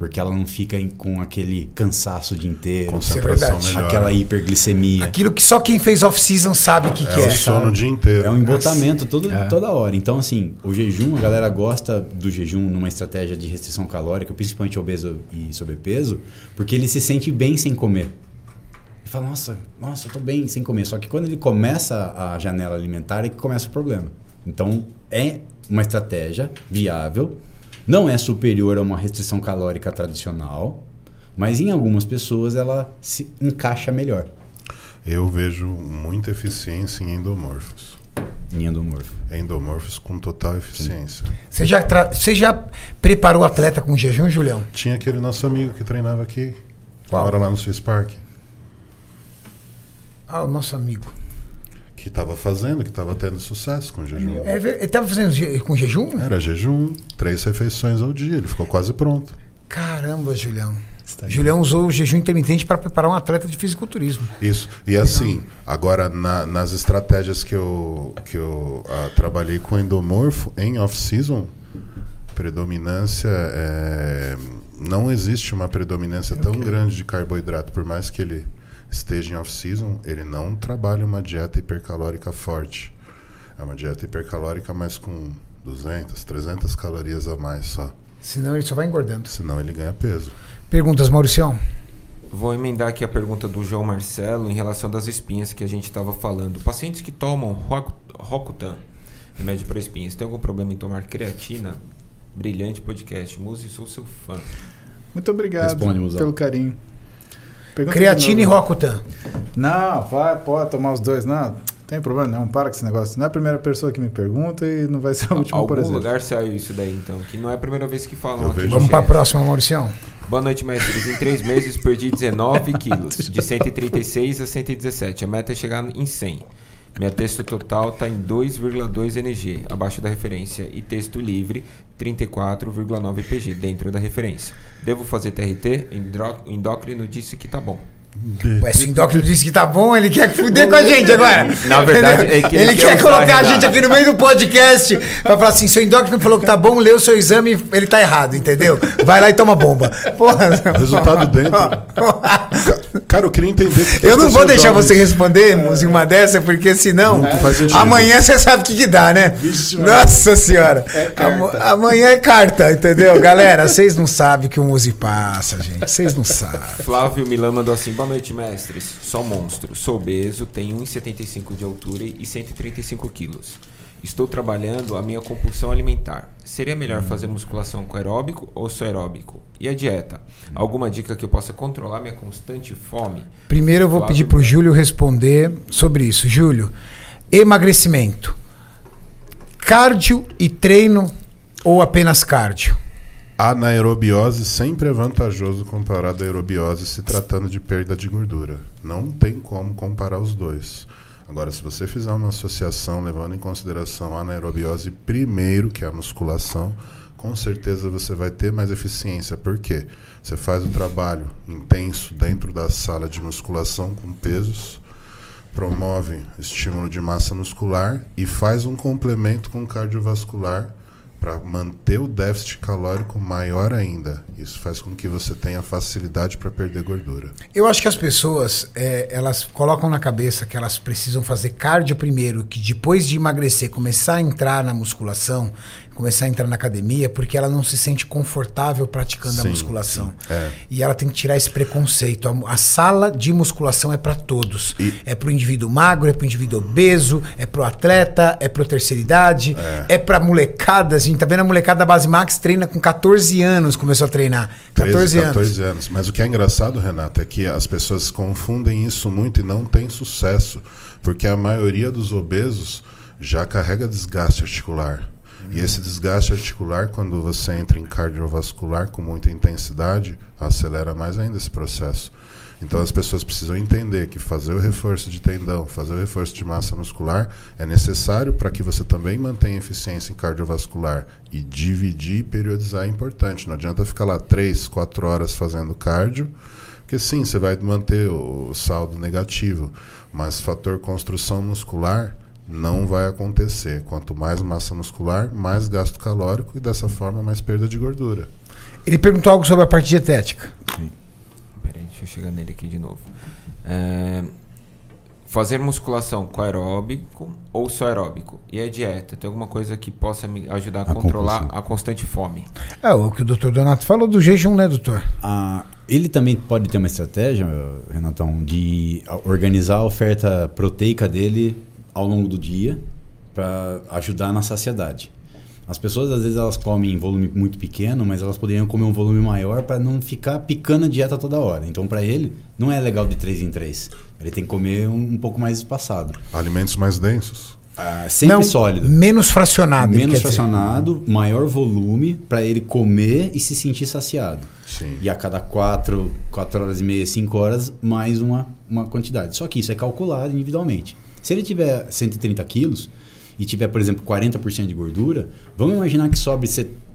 Porque ela não fica com aquele cansaço o dia inteiro, Concentração Isso é melhor. aquela hiperglicemia. Aquilo que só quem fez off-season sabe o que É o sono o dia inteiro. É um embotamento toda hora. Então, assim, o jejum, a galera gosta do jejum numa estratégia de restrição calórica, principalmente obeso e sobrepeso, porque ele se sente bem sem comer. Ele fala, nossa, eu tô bem sem comer. Só que quando ele começa a janela alimentar é que começa o problema. Então, é uma estratégia viável, não é superior a uma restrição calórica tradicional, mas em algumas pessoas ela se encaixa melhor. Eu vejo muita eficiência em endomorfos. Em endomorfo. Endomorfos com total eficiência. Você já preparou o atleta com jejum, Julião? Tinha aquele nosso amigo que treinava aqui, Qual? mora lá no Swiss Park, Ah, o nosso amigo. que estava fazendo, que estava tendo sucesso com jejum. Ele estava fazendo com jejum? Era jejum, 3 refeições ao dia, ele ficou quase pronto. Caramba, Julião. Julião usou o jejum intermitente para preparar um atleta de fisiculturismo. Isso. E assim, agora nas estratégias que eu trabalhei com endomorfo em off-season, predominância não existe uma predominância tão grande de carboidrato, por mais que ele esteja em off-season, ele não trabalha uma dieta hipercalórica forte. É uma dieta hipercalórica, mas com 200, 300 calorias a mais só. Senão ele só vai engordando. Senão ele ganha peso. Perguntas, Mauricião? Vou emendar aqui a pergunta do João Marcelo em relação das espinhas que a gente estava falando. Pacientes que tomam Rocutan, remédio para espinhas, tem algum problema em tomar creatina? Brilhante podcast. Muzi, sou seu fã. Muito obrigado Responde, Musão. pelo carinho. Pergunta Creatina de e novo. Rocutan. Não, pode tomar os dois. Não tem problema não, para com esse negócio. Não é a primeira pessoa que me pergunta e não vai ser a última, por Algum exemplo. lugar saiu isso daí, então, que não é a primeira vez que falam Eu aqui. vejo. Vamos para a Gente. próxima, Mauricião. Boa noite, mestres. Em 3 meses perdi 19 quilos, de 136 a 117. A meta é chegar em 100. Minha texto total está em 2,2 NG, abaixo da referência, e texto livre 34,9 PG, dentro da referência. Devo fazer TRT? Endócrino disse que tá bom. Ué, se o endócrino disse que tá bom, ele quer fuder com a gente agora. Na verdade, Entendeu? é que ele ele quer quer colocar usar, a gente aqui no meio do podcast pra falar assim: seu endócrino falou que tá bom, lê o seu exame, ele tá errado, entendeu? Vai lá e toma bomba. Porra. Resultado dentro. Cara, eu queria entender. porque Eu as não vou pessoas deixar jovens- você responder, em uma dessa, porque senão Não faz sentido. amanhã você sabe o que dá, né? Nossa senhora. Amanhã é carta, entendeu? Galera, vocês não sabem o que o Muzi passa, gente. Vocês não sabem. Flávio Milan mandou assim: boa noite, mestres. Só monstro. Sou obeso, tenho 1,75 de altura e 135 quilos. Estou trabalhando a minha compulsão alimentar. Seria melhor fazer musculação com aeróbico ou só aeróbico? E a dieta? Alguma dica que eu possa controlar minha constante fome? Primeiro eu vou Flávio pedir pro Milan. Júlio responder sobre isso. Júlio, emagrecimento. Cardio e treino ou apenas cardio? A anaerobiose sempre é vantajoso comparado à aerobiose se tratando de perda de gordura. Não tem como comparar os dois. Agora, se você fizer uma associação levando em consideração a anaerobiose primeiro, que é a musculação, com certeza você vai ter mais eficiência. Por quê? Você faz o trabalho intenso dentro da sala de musculação com pesos, promove estímulo de massa muscular e faz um complemento com cardiovascular para manter o déficit calórico maior ainda. Isso faz com que você tenha facilidade para perder gordura. Eu acho que as pessoas, elas colocam na cabeça que elas precisam fazer cardio primeiro, que depois de emagrecer, começar a entrar na musculação, começar a entrar na academia, porque ela não se sente confortável praticando a Sim, musculação. sim, é. E ela tem que tirar esse preconceito. A sala de musculação é para todos. E- É para o indivíduo magro, é para o indivíduo obeso, é para o atleta, é para a terceira idade, é para molecada. A gente tá vendo a molecada da Base Max treina com 14 anos, começou a treinar. 14 anos. 14 anos. Mas o que é engraçado, Renato, é que as pessoas confundem isso muito e não têm sucesso. Porque a maioria dos obesos já carrega desgaste articular. E esse desgaste articular, quando você entra em cardiovascular com muita intensidade, acelera mais ainda esse processo. Então as pessoas precisam entender que fazer o reforço de tendão, fazer o reforço de massa muscular é necessário para que você também mantenha eficiência em cardiovascular. E dividir e periodizar é importante. Não adianta ficar lá 3, 4 horas fazendo cardio, porque sim, você vai manter o saldo negativo, mas fator construção muscular não vai acontecer. Quanto mais massa muscular, mais gasto calórico e dessa forma mais perda de gordura. Ele perguntou algo sobre a parte dietética. Peraí, deixa eu chegar nele aqui de novo. Fazer musculação com aeróbico ou só aeróbico? E a dieta? Tem alguma coisa que possa me ajudar a controlar a constante fome? O que o doutor Donato falou do jejum, né, doutor? Ele também pode ter uma estratégia, Renatão, de organizar a oferta proteica dele ao longo do dia para ajudar na saciedade. As pessoas, às vezes, elas comem em volume muito pequeno, mas elas poderiam comer um volume maior para não ficar picando a dieta toda hora. Então, para ele, não é legal de 3 em 3. Ele tem que comer um pouco mais espaçado. Alimentos mais densos. Sempre sólido. Menos fracionado. Menos fracionado, maior volume para ele comer e se sentir saciado. Sim. E a cada 4 horas e meia, 5 horas, mais uma quantidade. Só que isso é calculado individualmente. Se ele tiver 130 quilos e tiver, por exemplo, 40% de gordura, vamos imaginar que sobre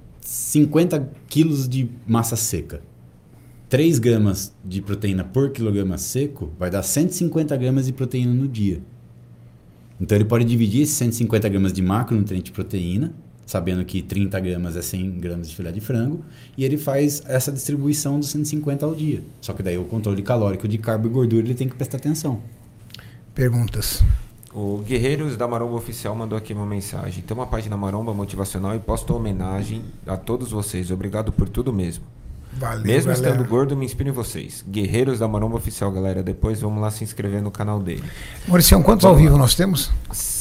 50 quilos de massa seca. 3 gramas de proteína por quilograma seco vai dar 150 gramas de proteína no dia. Então ele pode dividir esses 150 gramas de macronutriente de proteína, sabendo que 30 gramas é 100 gramas de filé de frango, e ele faz essa distribuição dos 150 ao dia. Só que daí o controle calórico de carbo e gordura ele tem que prestar atenção. Perguntas. O Guerreiros da Maromba Oficial mandou aqui uma mensagem. Tem uma página Maromba motivacional e posto homenagem a todos vocês. Obrigado por tudo mesmo. Valeu, Mesmo galera. estando gordo, me inspiro em vocês. Guerreiros da Maromba Oficial, galera. Depois vamos lá se inscrever no canal dele. Mauricião, quantos ao vivo nós temos?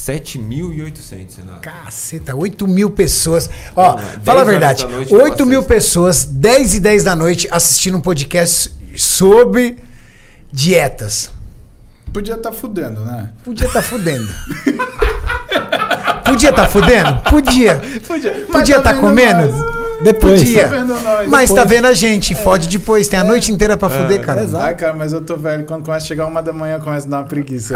7.800, Renato. Caceta, 8 mil pessoas. Ó, Não, fala a 10 verdade. horas da noite, 8 mil vocês. pessoas, 10 e 10 da noite, assistindo um podcast sobre dietas. Podia estar fudendo, né? Podia estar fudendo. Podia estar fudendo? Podia. Podia estar comendo? Depois. Podia. Tá vendo nós, Mas tá depois. vendo a gente, fode depois. Tem a noite inteira pra fuder, cara. Ai, cara, mas eu tô velho. Quando começa a chegar 1 da manhã, começa a dar uma preguiça.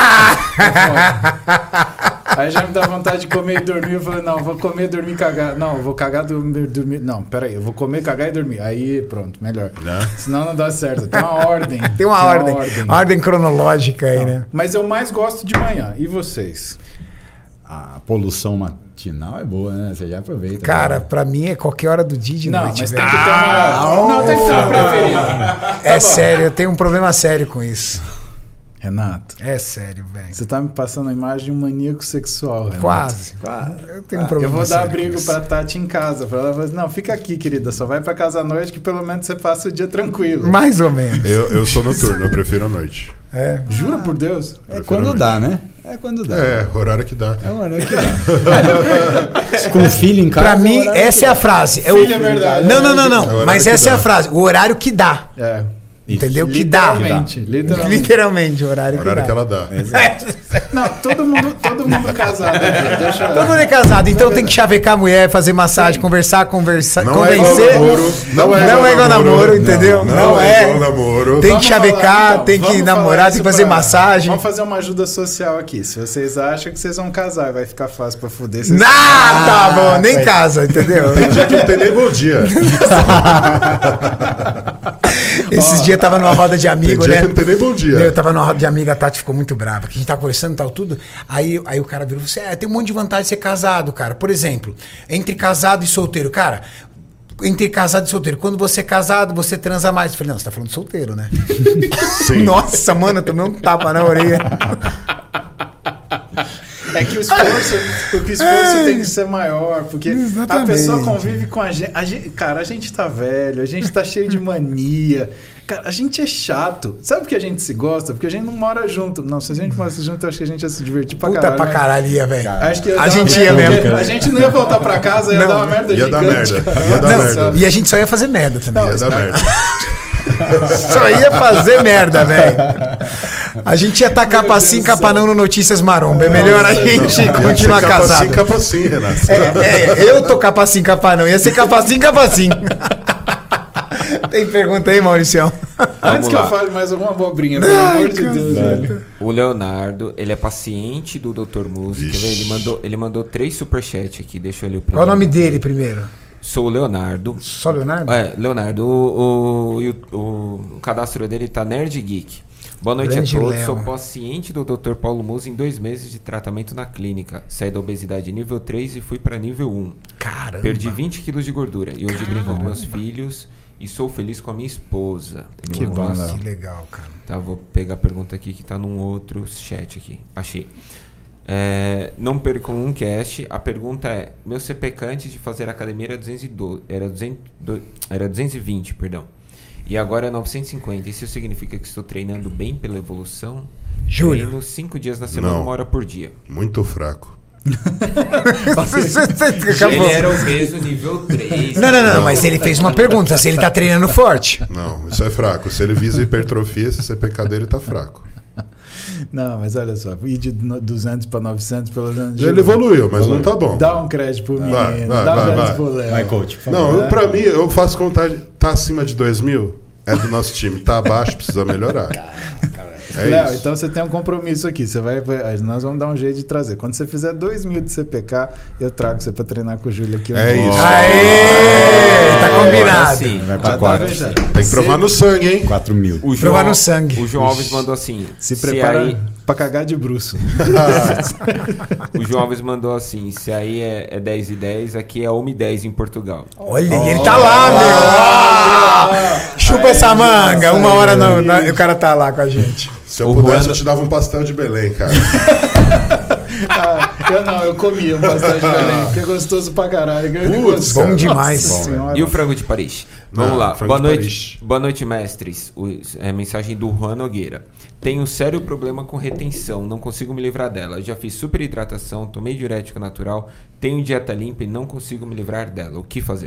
Aí já me dá vontade de comer e dormir. Eu falei, não, vou comer, dormir, cagar. Não, eu vou cagar, dormir. Não, peraí, eu vou comer, cagar e dormir. Aí, pronto, melhor. Senão não dá certo. Tem uma ordem. Tem uma ordem cronológica aí, né? Mas eu mais gosto de manhã. E vocês? A poluição matinal é boa, né? Você já aproveita. Cara, né? pra mim é qualquer hora do dia e de Não, noite, mas velho. tem que ter uma... Não, tem que ter uma preferida. É sério, eu tenho um problema sério com isso. Renato, É sério, velho. você tá me passando a imagem de um maníaco sexual, Renato. Quase. Eu tenho um problema Eu vou dar sério com abrigo isso. pra Tati em casa. Pra ela falar assim, não, fica aqui, querida. Só vai pra casa à noite que pelo menos você passa o dia tranquilo. Mais ou menos. Eu sou noturno, eu prefiro a noite. É. Jura por Deus? É quando dá, né? É quando dá. É, horário que dá. É o horário que dá. Com filho em casa. Pra mim, é o horário essa que é dá. a frase. Filho é verdade. Não. horário Mas que essa é dá. a frase. O horário que dá. É. Entendeu? Que dá. Literalmente. Literalmente, o horário que Horário dá. que ela dá. Não, todo mundo casado. Aqui. Deixa Todo mundo é casado, então tem que chavecar a mulher, fazer massagem, conversar, Não é igual convencer. namoro. Não é igual namoro, entendeu? Não é igual namoro. Tem que Vamos chavecar, falar, então. tem que Vamos namorar, falar tem que isso fazer pra- massagem. Vamos fazer uma ajuda social aqui. Se vocês acham que vocês vão casar, vai ficar fácil pra fuder. Vocês... Tá bom, nem casa, entendeu? Tem dia que não tem nem bom dia. Esses dias tava numa roda de Tem amigo, dia né? que não tem nem bom dia. Eu tava numa roda de amiga, a Tati ficou muito brava, que a gente tava conversando e tal, tudo. Aí o cara virou e falou assim: tem um monte de vantagem de ser casado, cara. Por exemplo, entre casado e solteiro, cara. Entre casado e solteiro, quando você é casado, você transa mais. Eu falei, não, você tá falando de solteiro, né? Sim. Nossa, mano, eu tomei um tapa na orelha. É que o esforço tem que ser maior, porque Exatamente. a pessoa convive com a gente. Cara, a gente tá velho, a gente tá cheio de mania. Cara, a gente é chato. Sabe por que a gente se gosta? Porque a gente não mora junto. Não, se a gente morasse junto, eu acho que a gente ia se divertir pra Puta caralho. pra né? caralho, ia, velho. Acho que ia A dar gente uma ia merda, mesmo. porque A gente não ia voltar pra casa, ia Não. dar uma merda Ia dar gigante. merda. cara. Ia dar Não, merda. E a gente só ia fazer merda também. Ia dar merda. Só ia fazer merda, velho. A gente ia tacar passinho e capanão no Notícias Maromba. É melhor a gente continuar Você casado. capa sim, Renato. Eu tô capacinho, capanão. Ia ser capacinho, capacinho. Tem pergunta aí, Mauricião? Antes que lá. eu fale mais alguma abobrinha, pelo amor de Deus. velho. O Leonardo, ele é paciente do Dr. Música. Ele mandou 3 superchats aqui. Deixa eu ler o Qual o primeiro. nome dele primeiro? Sou o Leonardo. Só Leonardo? É, Leonardo. O cadastro dele tá Nerd Geek. Boa noite Grande a todos. Léo. Sou paciente do Dr. Paulo Musa em 2 meses de tratamento na clínica. Saí da obesidade nível 3 e fui para nível 1. Caramba. Perdi 20 quilos de gordura e hoje brinco com meus filhos e sou feliz com a minha esposa. Ele Que mandou bom, assim. Que legal, cara. Tá, vou pegar a pergunta aqui que tá num outro chat aqui. Achei. Não percam um cast. A pergunta é: meu CPK antes de fazer academia era 220, perdão. E agora é 950. Isso significa que estou treinando bem pela evolução? Júlio. Treino 5 dias na semana, Não. 1 hora por dia. Muito fraco. Acabou. Ele era obeso nível 3. Não, mas ele fez uma pergunta, se ele tá treinando forte. Não, isso é fraco. Se ele visa hipertrofia, esse CPK dele tá fraco. Não, mas olha só, ir de 200 para 900 pelo menos. Ele evoluiu, mas não tá bom. Dá um crédito pro menino, Vai, dá um vai, crédito vai. pro Léo. Vai, coach, por favor. Não, pra mim, eu faço contagem. Tá acima de 2.000, é do nosso time. Tá abaixo, precisa melhorar. É Léo, isso. então você tem um compromisso aqui. Você nós vamos dar um jeito de trazer. Quando você fizer 2.000 de CPK, eu trago você para treinar com o Júlio aqui. É isso. Aê! Tá combinado. Assim, Vai Já pra tá 4. fechado. Tem que provar no sangue, hein? 4.000. o Provar no sangue. O João Alves mandou assim. Se prepara aí, para cagar de bruço. o João Alves mandou assim: se aí é 10 e 10, aqui é 1 e 10 em Portugal. Olha, ele tá lá, meu. Chupa essa manga. 1 hora o cara tá lá com a gente. Se eu pudesse, eu te dava um pastel de Belém, cara. Eu comia um pastel de Belém, que é gostoso pra caralho. Putz, Bom cara. demais. Nossa Senhora. E o frango de Paris? Vamos Não, lá. frango Boa de noite. Paris. Boa noite, mestres. Mensagem do Juan Nogueira. Tenho sério problema com retenção, não consigo me livrar dela. Já fiz super hidratação, tomei diurético natural, tenho dieta limpa e não consigo me livrar dela. O que fazer?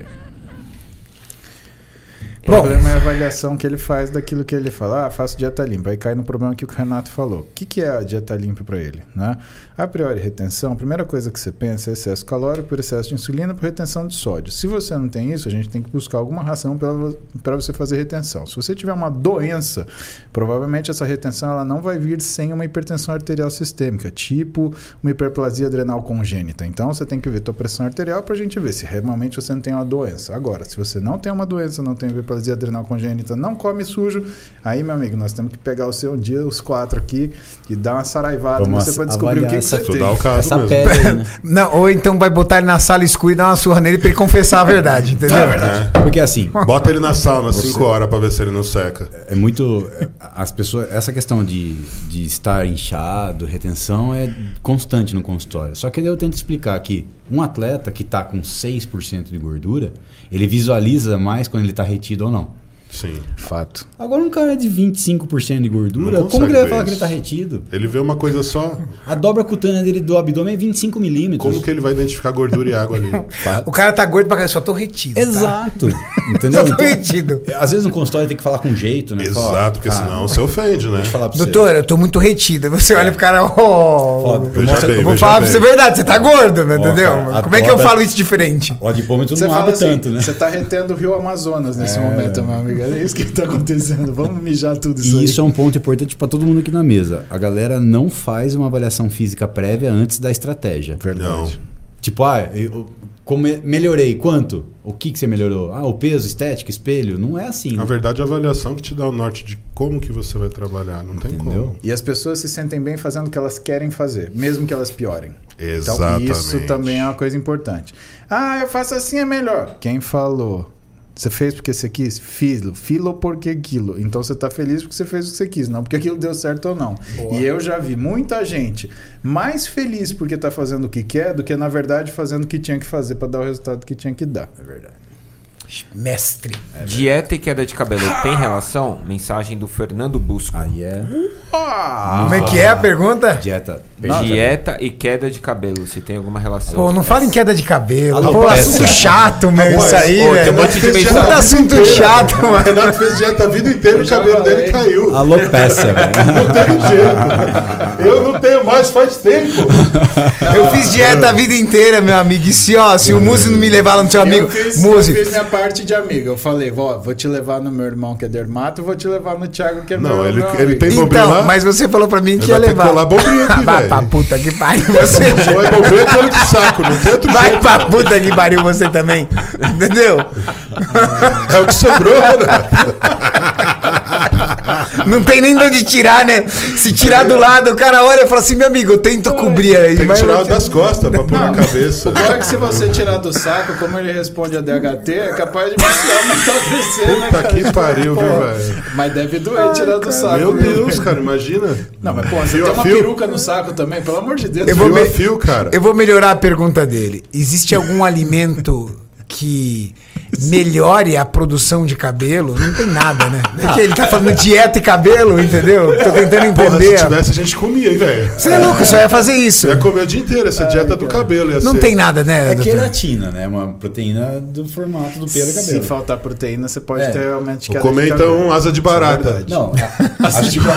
O problema é a avaliação que ele faz daquilo que ele fala. Faço dieta limpa. Aí cai no problema que o Renato falou. O que é a dieta limpa para ele? Né? A priori, retenção, a primeira coisa que você pensa é excesso calórico por excesso de insulina por retenção de sódio. Se você não tem isso, a gente tem que buscar alguma ração para você fazer retenção. Se você tiver uma doença, provavelmente essa retenção ela não vai vir sem uma hipertensão arterial sistêmica, tipo uma hiperplasia adrenal congênita. Então, você tem que ver a tua pressão arterial para a gente ver se realmente você não tem uma doença. Agora, se você não tem uma doença, não tem hiperplasia adrenal congênita, não come sujo, aí, meu amigo, nós temos que pegar o seu dia, os 4 aqui, e dar uma saraivada Vamos você para descobrir o que você tem. Estudar o caso Essa mesmo. pele aí, né? Não, ou então vai botar ele na sala escura e dar uma surra nele pra ele confessar a verdade, entendeu? Porque assim, Bota ele na sauna 5 horas pra ver se ele não seca. é muito. As pessoas. Essa questão de estar inchado, retenção, é constante no consultório. Só que eu tento explicar que um atleta que está com 6% de gordura, ele visualiza mais quando ele está retido ou não. Sim. Fato. Agora um cara de 25% de gordura, Não como que ele consegue vai ver falar que ele isso. está retido? Ele vê uma coisa só. A dobra cutânea dele do abdômen é 25 milímetros. Como que ele vai identificar gordura e água ali? O cara tá gordo pra caralho, só tô retido. Tá? Exato. Entendeu? Só tô Então, retido. às vezes no consultório tem que falar com jeito, né? Fala, Exato, porque cara, senão você ofende, né? Deixa eu falar pra Doutor, eu tô muito retido. Você olha pro cara, Veja bem, eu vou veja falar pra bem. você a verdade, você tá gordo, entendeu? cara, a Como é que eu dobra- falo isso diferente? O adipômetro Você não fala abre assim, tanto, né? você tá retendo o rio Amazonas nesse momento, meu amigo. É isso que tá acontecendo. Vamos mijar tudo isso E aí. isso é um ponto importante para todo mundo aqui na mesa. A galera não faz uma avaliação física prévia antes da estratégia. Não. Tipo, melhorei. Quanto? O que você melhorou? O peso, estética, espelho. Não é assim. Na verdade, a avaliação que te dá o norte de como que você vai trabalhar. Não tem Entendeu? como. E as pessoas se sentem bem fazendo o que elas querem fazer, mesmo que elas piorem. Exatamente. Então, isso também é uma coisa importante. Eu faço assim, é melhor. Quem falou? Você fez porque você quis? Filo porque aquilo. Então você está feliz porque você fez o que você quis, não porque aquilo deu certo ou não. Boa. E eu já vi muita gente mais feliz porque está fazendo o que quer do que, na verdade, fazendo o que tinha que fazer para dar o resultado que tinha que dar. É verdade. Mestre. Dieta e queda de cabelo tem relação? Mensagem do Fernando Busco. Aí é Como é que é a pergunta? dieta. Dieta e queda de cabelo, se tem alguma relação. Pô, não fala em queda de cabelo. Alopecia. Pô, assunto chato, meu, isso aí, Ô, tem velho. um monte de Puta mensagem. assunto chato, O mano. Renato fez dieta a vida inteira e o cabelo dele caiu. Alopecia, velho. Não tem jeito. Eu não tenho mais faz tempo. Eu fiz dieta a vida inteira, meu amigo. E se o Muzi não me levar lá no seu amigo, Eu fiz Muzi, minha parte de amigo. Eu falei, vou te levar no meu irmão que é dermato, vou te levar no Thiago que é Não, meu ele amigo. tem bombinha então, lá. mas você falou pra mim que Ele ia vai ter que levar. colar bombinha aqui, Vai pra velho. puta que pariu você. Ou é bombinha ou é outro saco. Não tem outro Vai jeito. pra puta que pariu você também. Entendeu? É o que sobrou, né? Não tem nem de onde tirar, né? Se tirar do lado, o cara olha e fala assim, meu amigo, eu tento cobrir aí. Tem que tirar das costas pra pôr na cabeça. O pior é que se você tirar do saco, como ele responde a DHT, é capaz de você entorpecer, né, Puta cara? que pariu, Pô, viu, velho? Mas deve doer tirar do saco. Meu viu? Deus, cara, imagina. Não, mas pô, você Fio tem a uma fio. peruca no saco também, pelo amor de Deus. Fio a fio, cara. Eu vou melhorar a pergunta dele. Existe algum alimento que melhore a produção de cabelo? Não tem nada, né? Porque ele tá falando dieta e cabelo, entendeu? Tô tentando Porra, entender. se tivesse, a gente comia, hein, velho? Você é louco, só ia fazer isso. Ia comer o dia inteiro essa dieta do cabelo. Ia Não ser. tem nada, né, É doutor? queratina, né? Uma proteína do formato do pelo e Se cabelo. faltar proteína, você pode ter aumento de Vou queda comer de cabelo. então asa de barata. Não, acho que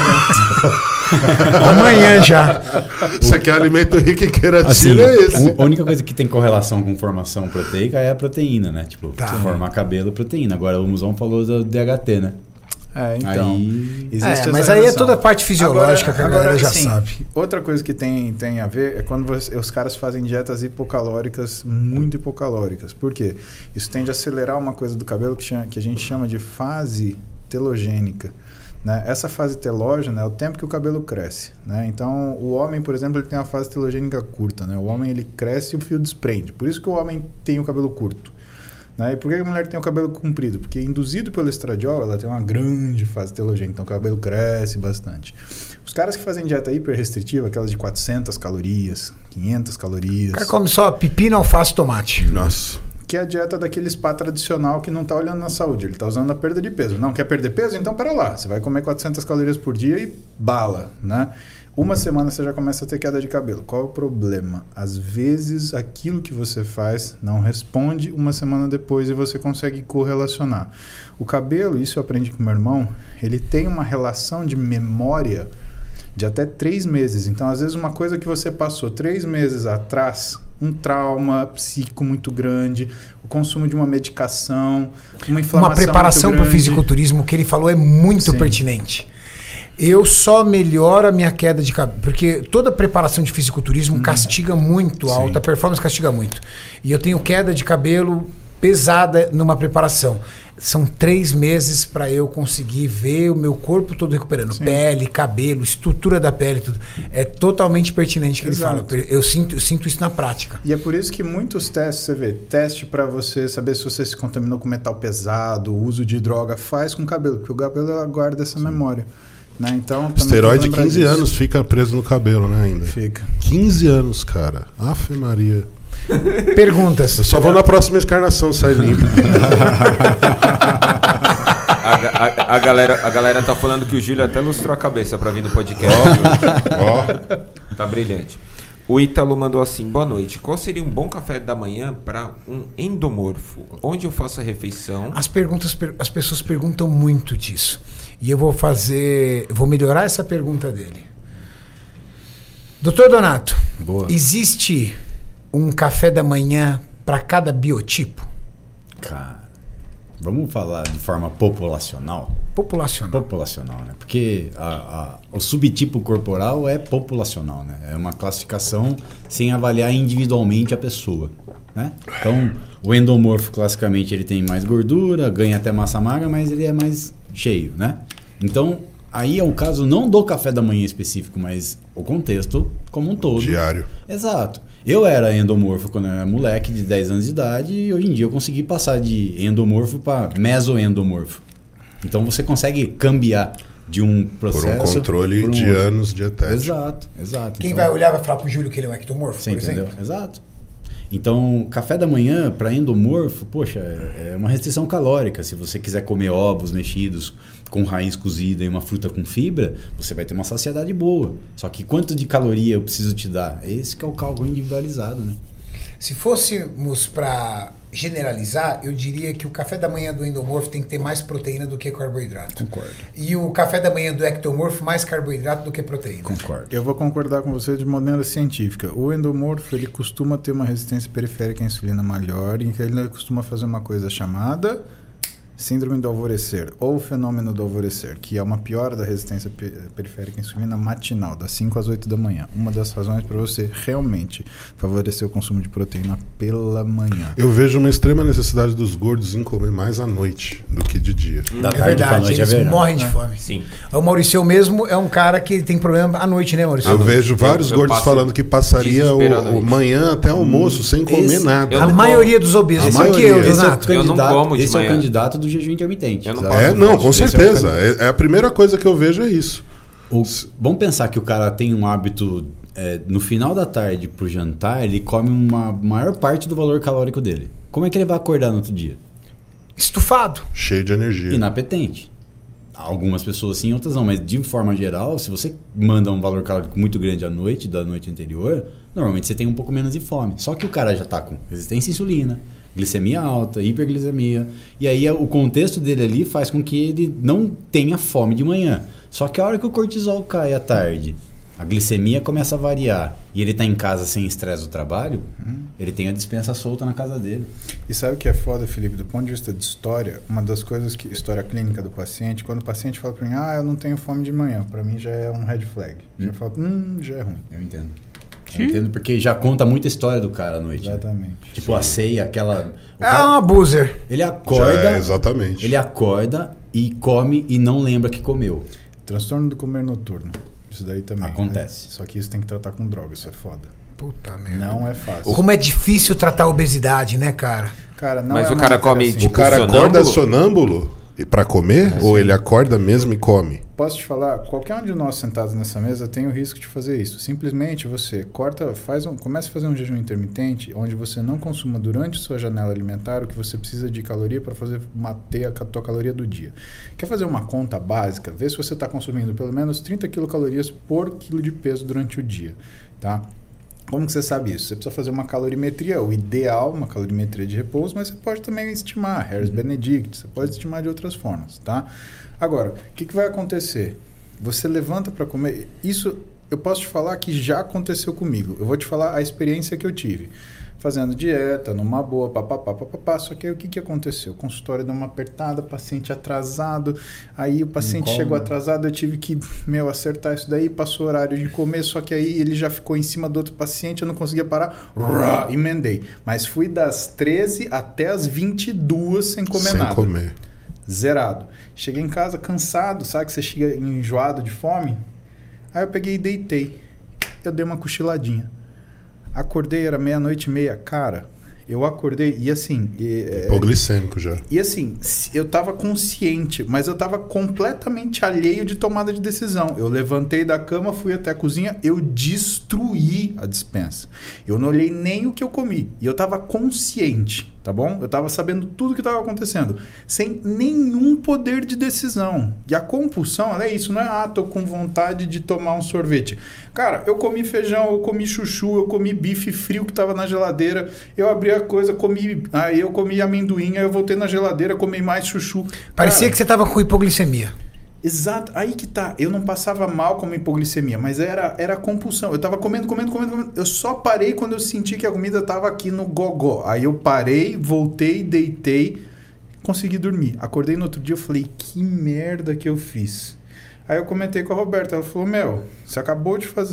Amanhã já. Isso aqui é alimento rico em queratina, assim, é esse. a única coisa que tem correlação com formação proteica é a proteína, né? Tipo, Tá. formar cabelo, proteína. Agora o Musão falou do DHT, né? É, então. Aí- Existe essa Mas aí é relação. toda a parte fisiológica que a galera já assim, sabe. Outra coisa que tem a ver é quando os caras fazem dietas hipocalóricas, muito hipocalóricas. Por quê? Isso tende a acelerar uma coisa do cabelo que a gente chama de fase telogênica. Né? Essa fase telógena é o tempo que o cabelo cresce. Né? Então, o homem, por exemplo, ele tem uma fase telogênica curta. Né? O homem ele cresce e o fio desprende. Por isso que o homem tem o cabelo curto. Né? E por que a mulher tem o cabelo comprido? Porque induzido pelo estradiol, ela tem uma grande fase telogênica, então o cabelo cresce bastante. Os caras que fazem dieta hiperrestritiva, aquelas de 400 calorias, 500 calorias... O cara come só pepino, alface e tomate. Nossa. Que é a dieta daquele spa tradicional que não está olhando na saúde, ele está usando a perda de peso. Não quer perder peso? Então pera lá, você vai comer 400 calorias por dia e bala, né? Uma semana você já começa a ter queda de cabelo. Qual é o problema? Às vezes aquilo que você faz não responde uma semana depois e você consegue correlacionar. O cabelo, isso eu aprendi com meu irmão, ele tem uma relação de memória de até 3 meses. Então, às vezes, uma coisa que você passou 3 meses atrás, um trauma psíquico muito grande, o consumo de uma medicação, uma inflamação Uma preparação muito para o grande. fisiculturismo, que ele falou, é muito Sim. pertinente. Eu só melhoro a minha queda de cabelo, porque toda preparação de fisiculturismo castiga muito, a alta performance castiga muito. E eu tenho queda de cabelo pesada numa preparação. São 3 meses para eu conseguir ver o meu corpo todo recuperando. Sim. Pele, cabelo, estrutura da pele, tudo. É totalmente pertinente o que Exato. ele fala. Eu sinto isso na prática. E é por isso que muitos testes, você vê, teste para você saber se você se contaminou com metal pesado, o uso de droga, faz com o cabelo, porque o cabelo guarda essa memória. Né? Então, também Esteroide, tem que lembrar 15 disso. anos, fica preso no cabelo, né, ainda. Fica. 15 anos, cara. Afe Maria. Perguntas. Eu só vou na próxima encarnação sair limpo. A galera tá falando que o Júlio até lustrou a cabeça pra vir no podcast. Ó, Tá brilhante. O Ítalo mandou assim: boa noite. Qual seria um bom café da manhã para um endomorfo? Onde eu faço a refeição? As pessoas perguntam muito disso. E eu vou melhorar essa pergunta dele. Doutor Donato, Boa. existe um café da manhã para cada biotipo? Cara, vamos falar de forma populacional? Populacional. Populacional, né? Porque o subtipo corporal é populacional, né? É uma classificação sem avaliar individualmente a pessoa, né? Então, o endomorfo, classicamente, ele tem mais gordura, ganha até massa magra, mas ele é mais cheio, né? Então, aí é o caso não do café da manhã específico, mas o contexto como um todo. diário. Exato. Eu era endomorfo quando eu era moleque de 10 anos de idade e hoje em dia eu consegui passar de endomorfo para mesoendomorfo. Então você consegue cambiar de um processo... Por um controle por um de outro. anos de estética. Exato. Quem Então, vai olhar vai falar pro Júlio que ele é um ectomorfo, você por entendeu? exemplo? Exato. Então, café da manhã para endomorfo, poxa, é uma restrição calórica. Se você quiser comer ovos mexidos com raiz cozida e uma fruta com fibra, você vai ter uma saciedade boa. Só que quanto de caloria eu preciso te dar? Esse que é o cálculo individualizado, né? Se fôssemos para generalizar, eu diria que o café da manhã do endomorfo tem que ter mais proteína do que carboidrato. Concordo. E o café da manhã do ectomorfo mais carboidrato do que proteína. Concordo. Eu vou concordar com você de maneira científica. O endomorfo, ele costuma ter uma resistência periférica à insulina maior, em que ele costuma fazer uma coisa chamada síndrome do alvorecer ou fenômeno do alvorecer, que é uma piora da resistência periférica à insulina matinal, das 5 às 8 da manhã. Uma das razões para você realmente favorecer o consumo de proteína pela manhã. Eu vejo uma extrema necessidade dos gordos em comer mais à noite do que de dia. Da É tarde pra verdade, noite, eles verdade. morrem de fome. Sim. O Maurício mesmo é um cara que tem problema à noite, né, Maurício? Eu vejo vários eu gordos passo falando que passaria desesperadamente. o manhã até almoço sem comer Esse- nada. eu A não maioria dos obesos. A Isso aqui, maioria. eu, Esse é o Donato. Eu não como de esse é o manhã. candidato do jejum intermitente. Eu não sabe? posso. Não, com Esse é o certeza. candidato. É a primeira coisa que eu vejo é isso. Vamos pensar que o cara tem um hábito, no final da tarde pro jantar, ele come uma maior parte do valor calórico dele. Como é que ele vai acordar no outro dia? Estufado. Cheio de energia. Inapetente. Algumas pessoas sim, outras não, mas de forma geral, se você manda um valor calórico muito grande à noite, da noite anterior, normalmente você tem um pouco menos de fome. Só que o cara já está com resistência à insulina, glicemia alta, hiperglicemia, e aí o contexto dele ali faz com que ele não tenha fome de manhã. Só que a hora que o cortisol cai à tarde, a glicemia começa a variar e ele está em casa sem estresse do trabalho, ele tem a dispensa solta na casa dele. E sabe o que é foda, Felipe? Do ponto de vista de história, uma das coisas que... História clínica do paciente, quando o paciente fala pra mim, eu não tenho fome de manhã, pra mim já é um red flag. Já fala, já é ruim. Eu entendo. Eu entendo porque já conta muita história do cara à noite. Né? Exatamente. Tipo a ceia, aquela... o É cara- um abuser. Ele acorda, Já é, exatamente. ele acorda e come e não lembra que comeu. Transtorno do comer noturno. Isso daí também. Acontece. Só que isso tem que tratar com droga, isso é foda. Puta merda. Não é fácil. Como é difícil tratar a obesidade, né, cara? Cara, não Mas é o uma cara matéria come, assim. O cara acorda sonâmbulo? sonâmbulo para comer? Ou ele acorda mesmo e come? Posso te falar, qualquer um de nós sentados nessa mesa tem o risco de fazer isso. Simplesmente você começa a fazer um jejum intermitente, onde você não consuma durante sua janela alimentar o que você precisa de caloria para ter a tua caloria do dia. Quer fazer uma conta básica? Vê se você está consumindo pelo menos 30 quilocalorias por quilo de peso durante o dia, tá? Como que você sabe isso? Você precisa fazer uma calorimetria, o ideal, uma calorimetria de repouso, mas você pode também estimar, Harris Benedict, você pode estimar de outras formas, tá? Agora, o que vai acontecer? Você levanta para comer, isso eu posso te falar que já aconteceu comigo, eu vou te falar a experiência que eu tive. Fazendo dieta, numa boa, papapá. Só que aí o que aconteceu? O consultório deu uma apertada, paciente atrasado. Aí o paciente chegou atrasado, eu tive que, acertar isso daí, passou o horário de comer, só que aí ele já ficou em cima do outro paciente, eu não conseguia parar, emendei. Mas fui das 13 até as 22 sem comer nada. Sem comer. Zerado. Cheguei em casa cansado, sabe que você chega enjoado de fome? Aí eu peguei e deitei. Eu dei uma cochiladinha. Acordei, era 00:30. Cara, eu acordei e assim... Hipoglicêmico já. E assim, eu tava consciente, mas eu tava completamente alheio de tomada de decisão. Eu levantei da cama, fui até a cozinha, eu destruí a despensa. Eu não olhei nem o que eu comi. E eu tava consciente, tá bom? Eu tava sabendo tudo que tava acontecendo. Sem nenhum poder de decisão. E a compulsão, ela é isso, não é, tô com vontade de tomar um sorvete. Cara, eu comi feijão, eu comi chuchu, eu comi bife frio que tava na geladeira, eu abri a coisa, aí eu comi amendoim, aí eu voltei na geladeira, comi mais chuchu. Parecia Cara, que você tava com hipoglicemia. exato, aí que tá. Eu não passava mal com a hipoglicemia, mas era compulsão. Eu tava comendo. Eu só parei quando eu senti que a comida tava aqui no gogó. Aí eu parei, voltei, deitei, consegui dormir. Acordei no outro dia, eu falei, que merda que eu fiz. Aí eu comentei com a Roberta, ela falou, você acabou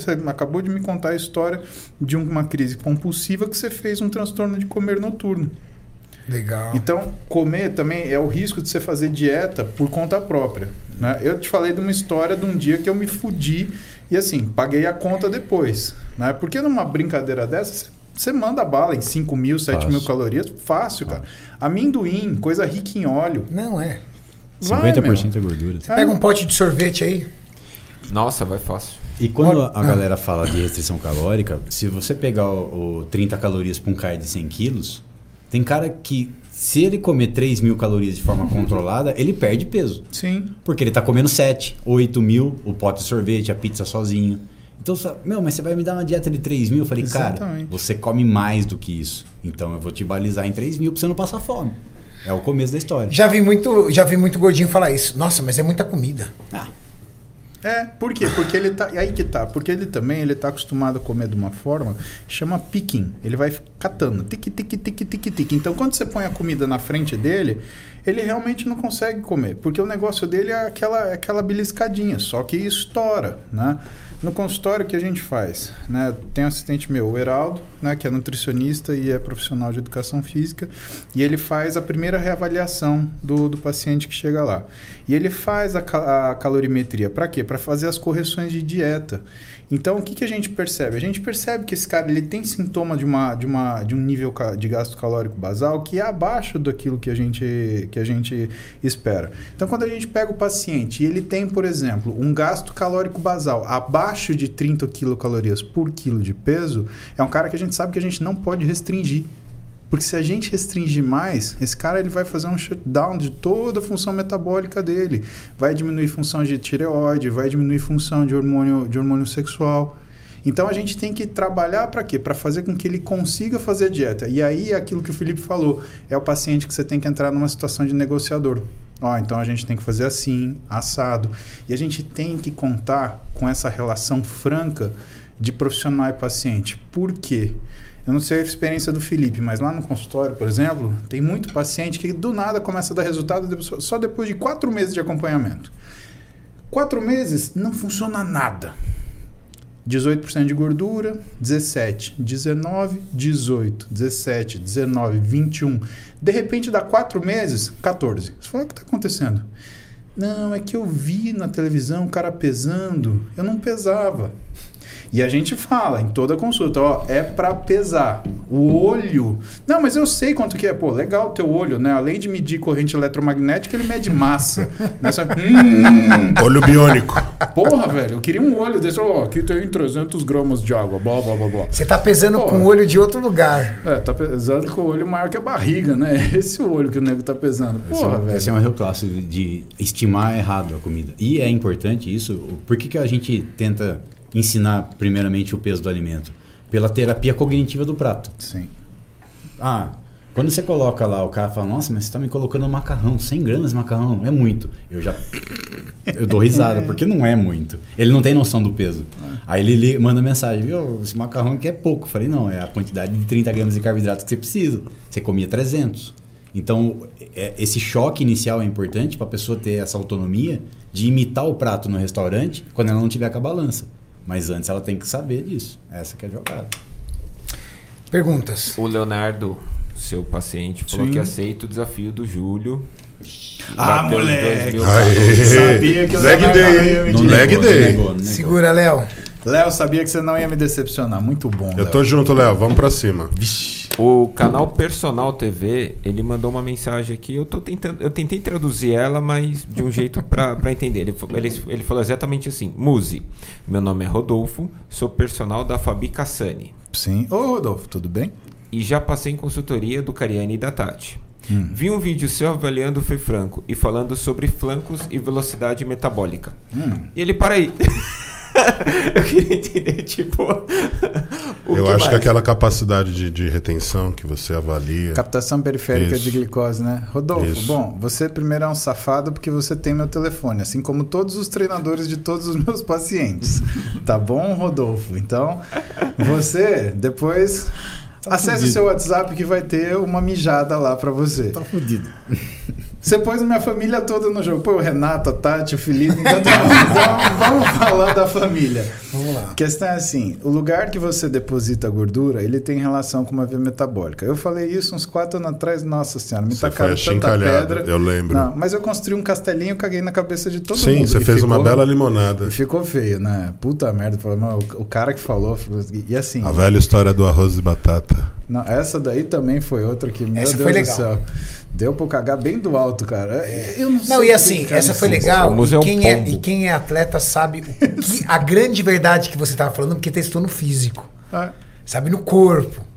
de me contar a história de uma crise compulsiva que você fez um transtorno de comer noturno. Legal. Então, comer também é o risco de você fazer dieta por conta própria, né? Eu te falei de uma história de um dia que eu me fudi e assim, paguei a conta depois, né? Porque numa brincadeira dessa, você manda bala em 5.000, 7.000 calorias, fácil, cara. Amendoim, coisa rica em óleo. Não é. Vai, 50% é gordura. Pega um pote de sorvete aí. Nossa, vai fácil. E quando a galera fala de restrição calórica, se você pegar o 30 calorias para um cara de 100 quilos, tem cara que, se ele comer 3.000 calorias de forma controlada, ele perde peso. Sim. Porque ele está comendo 7, 8.000, o pote de sorvete, a pizza sozinho. Então, mas você vai me dar uma dieta de 3.000? Eu falei, Exatamente. cara, você come mais do que isso. Então eu vou te balizar em 3.000 para você não passar fome. É o começo da história. Já vi muito gordinho falar isso. Nossa, mas é muita comida. Por quê? Porque ele tá... Aí que tá. Porque ele tá acostumado a comer de uma forma que chama picking. Ele vai catando. Tique, tique, tique, tique, tique. Então, quando você põe a comida na frente dele, ele realmente não consegue comer. Porque o negócio dele é aquela beliscadinha. Só que estoura, né? No consultório, o que a gente faz? Né? Tem um assistente meu, o Heraldo, né, que é nutricionista e é profissional de educação física, e ele faz a primeira reavaliação do paciente que chega lá. E ele faz a calorimetria. Para quê? Para fazer as correções de dieta. Então, o que a gente percebe? A gente percebe que esse cara ele tem sintoma de um nível de gasto calórico basal que é abaixo daquilo que a gente espera. Então, quando a gente pega o paciente e ele tem, por exemplo, um gasto calórico basal abaixo de 30 quilocalorias por quilo de peso, é um cara que a gente sabe que a gente não pode restringir. Porque se a gente restringir mais, esse cara ele vai fazer um shutdown de toda a função metabólica dele. Vai diminuir função de tireoide, vai diminuir função de hormônio sexual. Então a gente tem que trabalhar para quê? Para fazer com que ele consiga fazer a dieta. E aí é aquilo que o Felipe falou, é o paciente que você tem que entrar numa situação de negociador. Então a gente tem que fazer assim, assado. E a gente tem que contar com essa relação franca de profissional e paciente. Por quê? Eu não sei a experiência do Felipe, mas lá no consultório, por exemplo, tem muito paciente que do nada começa a dar resultado só depois de 4 meses de acompanhamento. 4 meses não funciona nada. 18% de gordura, 17, 19, 18, 17, 19, 21. De repente dá 4 meses, 14. Você fala, o que está acontecendo? Não, é que eu vi na televisão o cara pesando, eu não pesava. E a gente fala em toda consulta, é para pesar. O olho... Não, mas eu sei quanto que é. Pô, legal o teu olho, né? Além de medir corrente eletromagnética, ele mede massa. Olho biônico. Porra, velho, eu queria um olho desse. Aqui tem 300 gramas de água, blá, blá, blá, blá. Você tá pesando com o olho de outro lugar. Tá pesando com o olho maior que a barriga, né? Esse é o olho que o nego tá pesando. Porra, velho. Esse é um erro clássico de estimar errado a comida. E é importante isso. Por que a gente tenta ensinar primeiramente o peso do alimento? Pela terapia cognitiva do prato. Sim. Quando você coloca lá, o cara fala, nossa, mas você está me colocando macarrão, 100 gramas de macarrão, é muito. Eu dou risada, porque não é muito. Ele não tem noção do peso. Aí ele manda mensagem, viu, esse macarrão aqui é pouco. Eu falei, não, é a quantidade de 30 gramas de carboidratos que você precisa. Você comia 300. Então, esse choque inicial é importante para a pessoa ter essa autonomia de imitar o prato no restaurante quando ela não tiver com a balança. Mas antes ela tem que saber disso. Essa que é a jogada. Perguntas. O Leonardo, seu paciente, falou que aceita o desafio do Júlio. Moleque! Sabia que Leg Day. No Leg Day. Segura, Léo. Léo, sabia que você não ia me decepcionar. Muito bom, Eu tô junto, Léo. Vamos pra cima. O canal Personal TV, ele mandou uma mensagem aqui. Eu tentei traduzir ela, mas de um jeito para entender. Ele falou exatamente assim: Muzi, meu nome é Rodolfo, sou personal da Fabi Cassani. Sim. Ô, Rodolfo, tudo bem? E já passei em consultoria do Cariani e da Tati. Vi um vídeo seu avaliando o Fê Franco e falando sobre flancos e velocidade metabólica. E ele, para aí. Eu queria entender, Eu acho que aquela capacidade de retenção que você avalia. Captação periférica Isso. de glicose, né? Rodolfo, Isso. bom, você primeiro é um safado porque você tem meu telefone, assim como todos os treinadores de todos os meus pacientes. Tá bom, Rodolfo? Então, você depois acesse o seu WhatsApp que vai ter uma mijada lá pra você. Tá fudido. Você pôs minha família toda no jogo. Pô, o Renato, a Tati, o Felipe. Então, vamos falar da família. Vamos lá. A questão é assim, o lugar que você deposita a gordura, ele tem relação com uma via metabólica. Eu falei isso uns 4 anos atrás, nossa senhora, me Você tacaram foi tanta achincalhado, pedra. eu lembro. Não, mas eu construí um castelinho e caguei na cabeça de todo mundo. Sim, você E fez uma ficou- bela limonada. E ficou feio, né? Puta merda. Falei, mano, o cara que falou... E assim... A velha história do arroz e batata. Não, essa daí também foi outra que, meu Essa Deus foi do legal. céu. Deu pra eu cagar bem do alto, cara. Eu não sei Não, e por assim, que essa foi cara, legal. O museu pombo. E quem é atleta sabe a grande verdade que você estava falando, porque testou no físico. Ah, Sabe, no corpo.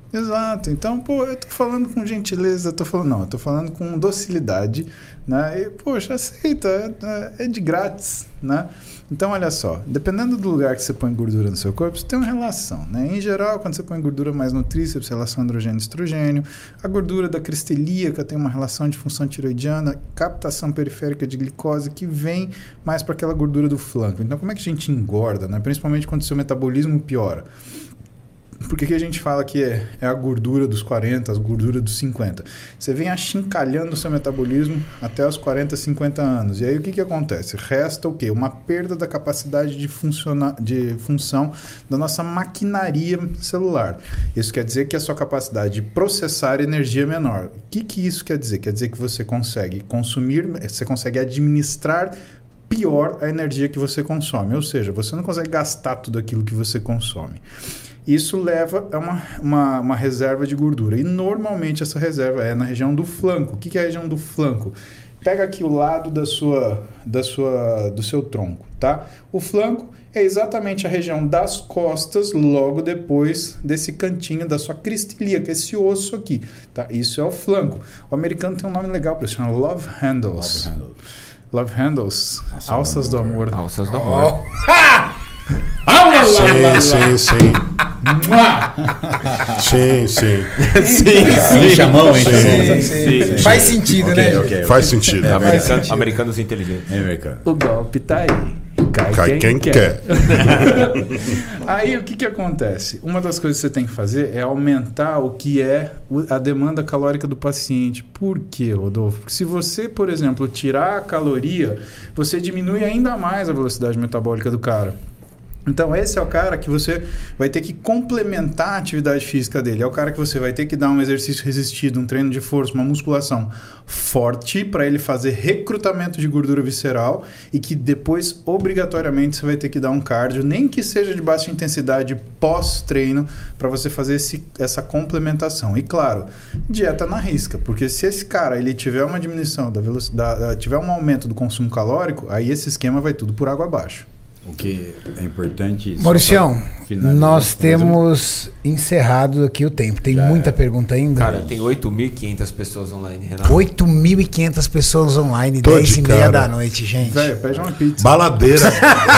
Exato. Então, pô, eu tô falando com gentileza, eu tô falando com docilidade, né? E, poxa, aceita, é de grátis, né? Então, olha só, dependendo do lugar que você põe gordura no seu corpo, você tem uma relação, né? Em geral, quando você põe gordura mais no tríceps, relação androgênio e estrogênio, a gordura da crista ilíaca tem uma relação de função tiroidiana, captação periférica de glicose, que vem mais para aquela gordura do flanco. Então, como é que a gente engorda, né? Principalmente quando o seu metabolismo piora. Por que a gente fala que é a gordura dos 40, a gordura dos 50? Você vem achincalhando o seu metabolismo até os 40, 50 anos. E aí o que acontece? Resta o quê? Uma perda da capacidade de função da nossa maquinaria celular. Isso quer dizer que a sua capacidade de processar energia é menor. O que isso quer dizer? Quer dizer que você consegue consumir, você consegue administrar pior a energia que você consome. Ou seja, você não consegue gastar tudo aquilo que você consome. Isso leva a uma reserva de gordura. E normalmente essa reserva é na região do flanco. O que é a região do flanco? Pega aqui o lado do seu tronco, tá? O flanco é exatamente a região das costas, logo depois desse cantinho da sua crista ilíaca, esse osso aqui, tá? Isso é o flanco. O americano tem um nome legal para isso, chama Love Handles. Love Handles. Alças do amor. Alças do amor. Sim, chamão, hein? Sim. Faz sentido, né? Okay. Faz sentido. Americanos inteligentes. O golpe tá aí. Cai quem quer. Aí o que acontece? Uma das coisas que você tem que fazer é aumentar o que é a demanda calórica do paciente. Por quê, Rodolfo? Porque se você, por exemplo, tirar a caloria, você diminui ainda mais a velocidade metabólica do cara. Então, esse é o cara que você vai ter que complementar a atividade física dele. É o cara que você vai ter que dar um exercício resistido, um treino de força, uma musculação forte para ele fazer recrutamento de gordura visceral e que depois, obrigatoriamente, você vai ter que dar um cardio, nem que seja de baixa intensidade pós-treino, para você fazer essa complementação. E, claro, dieta na risca, porque se esse cara ele tiver uma diminuição da velocidade, tiver um aumento do consumo calórico, aí esse esquema vai tudo por água abaixo. O que é importante... Mauricião, nós temos encerrado aqui o tempo. Tem muita pergunta ainda? Cara, tem 8.500 pessoas online, Renato. 8.500 pessoas online, 10h30 da noite, gente. Velho, pede uma pizza. Baladeira.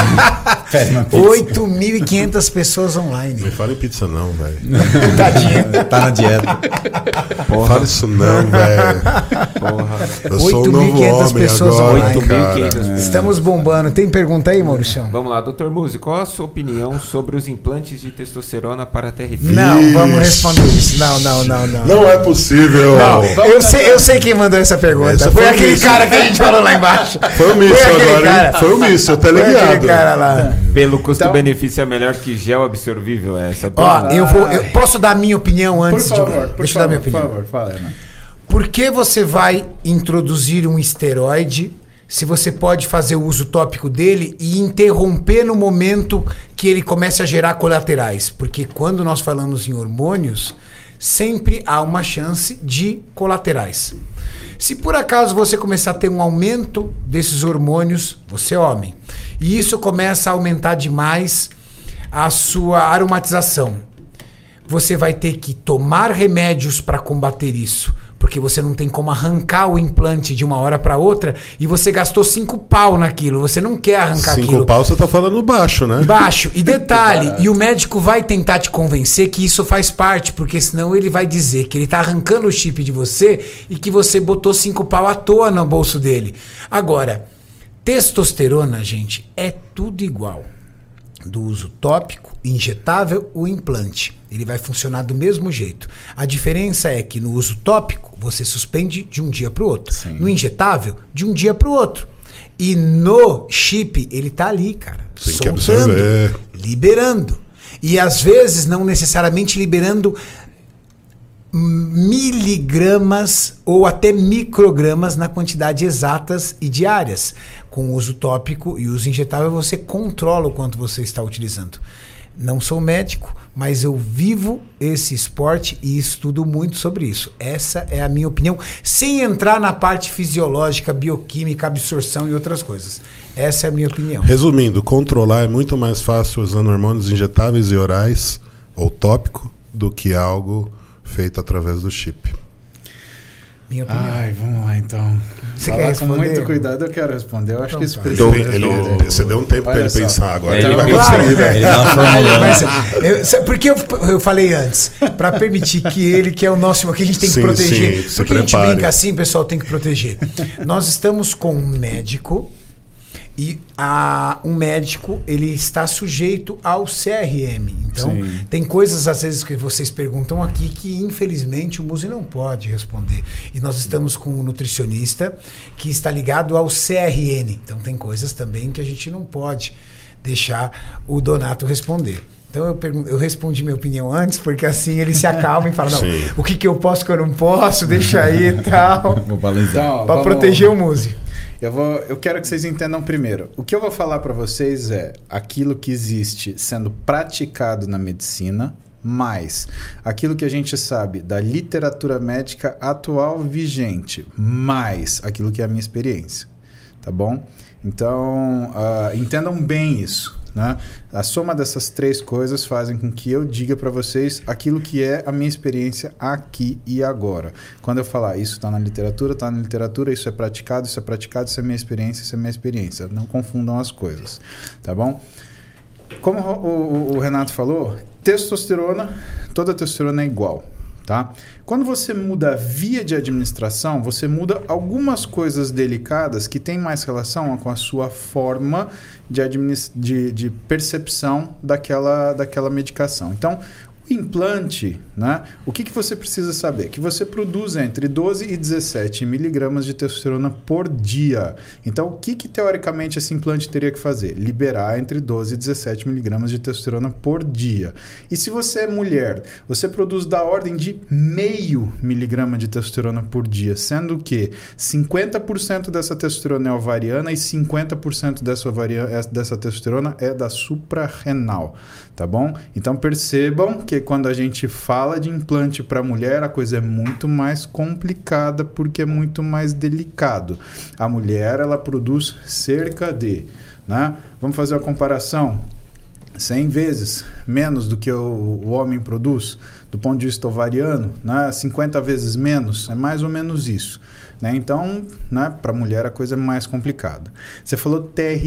8.500 pessoas online. Não fala em pizza não, velho. Tadinho. Tá na dieta. Não fala isso não, velho. Eu sou um novo homem pessoas agora, online. cara. Estamos bombando. Tem pergunta aí, Mauricião? Vamos lá, Dr. Muzi, qual a sua opinião sobre os implantes de testosterona para TRT? Não, vamos responder isso. Não. Não é possível. Não, eu sei quem mandou essa pergunta. Foi aquele cara que a gente falou lá embaixo. Foi o míssil agora, hein? Foi o míssil, tá ligado? Foi aquele cara lá. Pelo custo-benefício é melhor que gel absorvível essa? Ó, eu posso dar a minha opinião antes por favor, de... Deixa eu dar minha opinião. Por favor, fala, Renato. Por que você vai introduzir um esteroide se você pode fazer o uso tópico dele e interromper no momento que ele comece a gerar colaterais? Porque quando nós falamos em hormônios, sempre há uma chance de colaterais. Se por acaso você começar a ter um aumento desses hormônios, você é homem, e isso começa a aumentar demais a sua aromatização, você vai ter que tomar remédios para combater isso, porque você não tem como arrancar o implante de uma hora para outra e você gastou 5 pau naquilo, você não quer arrancar 5 aquilo. 5 pau você tá falando baixo, né? Baixo. E detalhe, e o médico vai tentar te convencer que isso faz parte, porque senão ele vai dizer que ele tá arrancando o chip de você e que você botou 5 pau à toa no bolso dele. Agora, testosterona, gente, é tudo igual. Do uso tópico, injetável ou implante. Ele vai funcionar do mesmo jeito. A diferença é que no uso tópico, você suspende de um dia para o outro. Sim. No injetável, de um dia para o outro. E no chip, ele tá ali, cara. Tem que soltando, absorver. liberando. E às vezes, não necessariamente liberando miligramas ou até microgramas na quantidade exatas e diárias. Com o uso tópico e uso injetável, você controla o quanto você está utilizando. Não sou médico, mas eu vivo esse esporte e estudo muito sobre isso. Essa é a minha opinião, sem entrar na parte fisiológica, bioquímica, absorção e outras coisas. Essa é a minha opinião. Resumindo, controlar é muito mais fácil usando hormônios injetáveis e orais ou tópico do que algo feito através do chip. Minha opinião. Ai, vamos lá então. Você Falar quer com responder? muito cuidado, eu quero responder. Eu acho que esse Você deu um tempo para Olha ele só. pensar, agora Ele ele vai vai conseguir, né? Ele tá formulando. Mas, porque eu falei antes, para permitir que ele, que é o nosso, que a gente tem que Sim, proteger. sim, se Porque a gente prepare. brinca assim, pessoal, tem que proteger. Nós estamos com um médico e um médico, ele está sujeito ao CRM. Então, tem coisas, às vezes, que vocês perguntam aqui que, infelizmente, o Muzi não pode responder. E nós estamos com um nutricionista que está ligado ao CRN. Então, tem coisas também que a gente não pode deixar o Donato responder. Então, eu respondi minha opinião antes, porque assim ele se acalma e fala, não, Sim. o que eu posso, que eu não posso, deixa aí e tal. Vou balizar. Então, Para vamos- proteger o Muzi. Eu quero que vocês entendam primeiro. O que eu vou falar para vocês é aquilo que existe sendo praticado na medicina, mais aquilo que a gente sabe da literatura médica atual vigente, mais aquilo que é a minha experiência. Tá bom? Então, entendam bem isso. Né? A soma dessas três coisas fazem com que eu diga para vocês aquilo que é a minha experiência aqui e agora. Quando eu falar isso está na literatura, isso é praticado, isso é minha experiência, isso é minha experiência. Não confundam as coisas, tá bom? Como o Renato falou, testosterona, toda testosterona é igual. Tá? Quando você muda a via de administração, você muda algumas coisas delicadas que têm mais relação com a sua forma de percepção daquela medicação. Então, o implante, né? O que você precisa saber? Que você produz entre 12 e 17 miligramas de testosterona por dia. Então, o que teoricamente esse implante teria que fazer? Liberar entre 12 e 17 miligramas de testosterona por dia. E se você é mulher, você produz da ordem de 0,5 miligrama de testosterona por dia, sendo que 50% dessa testosterona é ovariana e 50% dessa testosterona é da suprarrenal, tá bom? Então, percebam que quando a gente fala de implante para mulher, a coisa é muito mais complicada porque é muito mais delicado. A mulher, ela produz cerca de, né? Vamos fazer uma comparação, 100 vezes menos do que o homem produz, do ponto de vista ovariano, né? 50 vezes menos, é mais ou menos isso. Né? Então, né, para a mulher a coisa é mais complicada. Você falou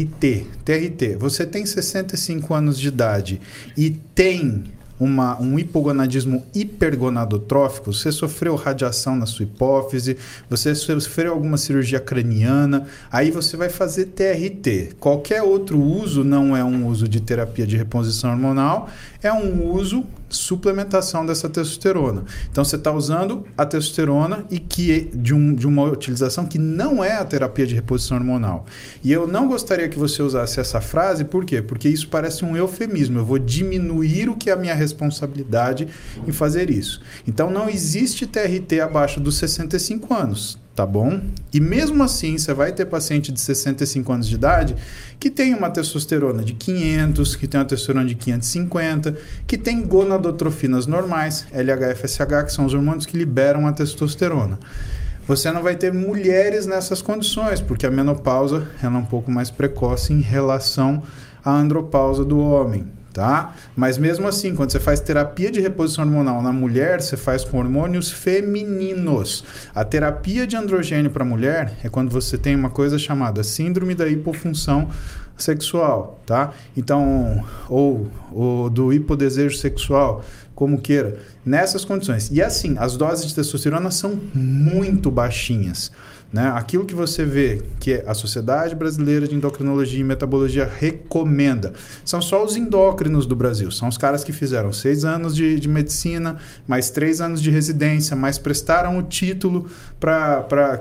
TRT, você tem 65 anos de idade e tem um hipogonadismo hipergonadotrófico, você sofreu radiação na sua hipófise, você sofreu alguma cirurgia craniana, aí você vai fazer TRT. Qualquer outro uso não é um uso de terapia de reposição hormonal, é um uso suplementação dessa testosterona. Então você está usando a testosterona e que de uma utilização que não é a terapia de reposição hormonal. E eu não gostaria que você usasse essa frase, por quê? Porque isso parece um eufemismo. Eu vou diminuir o que é a minha responsabilidade em fazer isso. Então não existe TRT abaixo dos 65 anos. Tá bom? E mesmo assim, você vai ter paciente de 65 anos de idade que tem uma testosterona de 500, que tem uma testosterona de 550, que tem gonadotrofinas normais, LH-FSH, que são os hormônios que liberam a testosterona. Você não vai ter mulheres nessas condições, porque a menopausa ela é um pouco mais precoce em relação à andropausa do homem. Tá? Mas mesmo assim, quando você faz terapia de reposição hormonal na mulher, você faz com hormônios femininos. A terapia de androgênio para mulher é quando você tem uma coisa chamada síndrome da hipofunção sexual, tá? Então, ou do hipodesejo sexual, como queira, nessas condições. E assim, as doses de testosterona são muito baixinhas. Né? Aquilo que você vê que a Sociedade Brasileira de Endocrinologia e Metabologia recomenda são só os endócrinos do Brasil. São os caras que fizeram 6 anos de medicina, mais 3 anos de residência, mais prestaram o título para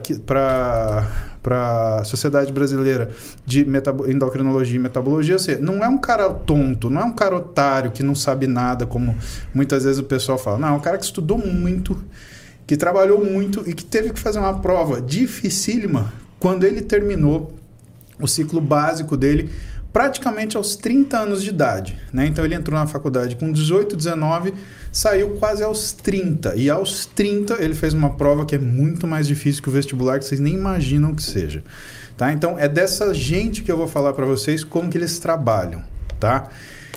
a Sociedade Brasileira de Endocrinologia e Metabologia. Ou seja, não é um cara tonto, não é um cara otário que não sabe nada, como muitas vezes o pessoal fala. Não, é um cara que estudou muito, que trabalhou muito e que teve que fazer uma prova dificílima quando ele terminou o ciclo básico dele praticamente aos 30 anos de idade. Né? Então ele entrou na faculdade com 18, 19, saiu quase aos 30. E aos 30 ele fez uma prova que é muito mais difícil que o vestibular, que vocês nem imaginam que seja. Tá? Então é dessa gente que eu vou falar para vocês como que eles trabalham. Tá?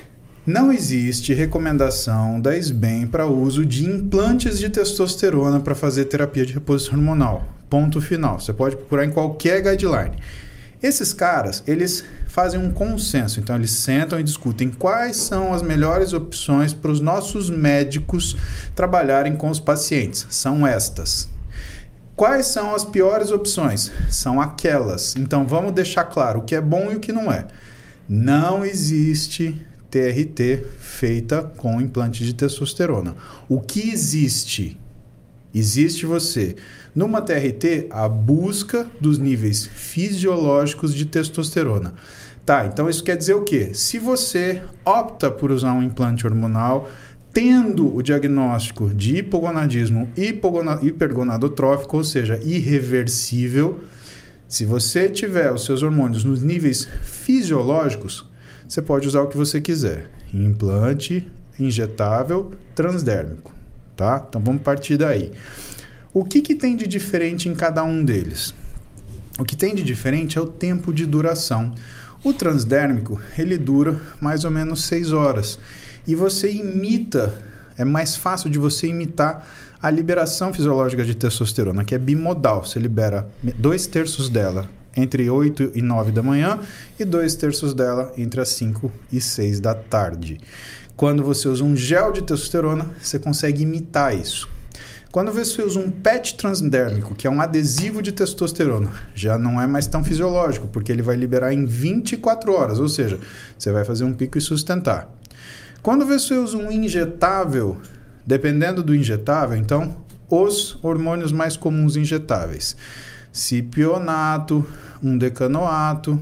Não existe recomendação da SBEM para uso de implantes de testosterona para fazer terapia de reposição hormonal. Ponto final. Você pode procurar em qualquer guideline. Esses caras, eles fazem um consenso. Então, eles sentam e discutem quais são as melhores opções para os nossos médicos trabalharem com os pacientes. São estas. Quais são as piores opções? São aquelas. Então, vamos deixar claro o que é bom e o que não é. Não existe TRT feita com implante de testosterona. O que existe? Existe você, numa TRT, a busca dos níveis fisiológicos de testosterona. Tá, então isso quer dizer o quê? Se você opta por usar um implante hormonal, tendo o diagnóstico de hipogonadismo hipergonadotrófico, ou seja, irreversível, se você tiver os seus hormônios nos níveis fisiológicos, você pode usar o que você quiser. Implante, injetável, transdérmico. Tá? Então vamos partir daí. O que tem de diferente em cada um deles? O que tem de diferente é o tempo de duração. O transdérmico, ele dura mais ou menos 6 horas. E você imita, é mais fácil de você imitar a liberação fisiológica de testosterona, que é bimodal. Você libera 2/3 dela entre 8 e 9 da manhã e 2/3 dela entre as 5 e 6 da tarde. Quando você usa um gel de testosterona, você consegue imitar isso. Quando você usa um patch transdérmico, que é um adesivo de testosterona, já não é mais tão fisiológico, porque ele vai liberar em 24 horas, ou seja, você vai fazer um pico e sustentar. Quando você usa um injetável, dependendo do injetável, então, os hormônios mais comuns injetáveis, cipionato, um decanoato,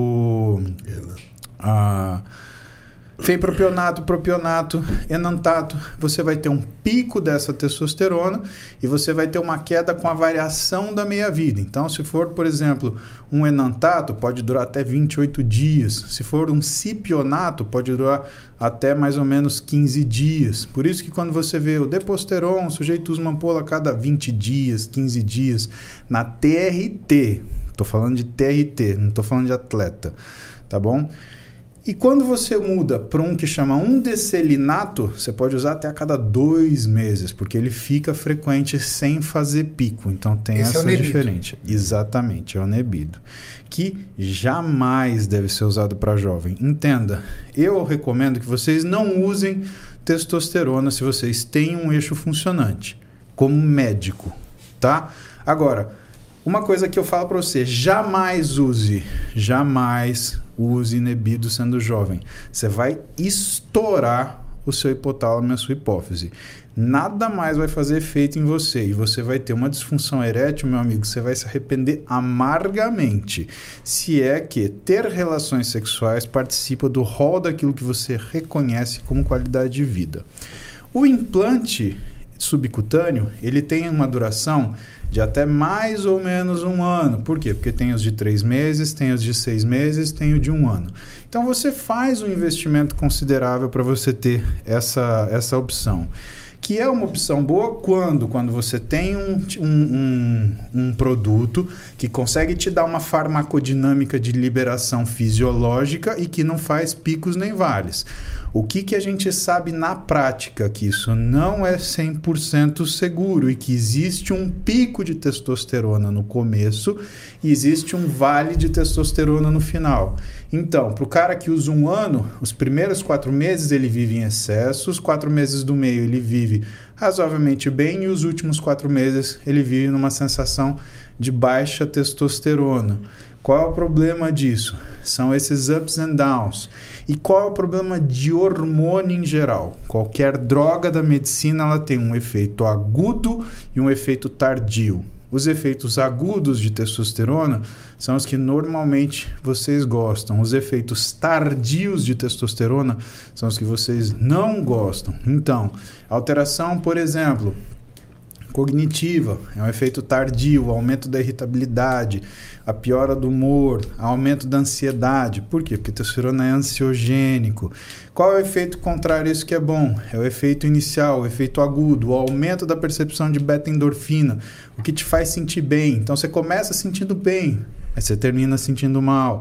fenpropionato, propionato, enantato, você vai ter um pico dessa testosterona e você vai ter uma queda com a variação da meia-vida. Então, se for, por exemplo, um enantato, pode durar até 28 dias. Se for um cipionato, pode durar até mais ou menos 15 dias. Por isso que quando você vê o deposteron, o sujeito usa uma ampola a cada 20 dias, 15 dias, na TRT. Estou falando de TRT, não estou falando de atleta, tá bom? E quando você muda para um que chama undecelinato, você pode usar até a cada 2 meses, porque ele fica frequente sem fazer pico. Então tem essa diferença. Exatamente, é o Nebido. Que jamais deve ser usado para jovem. Entenda, eu recomendo que vocês não usem testosterona se vocês têm um eixo funcionante, como médico, tá? Agora, uma coisa que eu falo para você, jamais use Nebido sendo jovem. Você vai estourar o seu hipotálamo e a sua hipófise. Nada mais vai fazer efeito em você. E você vai ter uma disfunção erétil, meu amigo, você vai se arrepender amargamente. Se é que ter relações sexuais participa do rol daquilo que você reconhece como qualidade de vida. O implante subcutâneo, ele tem uma duração de até mais ou menos 1 ano. Por quê? Porque tem os de 3 meses, tem os de 6 meses, tem o de 1 ano. Então, você faz um investimento considerável para você ter essa opção. Que é uma opção boa quando você tem um produto que consegue te dar uma farmacodinâmica de liberação fisiológica e que não faz picos nem vales. O que a gente sabe na prática? Que isso não é 100% seguro e que existe um pico de testosterona no começo e existe um vale de testosterona no final. Então, para o cara que usa 1 ano, os primeiros 4 meses ele vive em excesso, os 4 meses do meio ele vive razoavelmente bem e os últimos 4 meses ele vive numa sensação de baixa testosterona. Qual é o problema disso? São esses ups and downs. E qual é o problema de hormônio em geral? Qualquer droga da medicina ela tem um efeito agudo e um efeito tardio. Os efeitos agudos de testosterona são os que normalmente vocês gostam. Os efeitos tardios de testosterona são os que vocês não gostam. Então, alteração, por exemplo, cognitiva, é um efeito tardio, aumento da irritabilidade, a piora do humor, aumento da ansiedade. Por quê? Porque testosterona é ansiogênico. Qual é o efeito contrário a isso que é bom? É o efeito inicial, o efeito agudo, o aumento da percepção de beta-endorfina, o que te faz sentir bem. Então você começa sentindo bem, aí você termina sentindo mal.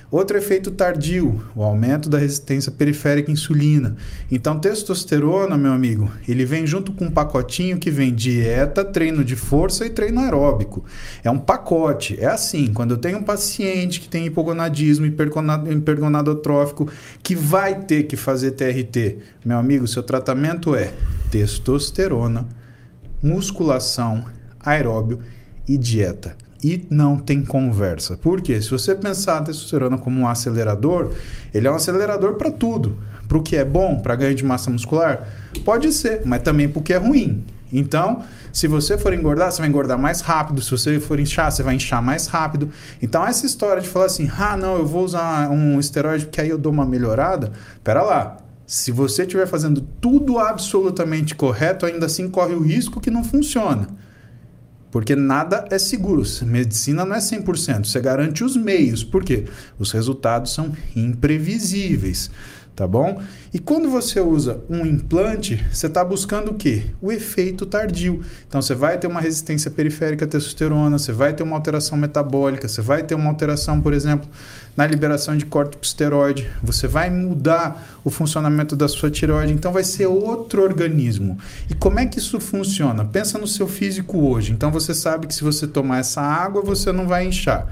Outro efeito tardio, o aumento da resistência periférica à insulina. Então, testosterona, meu amigo, ele vem junto com um pacotinho que vem dieta, treino de força e treino aeróbico. É um pacote. É assim, quando eu tenho um paciente que tem hipogonadismo, hipergonadotrófico, que vai ter que fazer TRT, meu amigo, seu tratamento é testosterona, musculação, aeróbio e dieta. E não tem conversa. Por quê? Se você pensar a testosterona como um acelerador, ele é um acelerador para tudo. Para o que é bom, para ganho de massa muscular, pode ser, mas também para o que é ruim. Então, se você for engordar, você vai engordar mais rápido. Se você for inchar, você vai inchar mais rápido. Então, essa história de falar assim, não, eu vou usar um esteroide porque aí eu dou uma melhorada. Pera lá. Se você estiver fazendo tudo absolutamente correto, ainda assim corre o risco que não funciona. Porque nada é seguro. Medicina não é 100%. Você garante os meios. Por quê? Os resultados são imprevisíveis. Tá bom? E quando você usa um implante, você está buscando o quê? O efeito tardio. Então, você vai ter uma resistência periférica à testosterona, você vai ter uma alteração metabólica, você vai ter uma alteração, por exemplo, na liberação de corticosteroide, você vai mudar o funcionamento da sua tireoide, então vai ser outro organismo. E como é que isso funciona? Pensa no seu físico hoje. Então, você sabe que se você tomar essa água, você não vai inchar.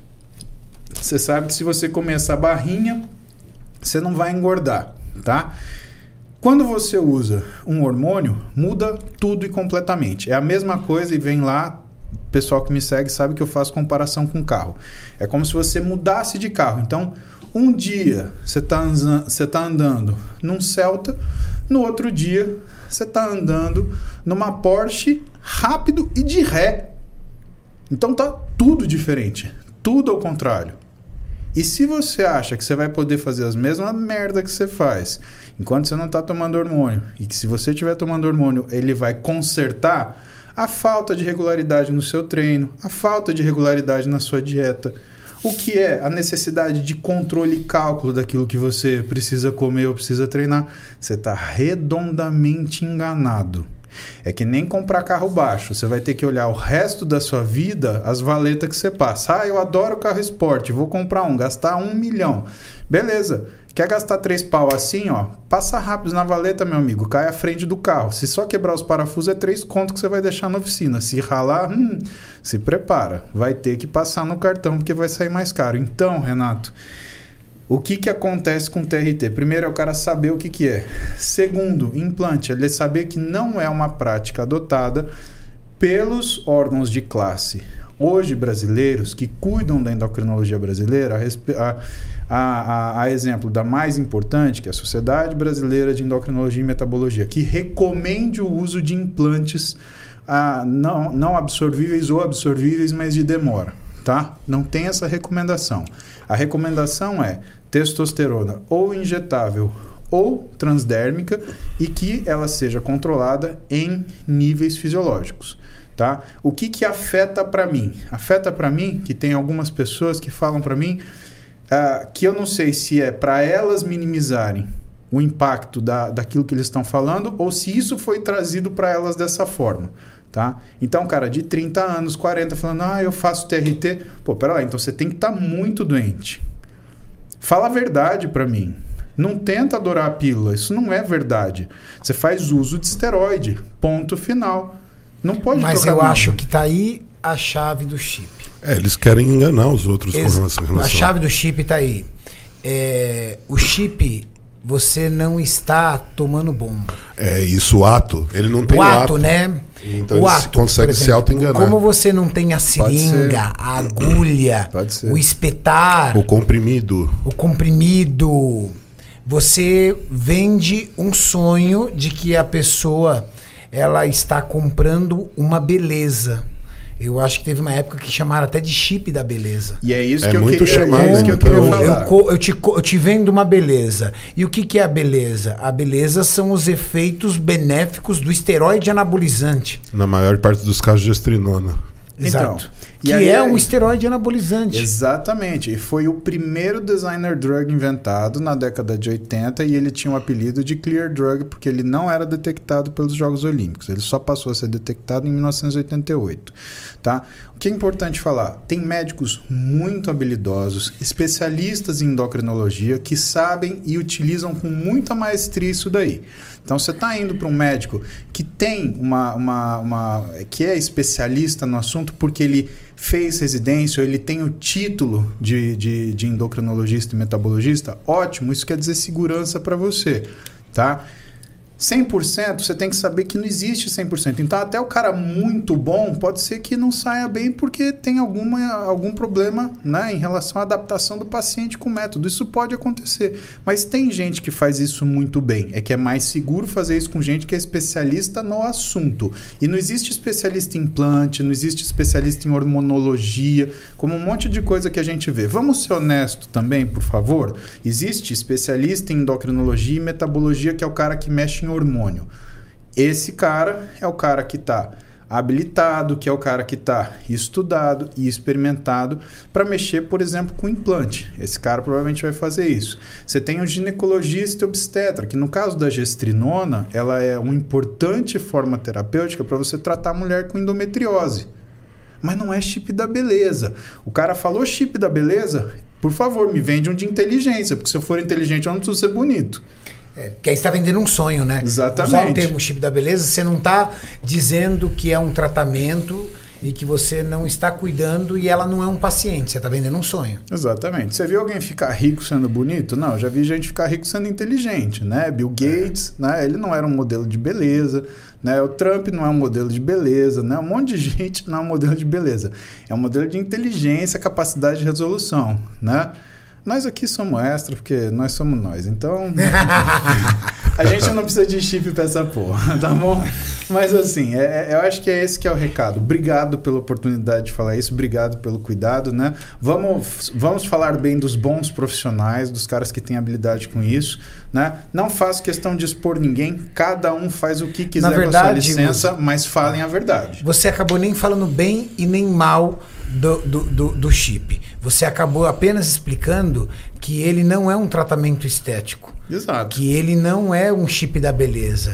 Você sabe que se você comer essa barrinha, você não vai engordar, tá? Quando você usa um hormônio, muda tudo e completamente. É a mesma coisa e vem lá, o pessoal que me segue sabe que eu faço comparação com carro. É como se você mudasse de carro. Então, um dia você tá andando num Celta, no outro dia você está andando numa Porsche rápido e de ré. Então tá tudo diferente, tudo ao contrário. E se você acha que você vai poder fazer as mesmas merda que você faz enquanto você não está tomando hormônio, e que se você estiver tomando hormônio, ele vai consertar a falta de regularidade no seu treino, a falta de regularidade na sua dieta, o que é a necessidade de controle e cálculo daquilo que você precisa comer ou precisa treinar, você está redondamente enganado. É que nem comprar carro baixo. Você vai ter que olhar o resto da sua vida as valetas que você passa. Eu adoro carro esporte, vou comprar gastar 1 milhão. Beleza. Quer gastar 3 pau assim, passa rápido na valeta, meu amigo. Cai à frente do carro. Se só quebrar os parafusos, é 3 conto que você vai deixar na oficina. Se ralar, se prepara. Vai ter que passar no cartão, porque vai sair mais caro. Então, Renato, o que acontece com o TRT? Primeiro é o cara saber o que é. Segundo, implante. Ele saber que não é uma prática adotada pelos órgãos de classe hoje brasileiros que cuidam da endocrinologia brasileira, a exemplo da mais importante, que é a Sociedade Brasileira de Endocrinologia e Metabologia, que recomende o uso de implantes não absorvíveis ou absorvíveis, mas de demora. Tá? Não tem essa recomendação. A recomendação é testosterona ou injetável ou transdérmica e que ela seja controlada em níveis fisiológicos. Tá? O que afeta para mim? Afeta para mim que tem algumas pessoas que falam para mim que eu não sei se é para elas minimizarem o impacto daquilo que eles estão falando ou se isso foi trazido para elas dessa forma. Tá? Então, cara, de 30 anos, 40, falando, eu faço TRT. Pô, pera lá, então você tem que estar muito doente. Fala a verdade pra mim. Não tenta adorar a pílula, isso não é verdade. Você faz uso de esteroide, ponto final. Não pode Mas eu acho que tá aí a chave do chip. Eles querem enganar os outros com relação. A chave do chip tá aí. O chip... Você não está tomando bomba. É isso, o ato. Ele não tem o ato, né? Então o ele ato, consegue se auto-enganar. Como você não tem a seringa, a agulha, o espetar, o comprimido, você vende um sonho de que a pessoa ela está comprando uma beleza. Eu acho que teve uma época que chamaram até de chip da beleza. E é isso que eu muito queria, chamado, que eu queria falar. Eu te vendo uma beleza. E o que é a beleza? A beleza são os efeitos benéficos do esteroide anabolizante. Na maior parte dos casos, gestrinona. Exato. Então, Que aí é um esteroide anabolizante. Exatamente. E foi o primeiro designer drug inventado na década de 80 e ele tinha o apelido de Clear Drug porque ele não era detectado pelos Jogos Olímpicos. Ele só passou a ser detectado em 1988. Tá? O que é importante falar? Tem médicos muito habilidosos, especialistas em endocrinologia que sabem e utilizam com muita maestria isso daí. Então, você está indo para um médico que tem que é especialista no assunto porque ele fez residência ou ele tem o título de endocrinologista e metabologista, ótimo, isso quer dizer segurança para você, tá? 100%, você tem que saber que não existe 100%. Então, até o cara muito bom pode ser que não saia bem porque tem algum problema, né, em relação à adaptação do paciente com o método. Isso pode acontecer. Mas tem gente que faz isso muito bem. É que é mais seguro fazer isso com gente que é especialista no assunto. E não existe especialista em implante, não existe especialista em hormonologia, como um monte de coisa que a gente vê. Vamos ser honestos também, por favor? Existe especialista em endocrinologia e metabologia, que é o cara que mexe em hormônio. Esse cara é o cara que está habilitado, que é o cara que está estudado e experimentado para mexer, por exemplo, com implante. Esse cara provavelmente vai fazer isso. Você tem um ginecologista e obstetra, que no caso da gestrinona, ela é uma importante forma terapêutica para você tratar a mulher com endometriose. Mas não é chip da beleza. O cara falou chip da beleza, por favor, me vende um de inteligência, porque se eu for inteligente eu não preciso ser bonito. Porque aí você está vendendo um sonho, né? Exatamente. Usar o termo chip da beleza, você não está dizendo que é um tratamento e que você não está cuidando e ela não é um paciente, você está vendendo um sonho. Exatamente. Você viu alguém ficar rico sendo bonito? Não, eu já vi gente ficar rico sendo inteligente, né? Bill Gates, né? Ele não era um modelo de beleza, né? O Trump não é um modelo de beleza, né? Um monte de gente não é um modelo de beleza. É um modelo de inteligência, capacidade de resolução, né? Nós aqui somos extra, porque nós somos nós. Então, a gente não precisa de chip pra essa porra, tá bom? Mas assim, eu acho que é esse que é o recado. Obrigado pela oportunidade de falar isso, obrigado pelo cuidado, né? Vamos falar bem dos bons profissionais, dos caras que têm habilidade com isso, né? Não faço questão de expor ninguém, cada um faz o que quiser. Na verdade, com a sua licença, mas falem a verdade. Você acabou nem falando bem e nem mal do chip. Você acabou apenas explicando que ele não é um tratamento estético. Exato. Que ele não é um chip da beleza.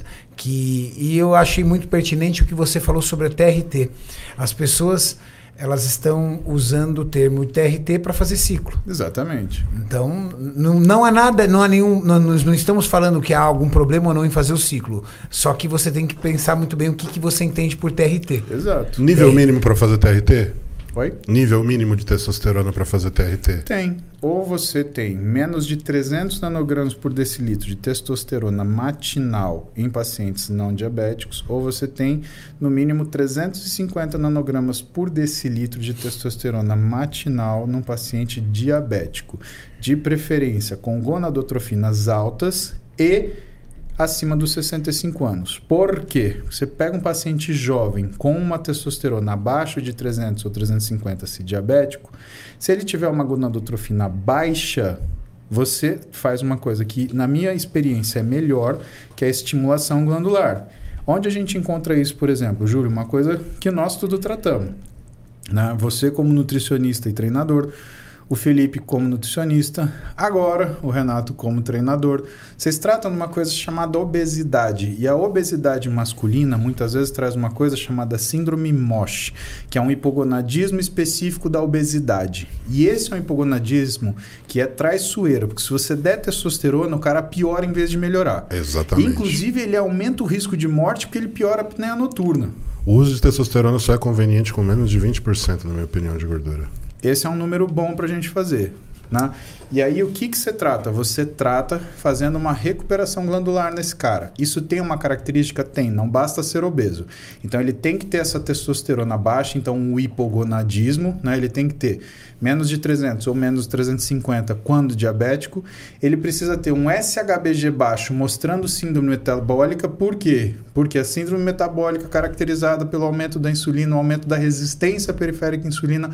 E eu achei muito pertinente o que você falou sobre a TRT. As pessoas, elas estão usando o termo TRT para fazer ciclo. Exatamente. Então, não há nada, não estamos falando que há algum problema ou não em fazer o ciclo. Só que você tem que pensar muito bem o que você entende por TRT. Exato. Nível mínimo para fazer TRT? Oi? Nível mínimo de testosterona para fazer TRT? Tem. Ou você tem menos de 300 nanogramas por decilitro de testosterona matinal em pacientes não diabéticos, ou você tem no mínimo 350 nanogramas por decilitro de testosterona matinal num paciente diabético, de preferência com gonadotrofinas altas e acima dos 65 anos. Por quê? Você pega um paciente jovem com uma testosterona abaixo de 300 ou 350, se diabético, se ele tiver uma gonadotrofina baixa, você faz uma coisa que, na minha experiência, é melhor, que é a estimulação glandular. Onde a gente encontra isso, por exemplo, Júlio? Uma coisa que nós tudo tratamos, né? Você como nutricionista e treinador, o Felipe como nutricionista, agora o Renato como treinador. Vocês tratam de uma coisa chamada obesidade. E a obesidade masculina muitas vezes traz uma coisa chamada síndrome MOSH, que é um hipogonadismo específico da obesidade. E esse é um hipogonadismo que é traiçoeiro, porque se você der testosterona, o cara piora em vez de melhorar. Exatamente. Inclusive, ele aumenta o risco de morte porque ele piora a apneia noturna. O uso de testosterona só é conveniente com menos de 20%, na minha opinião, de gordura. Esse é um número bom para a gente fazer, né? E aí, o que você trata? Você trata fazendo uma recuperação glandular nesse cara. Isso tem uma característica? Tem. Não basta ser obeso. Então, ele tem que ter essa testosterona baixa, então um hipogonadismo, né? Ele tem que ter menos de 300 ou menos de 350 quando diabético. Ele precisa ter um SHBG baixo, mostrando síndrome metabólica. Por quê? Porque a síndrome metabólica, caracterizada pelo aumento da insulina, o aumento da resistência periférica à insulina,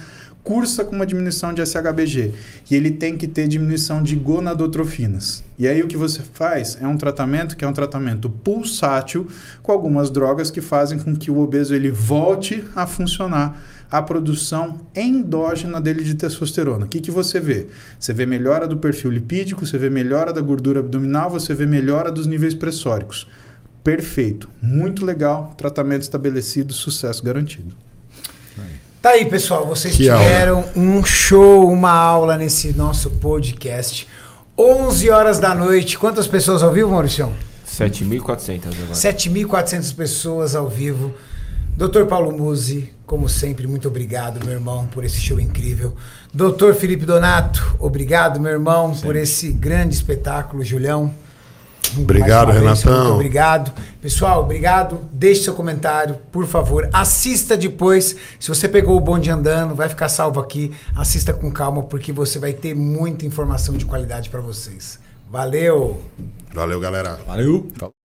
cursa com uma diminuição de SHBG e ele tem que ter diminuição de gonadotrofinas. E aí o que você faz é um tratamento que é um tratamento pulsátil com algumas drogas que fazem com que o obeso ele volte a funcionar a produção endógena dele de testosterona. O que você vê? Você vê melhora do perfil lipídico, você vê melhora da gordura abdominal, você vê melhora dos níveis pressóricos. Perfeito. Muito legal. Tratamento estabelecido, sucesso garantido. Tá aí, pessoal. Vocês Que tiveram um show, uma aula nesse nosso podcast. 11 horas da noite. Quantas pessoas ao vivo, Maurício? 7.400 agora. 7.400 pessoas ao vivo. Dr. Paulo Musi, como sempre, muito obrigado, meu irmão, por esse show incrível. Dr. Felipe Donato, obrigado, meu irmão, por esse grande espetáculo. Julião. Obrigado, Renatão. Muito obrigado. Pessoal, obrigado. Deixe seu comentário, por favor. Assista depois. Se você pegou o bonde andando, vai ficar salvo aqui. Assista com calma, porque você vai ter muita informação de qualidade para vocês. Valeu! Valeu, galera. Valeu.